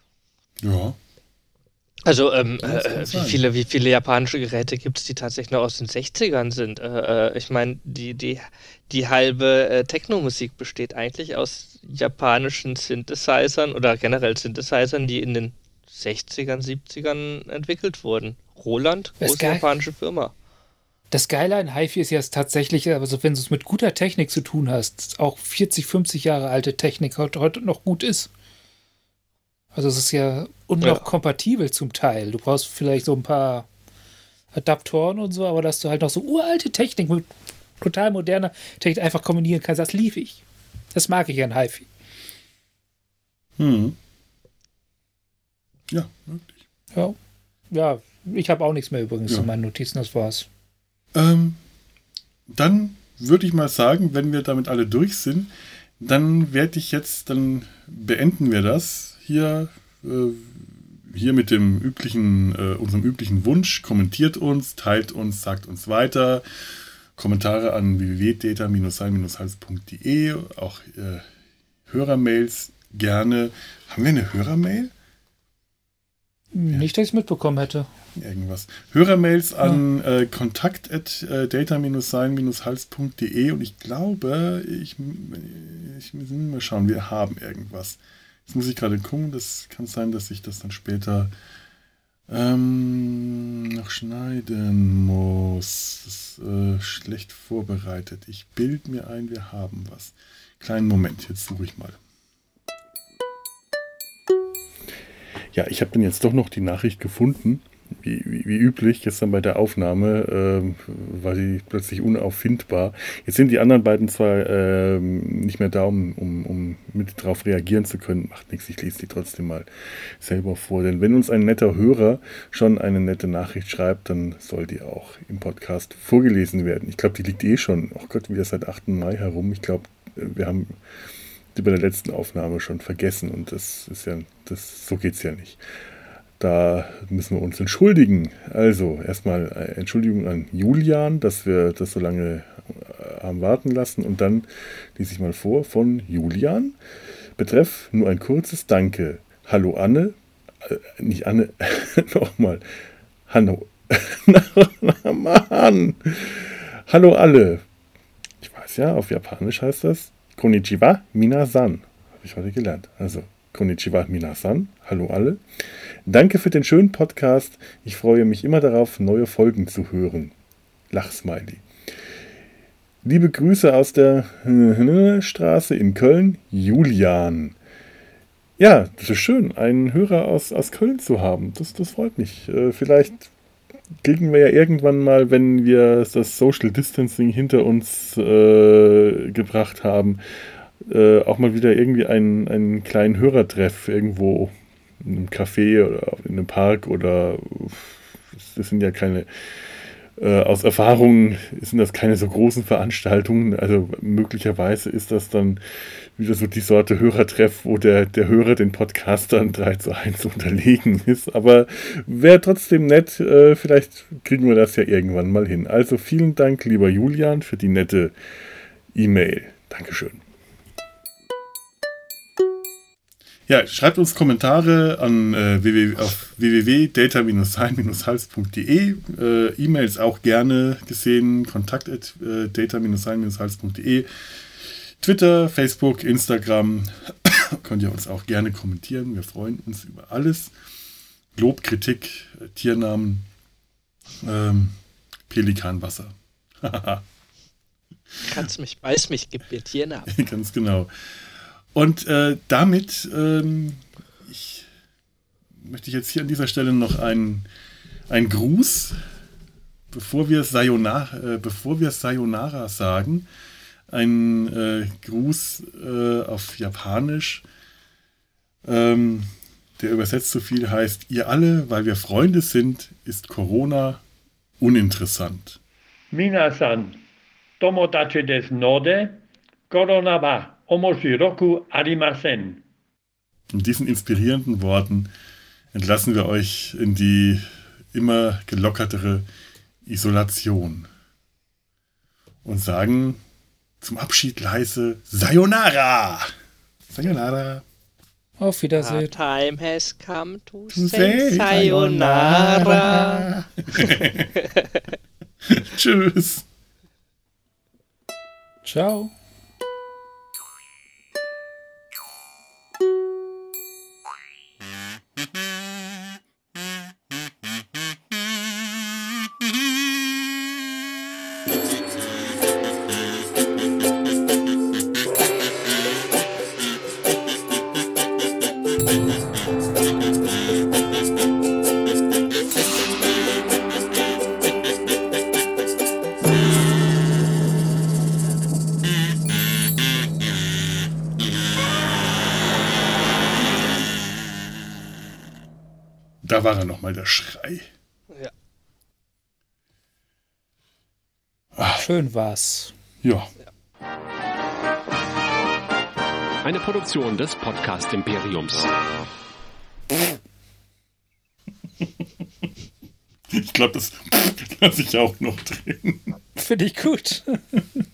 Ja, Also, ähm, das kann äh, wie sein. viele, wie viele japanische Geräte gibt es, die tatsächlich noch aus den sechzigern sind? Äh, äh, ich meine, die, die, die halbe äh, Techno-Musik besteht eigentlich aus japanischen Synthesizern oder generell Synthesizern, die in den sechzigern, siebzigern entwickelt wurden. Roland, Das ist große geil. japanische Firma. Das Geile an HiFi ist ja tatsächlich, also wenn du es mit guter Technik zu tun hast, auch vierzig, fünfzig Jahre alte Technik heute, heute noch gut ist. Also es ist ja und noch Ja. kompatibel zum Teil. Du brauchst vielleicht so ein paar Adaptoren und so, aber dass du halt noch so uralte Technik mit total moderner Technik einfach kombinieren kannst, das lief ich. Das mag ich an HiFi. Hm. Ja, wirklich. Ja, ja ich habe auch nichts mehr übrigens Ja. in meinen Notizen, das war's. Ähm, dann würde ich mal sagen, wenn wir damit alle durch sind, dann werde ich jetzt, dann beenden wir das hier, äh, hier mit dem üblichen, äh, unserem üblichen Wunsch. Kommentiert uns, teilt uns, sagt uns weiter. Kommentare an w w w punkt data dash sein dash hals punkt d e, auch äh, Hörermails gerne. Haben wir eine Hörermail? Nicht, dass ich es mitbekommen hätte. Irgendwas. Hörermails an ja. äh, kontakt at data sein hals punkt de und ich glaube, ich, ich muss mal schauen, wir haben irgendwas. Jetzt muss ich gerade gucken, das kann sein, dass ich das dann später ähm, noch schneiden muss. Das ist äh, schlecht vorbereitet. Ich bilde mir ein, wir haben was. Kleinen Moment, jetzt suche ich mal. Ja, ich habe dann jetzt doch noch die Nachricht gefunden, wie, wie, wie üblich, gestern bei der Aufnahme ähm, war sie plötzlich unauffindbar. Jetzt sind die anderen beiden zwar ähm, nicht mehr da, um, um, um mit drauf reagieren zu können, macht nichts, ich lese die trotzdem mal selber vor. Denn wenn uns ein netter Hörer schon eine nette Nachricht schreibt, dann soll die auch im Podcast vorgelesen werden. Ich glaube, die liegt eh schon, oh Gott, wieder seit achten Mai herum. Ich glaube, wir haben die bei der letzten Aufnahme schon vergessen und das ist ja, das, so geht's ja nicht. Da müssen wir uns entschuldigen. Also erstmal Entschuldigung an Julian, dass wir das so lange haben warten lassen und dann lese ich mal vor von Julian. Betreff nur ein kurzes Danke. Hallo Anne, äh, nicht Anne, nochmal. Hallo, Mann. Hallo alle. Ich weiß ja, auf Japanisch heißt das Konnichiwa minasan. Habe ich heute gelernt. Also, Konnichiwa minasan. Hallo alle. Danke für den schönen Podcast. Ich freue mich immer darauf, neue Folgen zu hören. Lachsmiley. Liebe Grüße aus der Straße in Köln, Julian. Ja, das ist schön, einen Hörer aus, aus Köln zu haben. Das, das freut mich. Äh, vielleicht kriegen wir ja irgendwann mal, wenn wir das Social Distancing hinter uns äh, gebracht haben, äh, auch mal wieder irgendwie einen, einen kleinen Hörertreff irgendwo in einem Café oder in einem Park oder das sind ja keine, äh, aus Erfahrung sind das keine so großen Veranstaltungen, also möglicherweise ist das dann wieder so die Sorte Hörertreff, wo der, der Hörer den Podcastern drei zu eins unterlegen ist. Aber wäre trotzdem nett, äh, vielleicht kriegen wir das ja irgendwann mal hin. Also vielen Dank, lieber Julian, für die nette E-Mail. Dankeschön. Ja, schreibt uns Kommentare an äh, w w w auf w w w punkt data sein hals punkt de. Äh, E-Mails auch gerne gesehen. kontakt at data sein hals punkt de. Twitter, Facebook, Instagram, könnt ihr uns auch gerne kommentieren. Wir freuen uns über alles. Lob, Kritik, Tiernamen, ähm, Pelikanwasser. Kannst mich, beiß mich, gib mir Tiernamen. Ganz genau. Und äh, damit ähm, ich, möchte ich jetzt hier an dieser Stelle noch einen, einen Gruß, bevor wir Sayonara, äh, bevor wir Sayonara sagen, ein äh, Gruß äh, auf Japanisch, ähm, der übersetzt so viel heißt, ihr alle, weil wir Freunde sind, ist Corona uninteressant. Minasan, tomodachi desu node, Corona wa omoshiroku arimasen. Mit diesen inspirierenden Worten entlassen wir euch in die immer gelockertere Isolation und sagen zum Abschied leise Sayonara! Sayonara! Auf Wiedersehen. Our time has come to, To say say sayonara. Tschüss! Ciao. Da war er nochmal, der Schrei. Ja. Ach, Schön war's. ja. Eine Produktion des Podcast-Imperiums. Ich glaube, das lasse ich auch noch drin. Finde ich gut.